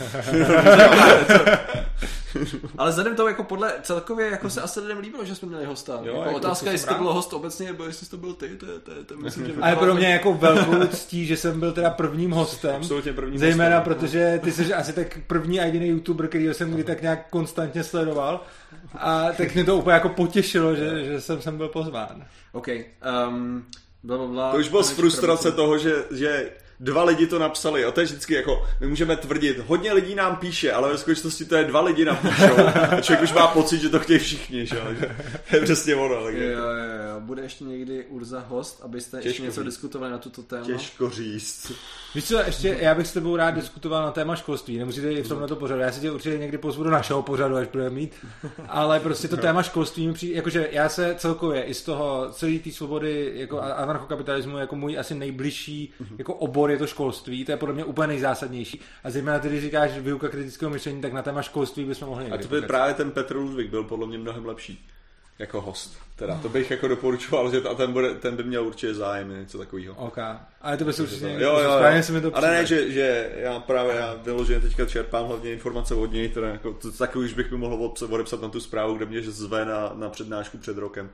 Ale vzhledem toho jako podle celkově jako se asi lidem líbilo, že jsme měli hosta. Jo, jako otázka, to jestli to bylo host obecně, nebo jestli to byl ty, to, to, to, to myslím, že ale pro mě jako velkou ctí, že jsem byl teda prvním hostem. Absolutně prvním zejména hostem. Protože ty jsi asi tak první a jediný youtuber, kterýho jsem kdy tak nějak konstantně sledoval. A tak mě to úplně jako potěšilo, že, že jsem sem byl pozván. OK. Um, blablabla, to už bylo z frustrace toho, že, že dva lidi to napsali a to je vždycky jako, my můžeme tvrdit, hodně lidí nám píše, ale ve skutečnosti to je dva lidi napíšou a člověk už má pocit, že to chtějí všichni, že to je přesně ono. Tak jo, jo, jo, bude ještě někdy Urza host, abyste Těžko ještě něco říct. diskutovali na tuto téma? Těžko říct. Víš co, ještě já bych s tebou rád diskutoval na téma školství, nemusíte i v tomhle to pořadu, já si tě určitě někdy pozvu do našeho pořadu, až budeme mít, ale prostě to téma školství mi přijde, jakože já se celkově i z toho celé té svobody jako anarchokapitalismu jako můj asi nejbližší jako obor je to školství, to je podle mě úplně nejzásadnější. A zejména ty, když říkáš výuka kritického myšlení, tak na téma školství bychom mohli někdy. A to by právě ten Petr Ludvík byl podle mě mnohem lepší jako host. Teda to bych jako doporučoval, že ten, bude, ten by měl určitě zájem, něco takového. OK. Ale to by se určitě někdy, jo, jo, jo. se mi to ale ne, že, že já právě já vyloženě teďka čerpám hlavně informace od něj, teda jako, to, takový už bych mi mohl odepsat na tu zprávu, kde mě zve na, na přednášku před rokem.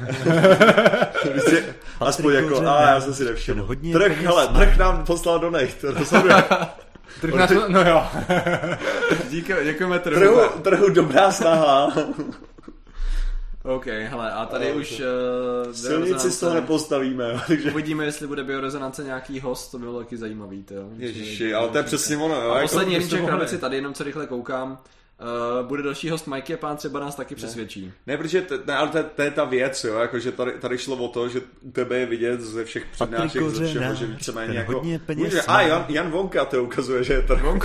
Aspoň jako, a já jsem si nevšiml. Trh, hele, trh nám poslal do nej, to rozhoduje. Trh na to, no jo. Díky, děkujeme trhu. Trhu, trhu dobrá snaha. OK, hele, a tady no, už... Uh, silnici z toho nepostavíme. Takže... Uvidíme, jestli bude biorezonance nějaký host, to bylo taky zajímavý. To, Ježiši, ale to je přesně ono. A poslední Jeníček Krabici tady, jenom co rychle koukám. Uh, bude další host Mikey a pán třeba nás taky přesvědčí. Ne, ne protože t- ne, ale to, to je ta věc, jo, jakože tady, tady šlo o to, že u tebe je vidět ze všech přednášek, ze všeho, že víceméně jako... Může, a Jan, Jan Vonka to ukazuje, že je to... Vonka?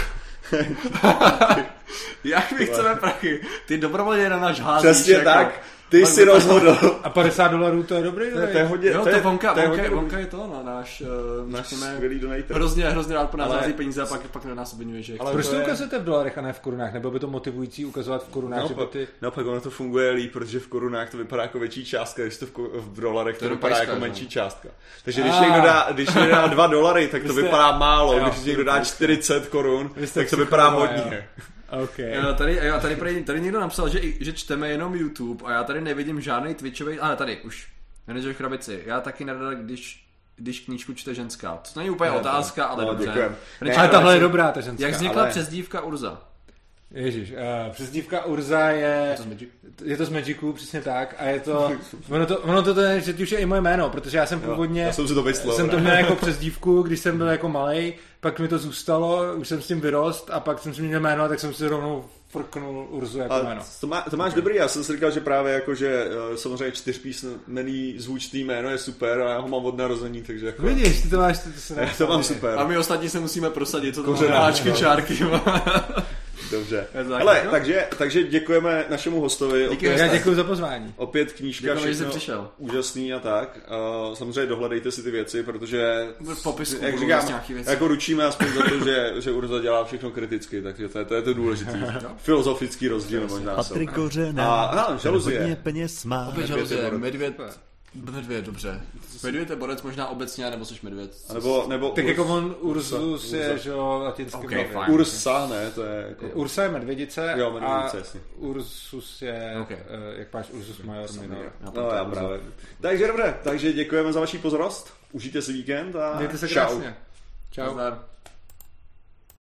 Jak my chceme prachy? Ty dobrovolně na náš házíš. Přesně jako... tak. Ty jsi rozhodl. A padesát dolarů to je dobrý, to je, to je hodně, jo, to je, vonka, to je vonka, hodně vonka je to, no, náš, uh, náš skvělý donator. Hrozně, hrozně rád po nás ale... hází peníze a pak, pak na nás obvinuje, že... Ale proč to je... ukazujete v dolarech a ne v korunách? Nebylo by to motivující ukazovat v korunách? No, že by ty... no pak ono to funguje líp, protože v korunách to vypadá jako větší částka, když to v, v dolarech to, to vypadá pajska, jako menší no. částka. Takže když někdo dá, když někdo dá dva dolary, tak to jste... vypadá málo, jo, když někdo dá čtyřicet korun, tak to vypadá hodně. Okay. Tady, jo, tady, tady, tady někdo napsal, že, že čteme jenom YouTube a já tady nevidím žádný Twitchový, ale tady už, Manager Krabici, já taky nerada, když, když knížku čte ženská. To není úplně no, otázka, ale no, dobře. Ne, ale tahle je dobrá, ta ženská. Jak vznikla ale... přezdívka Urza? Ježíš, uh, přezdívka Urza je... Je to z Magicu. Je to z Magicu, přesně tak. A je to... Ono to, ono to, to je, že už je i moje jméno, protože já jsem původně... Já jsem si to vyslel. Jsem to měl jako přezdívku, když jsem byl jako malej, pak mi to zůstalo, už jsem s tím vyrost a pak jsem si měl jméno, tak jsem si rovnou frknul Urzu jako jméno. To, má, to máš dobrý, já jsem si říkal, že právě jako, že samozřejmě čtyřpísmený zvučný jméno je super a já ho mám od narození, takže jako... Vidíš, ty to máš, ty to se ne, to mám super. A my ostatní se musíme prosadit, co to má háčky, čárky. Dobře. Hele, takže, takže děkujeme našemu hostovi. Díky, opět, já děkuji za pozvání. Opět knížka, děkujeme, všechno přišel. Úžasný a tak. Uh, samozřejmě dohledejte si ty věci, protože v popisku jak říkám, jako ručíme aspoň za to, že, že Urza dělá všechno kriticky, takže to je to, je to důležitý. Filozofický rozdíl možná. Patrik Kořená, a žaluzie. Hodně peněz má. Opět žaluzie, medvěd. Medvěd, dobře. Medvěd je borec možná obecně, nebo jsi medvěd. A nebo, nebo tak Urs, jako on Ursus je, že jo, latinský okay, medvěd. Ursa, ne, to je jako... Ursa je medvědice, jo, medvědice, a jasně. Ursus je, okay. uh, jak máš Ursus major minor. No já právě. Takže dobré, takže děkujeme za vaši pozornost, užijte si víkend a mějte se čau. krásně. Čau. Zdar.